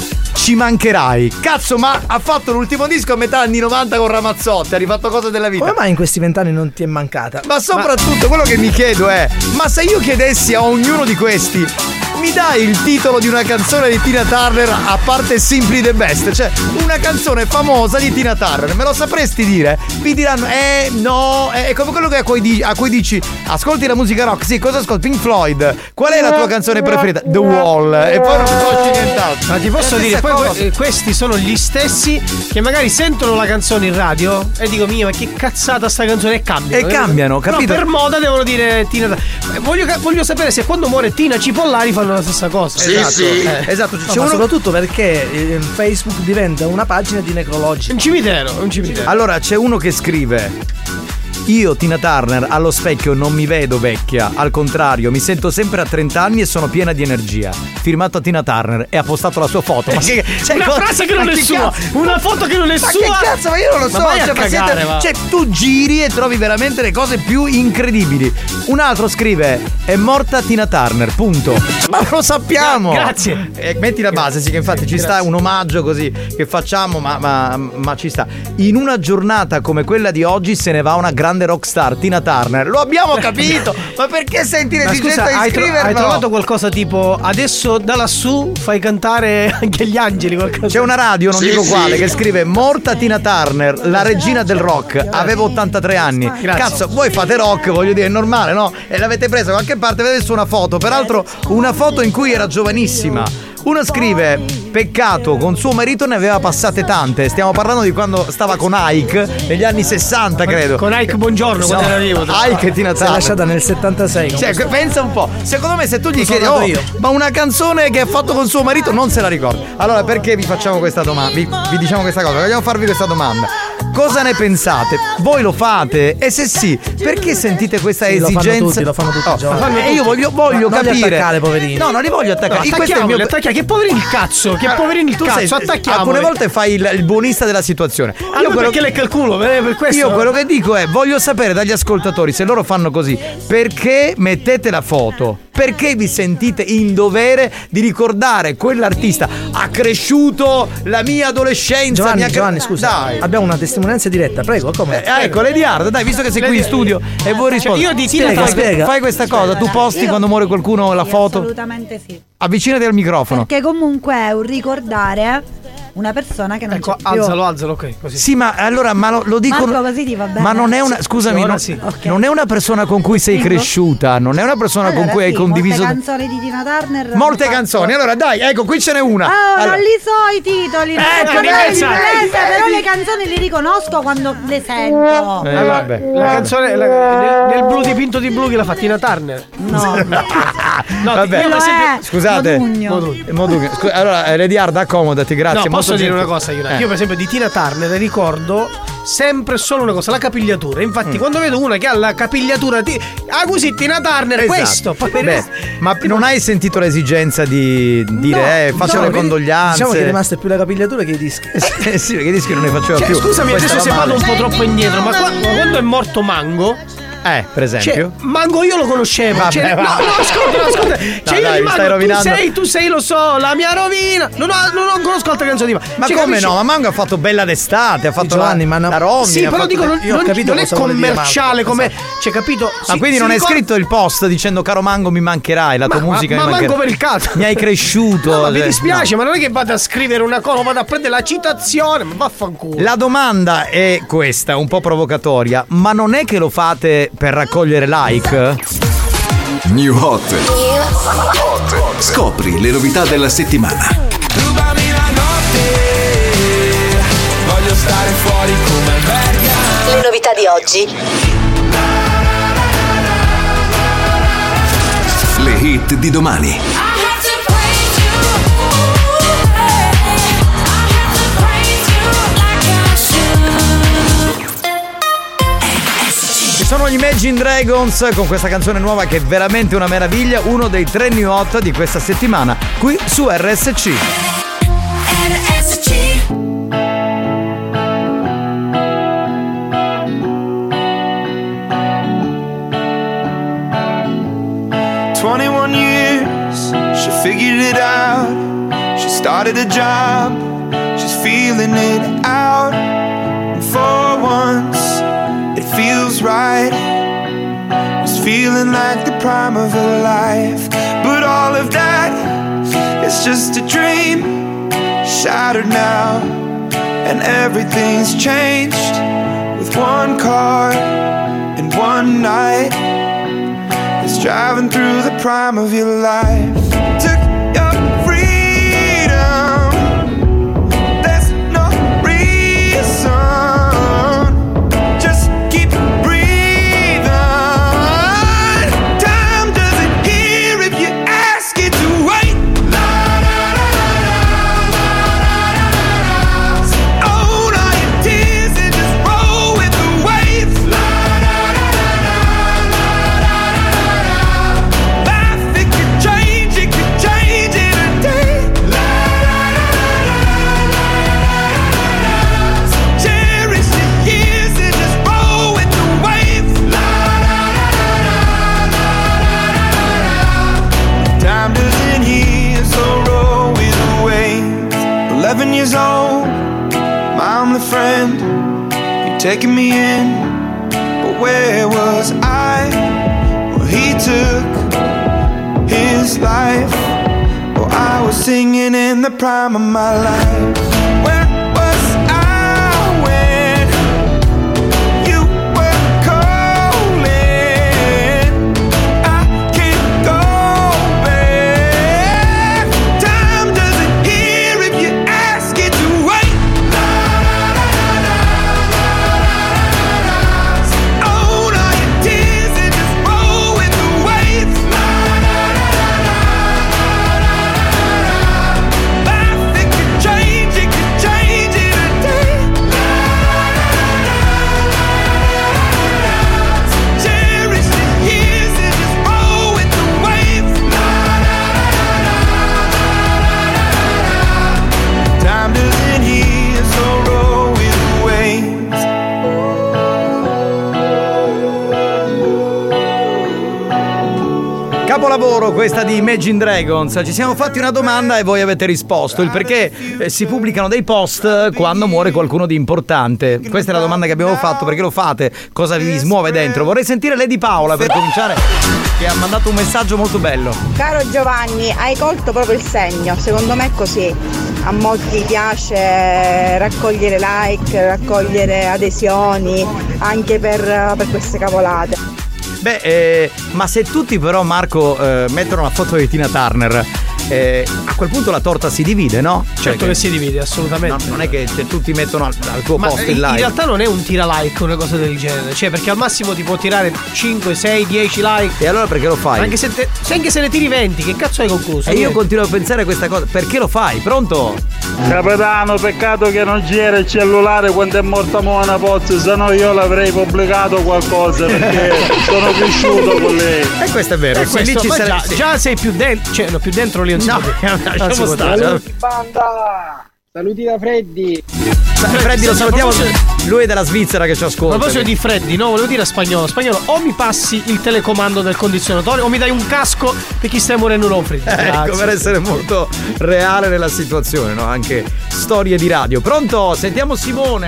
ci mancherai. Cazzo, ma ha fatto l'ultimo disco a metà anni novanta con Ramazzotti, ha rifatto cose della vita. Come mai in questi vent'anni non ti è mancata? Ma soprattutto quello che mi chiedo è, ma se io chiedessi a ognuno di questi, mi dai il titolo di una canzone di Tina Turner a parte Simply the Best? Cioè, una canzone famosa di Tina Turner, me lo sapresti dire? Mi diranno, eh no, è come quello che a cui, di- a cui dici, ascolti la musica rock, sì, cosa ascolti? Pink Floyd, qual è la tua canzone preferita? The Wall, e poi non conosci nient'altro. Ma ti posso La dire, stessa poi cosa. que- questi sono gli stessi che magari sentono la canzone in radio e dico, mia, ma che cazzata sta canzone, e cambiano. E cambiano, capito? No, per moda devono dire Tina. Eh, Voglio, ca- voglio sapere se quando muore Tina Cipollari fanno la stessa cosa. Esatto, eh, esatto. No, C'è ma uno- soprattutto perché eh, Facebook diventa una pagina di necrologi. Un cimitero, un cimitero. Allora c'è uno che scrive, io Tina Turner allo specchio non mi vedo vecchia, al contrario mi sento sempre a trenta anni e sono piena di energia. Firmato a Tina Turner e ha postato la sua foto. Ma che, cioè, Una co- frase che non ma è che sua, cazzo? una foto che non è ma sua. che cazzo, ma io non lo so. Ma vai a cioè, ma cagare, siete- va. cioè, tu giri e trovi veramente le cose più incredibili. Un altro scrive, è morta Tina Turner, punto. Ma lo sappiamo. Gra- grazie. Eh, metti la base, sì, che infatti ci sta un omaggio così che facciamo, ma, ma, ma ci sta. In una giornata come quella di oggi se ne va una grande rockstar, Tina Turner. Lo abbiamo capito, ma perché senti Ma l'esigenza scusa, di hai, tro- scriverlo? hai trovato qualcosa tipo adesso da lassù fai cantare anche gli angeli qualcosa? C'è una radio, non Sì, dico sì. quale, che scrive morta Tina Turner, la regina del rock, aveva ottantatré anni. Grazie. Cazzo, voi fate rock, voglio dire, è normale, no? E l'avete presa da qualche parte, vedete su una foto, peraltro una foto in cui era giovanissima. Uno scrive, peccato, con suo marito ne aveva passate tante. Stiamo parlando di quando stava con Ike, negli anni sessanta credo. Con Ike Buongiorno, quando era vivo. Ike e Tina Si è Turner. lasciata nel settantasei. con Cioè, questo- pensa un po', secondo me se tu gli Lo sono chiedi, nato oh, io." ma una canzone che ha fatto con suo marito non se la ricorda. Allora perché vi facciamo questa domanda? Vi, vi diciamo questa cosa, vogliamo farvi questa domanda. cosa ne pensate? Voi lo fate? E se sì, perché sentite questa Sì, lo fanno esigenza? tutti, lo fanno tutti, Oh, Giovanni. ma fanno e io tutti. voglio, voglio Ma non li capire. attaccare, poverini. No, non li voglio attaccare. No, Questo è il mio... attacchiamoli, che poverini il cazzo, che poverini il Tu cazzo, sei- attacchiamoli. alcune volte fai il, il buonista della situazione. Allora quello- perché lecca il culo? Eh, Per questo. Io quello che dico è, voglio sapere dagli ascoltatori se loro fanno così, perché mettete la foto? Perché vi sentite in dovere di ricordare quell'artista? Ha cresciuto la mia adolescenza. Giovanni, mi ha cre- Giovanni, scusa, Dai. abbiamo una testimonianza diretta, prego, come? Eh, ecco, Lady Hard, dai, visto che sei qui in studio e vuoi rispondere. io di Tina, Tina fai, spiega. fai questa cosa, tu posti Io- quando muore qualcuno la Sì, foto? Assolutamente sì. Avvicinati al microfono. Perché comunque è un ricordare una persona che non Ecco, c'è più. alzalo, alzalo, ok, così. Sì, ma allora ma lo, lo dico. Marco, così ti va bene? Ma non è una. Scusami, Ora non, sì. Ok. non è una persona con cui sei Dico? cresciuta, non è una persona Allora, con cui hai sì, condiviso. molte canzoni di Tina Turner. hanno Molte fatto- canzoni. Allora, dai, ecco, qui ce n'è una. Ah, Allora, non li so i titoli. non Ecco, so di parlare pensa- inglese, però le canzoni le riconosco quando le sento. eh, Allora, vabbè. la canzone la- nel, nel blu dipinto di blu che la fa Tina Turner. No, No, Vabbè. io per esempio- è Scusate. Modugno. Eh, Modugno. Scu- Allora, eh, Lady Hard, accomodati, grazie. No, posso molto dire gentile. una cosa io, Eh. io per esempio di Tina Turner ricordo sempre solo una cosa, la capigliatura. Infatti quando vedo una che ha la capigliatura ti... ah così Tina Turner, Esatto. questo poi per- Beh, ma non hai sentito l'esigenza di dire No, eh, faccio no, le vedi- condoglianze? Diciamo che è rimasta più la capigliatura che i dischi. Eh sì, perché i dischi non ne faceva Cioè, più. scusami, Poi adesso stava se vado male. un po' troppo indietro, ma, qua- ma quando è morto Mango, Eh, per cioè, esempio. Mango io lo conoscevo. Vabbè, Cioè, no, va. no, ascolta, no, ascolta. Cioè, No, io dai, di mi stai Mango, rovinando. tu sei, tu sei, lo so, la mia rovina. Non, ho, non, ho, conosco altre canzoni di Mango. Ma Cioè, come capisci? no? Ma Mango ha fatto Bella d'estate, ha fatto Giovanni, la, ma no- la Romina. Sì, ha però fatto- dico, non, io ho non- capito non è cosa vuole dire commerciale Marco, come. esatto. Cioè, capito? Ma Si- quindi si non hai ricorda- scritto il post dicendo caro Mango mi mancherai, la tua Ma- musica ma, mi ma mancherai. manco per il cazzo. Mi hai cresciuto. No, ma mi eh, dispiace, no. ma non è che vado a scrivere una cosa, vado a prendere la citazione, ma vaffanculo. La domanda è questa, un po' provocatoria, ma non è che lo fate per raccogliere like? New Hot. Scopri le novità della settimana. Rubami la notte, voglio stare fuori come alberga. Le novità di oggi. Le hit di domani. Ci sono gli Imagine Dragons con questa canzone nuova che è veramente una meraviglia, uno dei tre new hot di questa settimana, qui su R S C. twenty-one years, she figured it out. She started a job, she's feeling it out. And for once, it feels right. It's feeling like the prime of her life. But all of that is just a dream, shattered now. And everything's changed with one car and one night. It's driving through the prime of your life. Took your freedom. There's no reason. Just keep breathing. Time doesn't hear if you ask it to wait. Own all your tears and just roll with the waves. Life, it could change, it could change in a day. Cherish the years and just roll with the waves. Time doesn't heal, so roll with the waves. Eleven years old, I'm the friend. You're taking me in, but where was I? Well, he took his life. Oh, I was singing in the prime of my life. Where was I when you were calling? I can't go back. Time doesn't hear if you ask it to wait. Own all your tears and just roll with the waves. Life, it could change, it could change. Capolavoro questa di Imagine Dragons. Ci siamo fatti una domanda e voi avete risposto. Il perché eh, si pubblicano dei post quando muore qualcuno di importante. Questa è la domanda che abbiamo fatto. Perché lo fate? Cosa vi smuove dentro? Vorrei sentire Lady Paola per cominciare, che ha mandato un messaggio molto bello. Caro Giovanni, hai colto proprio il segno. Secondo me è così. A molti piace raccogliere like, raccogliere adesioni anche per, per queste cavolate. Beh, eh, ma se tutti però, Marco, eh, mettono una foto di Tina Turner, eh, a quel punto la torta si divide, no? Certo che, che si divide, assolutamente. No, non è che se tutti mettono al, al tuo ma posto il like. like. In realtà non è un tira like o una cosa del genere. Cioè, perché al massimo ti può tirare cinque, sei, dieci like. E allora perché lo fai? Anche se, te, se anche se ne tiri venti, che cazzo hai concluso? E io continuo a pensare a questa cosa. Perché lo fai? Pronto? Capitano, peccato che non c'era il cellulare quando è morta Moana Pozzo, se no io l'avrei pubblicato qualcosa perché sono cresciuto con lei. E questo è vero. E questo, ci sare... già, già sei più dentro, cioè no, più dentro lì non si no, può. Lasciamo stare. Saluti banda! Saluti da Freddy! Freddy lo salutiamo, lui è della Svizzera che ci ascolta. A proposito di Freddy, no, volevo dire a spagnolo, spagnolo, o mi passi il telecomando del condizionatore o mi dai un casco per chi stai morendo non Freddy. Ecco, per essere molto reale nella situazione, no? Anche storie di radio. Pronto? Sentiamo Simone.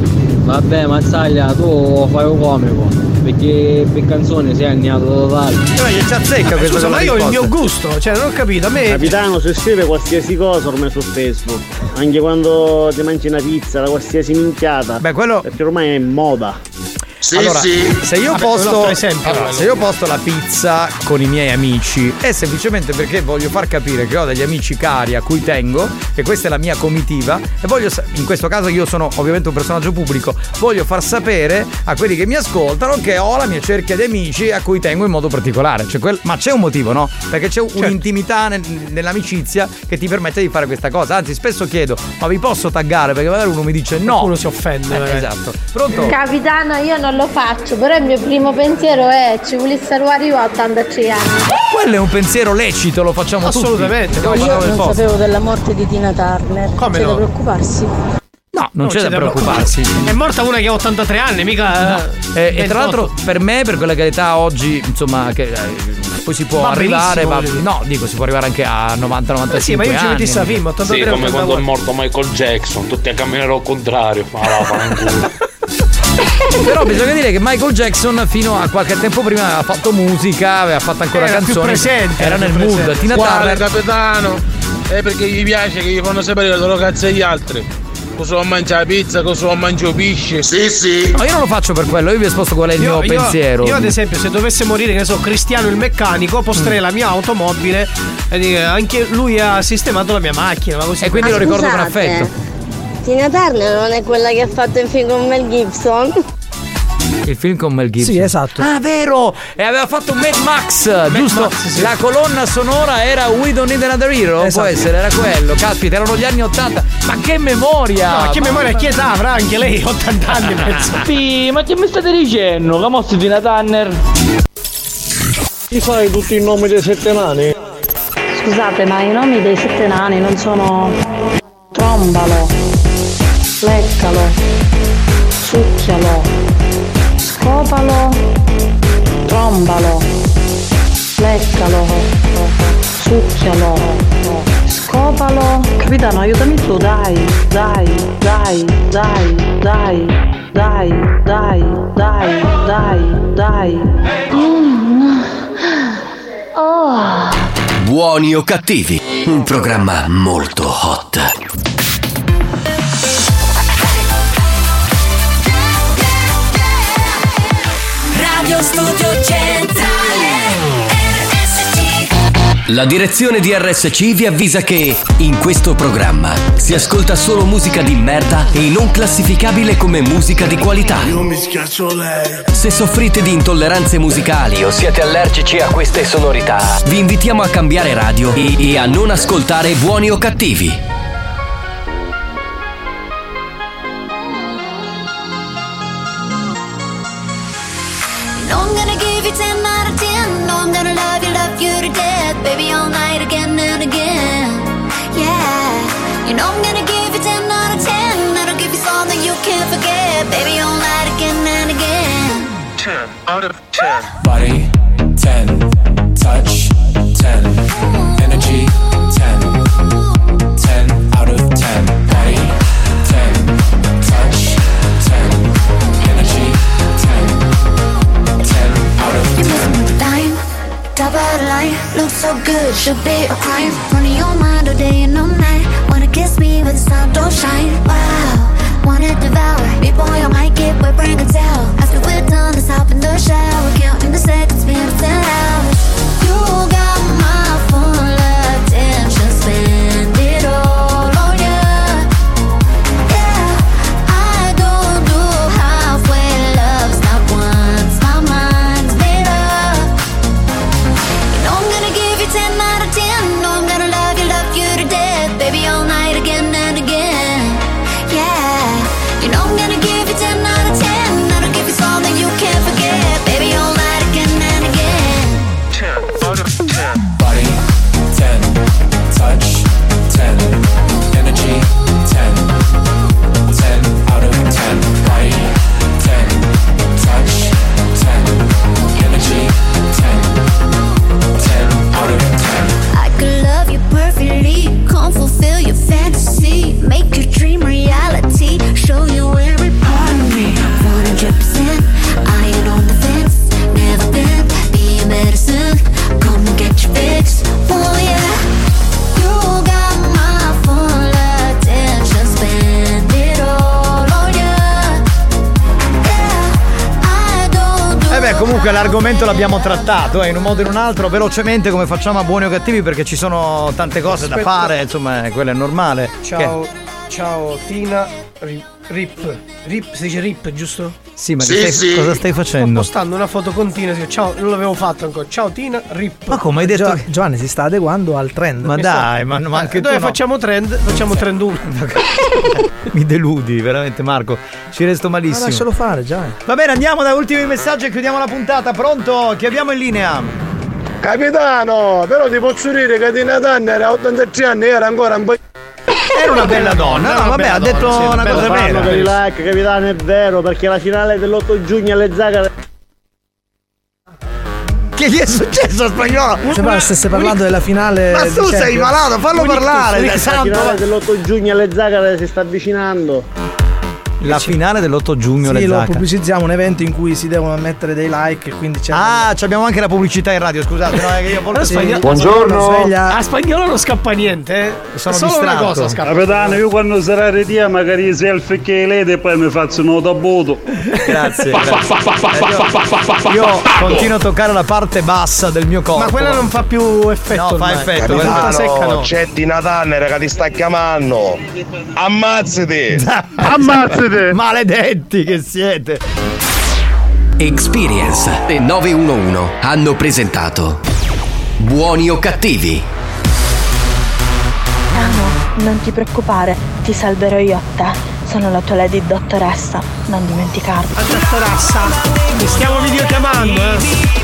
Vabbè, Mazzaglia, tu fai un comico. Perché per canzone sei anniato totale. Eh, ci azzecca questa Scusa, ma io ho il mio gusto, cioè non ho capito, a me. Capitano, se scrive qualsiasi cosa ormai su Facebook, anche quando ti mangi una pizza, la qualsiasi minchiata. Beh, quello. Perché ormai è moda. Sì, allora, sì. Se io, Vabbè, posto, esempio, allora, se io posto la pizza con i miei amici è semplicemente perché voglio far capire che ho degli amici cari a cui tengo, che questa è la mia comitiva e voglio, in questo caso io sono ovviamente un personaggio pubblico, voglio far sapere a quelli che mi ascoltano che ho la mia cerchia di amici a cui tengo in modo particolare. Cioè, quel, ma c'è un motivo, no? Perché c'è certo. un'intimità nel, nell'amicizia che ti permette di fare questa cosa. Anzi, spesso chiedo, ma vi posso taggare? Perché magari uno mi dice no. Uno si offende. Eh, esatto. Pronto? Capitano, io non lo faccio, però il mio primo pensiero è ci volesse arrivare io a ottantatré anni. Quello è un pensiero lecito, lo facciamo assolutamente. tutti. Io non sapevo della morte di Tina Turner. Come c'è no? da preoccuparsi? No, non, non c'è, c'è da preoccuparsi. preoccuparsi. È morta una che ha ottantatré anni, mica. No. Eh, e tra l'altro, per me, per quella che è l'età oggi, insomma, che eh, poi si può va arrivare. Va, no, dico, si può arrivare anche a novanta novantacinque. Eh sì, ma io ci metti sta film, ottantatré. Sì, come quando è morto Michael Jackson, tutti a camminare al contrario. Ma la fa in culo. Però bisogna dire che Michael Jackson fino a qualche tempo prima aveva fatto musica, aveva fatto ancora era canzoni, più presente, era, era nel presente. mood. Tina Guarda, Turner, capitano, è perché gli piace che gli fanno sapere le loro cazzo agli altri. Cosa mangia la pizza, cosa mangia il pesce. Sì, sì. No, io non lo faccio per quello, io vi ho esposto qual è il io, mio io, pensiero. Io ad esempio, se dovesse morire, che ne so, Cristiano il meccanico, posterei mm. la mia automobile e dire, anche lui ha sistemato la mia macchina, ma così. E quindi ah, lo ricordo scusate, con affetto. Tina Turner non è quella che ha fatto il film con Mel Gibson? Il film con Mel Gibson. Sì, esatto. Ah, vero! E aveva fatto Mad Max, Mad giusto? Max, sì. La colonna sonora era We Don't Need Another Hero, esatto. Può essere, era quello. Caspita, erano gli anni ottanta. Ma che memoria! No, ma che memoria, che età avrà anche lei? ottanta anni, penso. Sì, ma che mi state dicendo? La mossa di Tina Turner. Ti fai tutti i nomi dei sette nani? Scusate, ma i nomi dei sette nani non sono Trombalo, Leccalo, Succhialo, Scopalo, Trombalo, Leccalo, Succhialo, Scopalo. Capitano, aiutami tu, dai, dai, dai, dai, dai, dai, dai, dai, dai, dai. Mm. Oh. Buoni o cattivi, un programma molto hot. Radio Studio Centrale R S C. La direzione di R S C vi avvisa che in questo programma si ascolta solo musica di merda e non classificabile come musica di qualità. Io mi schiaccio lei. Se soffrite di intolleranze musicali o siete allergici a queste sonorità, vi invitiamo a cambiare radio e, e a non ascoltare Buoni o Cattivi. I'm gonna give you ten out of ten. No, I'm gonna love you, love you to death, baby, all night again and again. Yeah, you know I'm gonna give you ten out of ten. That'll give you something you can't forget, baby, all night again and again. ten out of ten. Body, ten, touch, so good, she'll be a crime. Running your mind all day and all night. Wanna kiss me with the sun, don't shine. Wow, wanna devour me, boy, I might get wet, bring a towel. After we're done, let's hop in the shower. Counting the seconds, minutes and hours. You got my full attention, spend it all on you. Yeah, I don't do halfway loves, not once, my mind's made up. You know I'm gonna give you ten out of ten. No, I'm gonna love you, love you to death, baby, all night again and again. Yeah, you know I'm gonna give you ten out of ten. That'll give you something you can't forget, baby, all night again and again. ten out of ten. Body ten, touch ten, energy ten, ten out of ten. Body ten, touch ten, energy ten, ten out of ten. I could love you perfectly, come fulfill your fantasy, make your dream reality, show you every part of me. one hundred percent, I ain't on the fence, never been, be a medicine, come and get your fix. Oh yeah, you got my full attention, spend it all on you. Yeah, I don't do Eh beh, comunque l'argomento l'abbiamo trattato eh, in un modo o in un altro, velocemente, come facciamo a Buoni o Cattivi, perché ci sono tante cose da Aspetta. fare, insomma, eh, quello è normale. Ciao, ciao Tina, Rip, Rip, Rip, si dice Rip, giusto? Sì, ma che stai- cosa stai facendo? Sto postando una foto con Tina, si- ciao, non l'avevo fatto ancora. Ciao Tina, Rip. Ma come hai detto? Gio- Giovanni si sta adeguando al trend. Ma dai, ma, ma anche Dove tu no. facciamo trend? Facciamo trend uno. Mi deludi, veramente Marco, ci resto Ma malissimo. lascialo fare, Giovanni. Va bene, andiamo da ultimi messaggi e chiudiamo la puntata. Pronto? Chi abbiamo in linea? Capitano, però ti posso dire che Tina Turner a ottantatré anni era ancora un po'. Era una bella donna, no, vabbè, ha detto una cosa vera. Per i like, capitano, è vero, perché la finale dell'otto giugno alle Zagare. Che gli è successo a Spagnolo? Sembra stesse parlando della finale. Ma di tu sei Champions. malato, fallo parlare, dai, La santo. finale dell'otto giugno alle Zagare si sta avvicinando. La finale dell'otto giugno Sì, le lo Zacca. pubblicizziamo, un evento in cui si devono mettere dei like e quindi c'è. Ah, ci abbiamo anche la pubblicità in radio, scusate, no, è che io a volte Sì. Spagnolo- Buongiorno. Sveglia. A Spagnolo non scappa niente, eh. Sono Solo distratto. una cosa scappa. Capitano, io quando sarà retia magari selfie che lei e poi mi faccio un tabuto. Grazie. grazie. Io, io continuo a toccare la parte bassa del mio corpo. Ma quella non fa più effetto. No, fa ormai. effetto. Capitano, secca, no. C'è Tina Turner che ti sta chiamando. Ammazzati! Ammazzate! Maledetti che siete! Experience e nove uno uno hanno presentato Buoni o Cattivi. Amo, non ti preoccupare, ti salverò io a te. Sono la tua lady dottoressa, non dimenticarlo. La dottoressa, mi stiamo videochiamando, eh.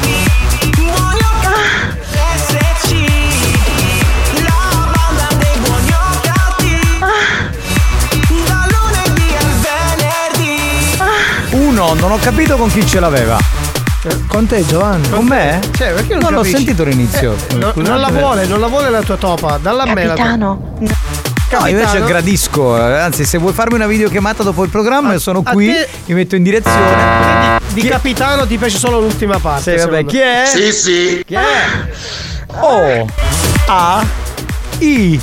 Uno, non ho capito con chi ce l'aveva. Con te, Giovanni. Con me? Cioè, perché non Non l'ho capisci? sentito l'inizio. Eh, no- non la vuole, non la vuole la tua topa. Dalla me la tua. Capitano, No, invece gradisco, eh, anzi, se vuoi farmi una videochiamata dopo il programma, io sono a qui, te- mi metto in direzione. Di capitano ti piace solo l'ultima parte. Sì, vabbè, secondo chi me. è? Sì, sì. Chi è? O A I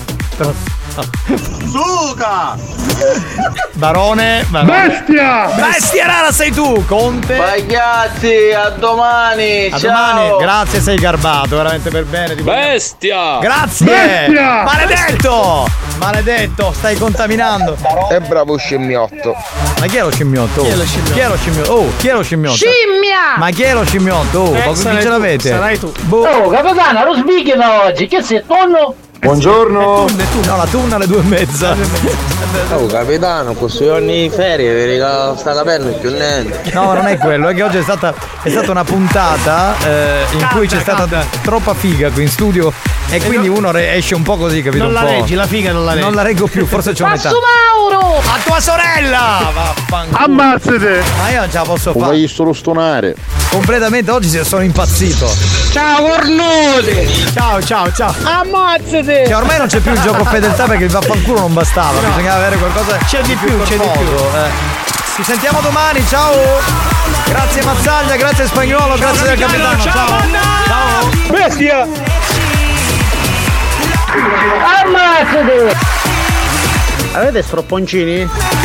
Suca! Barone, barone. Bestia! Bestia rara sei tu, Conte. Ragazzi, a domani. A ciao. domani, grazie, sei garbato, veramente per bene. Ti voglio- Bestia! Grazie! Bestia! Maledetto! Maledetto, stai contaminando. È bravo scemmiotto. Ma chi è lo scimmiotto? Chi è lo scimmiotto? Chi è lo scimmiotto? Oh, chi è lo scimmiotto? Scimmia! Ma chi è lo scimmiotto? Oh, Eh, ma con chi sarai ce tu, l'avete? sarai tu. Boh. Oh, capitano, lo sbigliano oggi, che sei tonno? Buongiorno. No, la tunna alle due e mezza. Oh, capitano, questi giorni di ferie vi regalo sta capello più niente. No, non è quello, è che oggi è stata, è stata una puntata eh, in Calda, cui c'è stata calda. troppa figa qui in studio e quindi uno re- esce un po' così, capito? Non un la po'. reggi, la figa non la reggi. Non la reggo più, forse c'ho metà. Passo Mauro! A tua sorella! Vaffanculo. Ammazzate! Ma io non ce la posso fare. Voglio solo stonare. Completamente oggi sono impazzito. Ciao, cornuti! Ciao, ciao, ciao. Ammazzate! Cioè, ormai non c'è più il gioco fedeltà perché il vaffanculo non bastava, No. bisognava avere qualcosa. C'è di più, c'è di più. Eh. Ci sentiamo domani, ciao! Grazie Mazzaglia, grazie Spagnolo, grazie del capitano, ciao! Ciao! Bestia! Ammazzate! Avete stropponcini?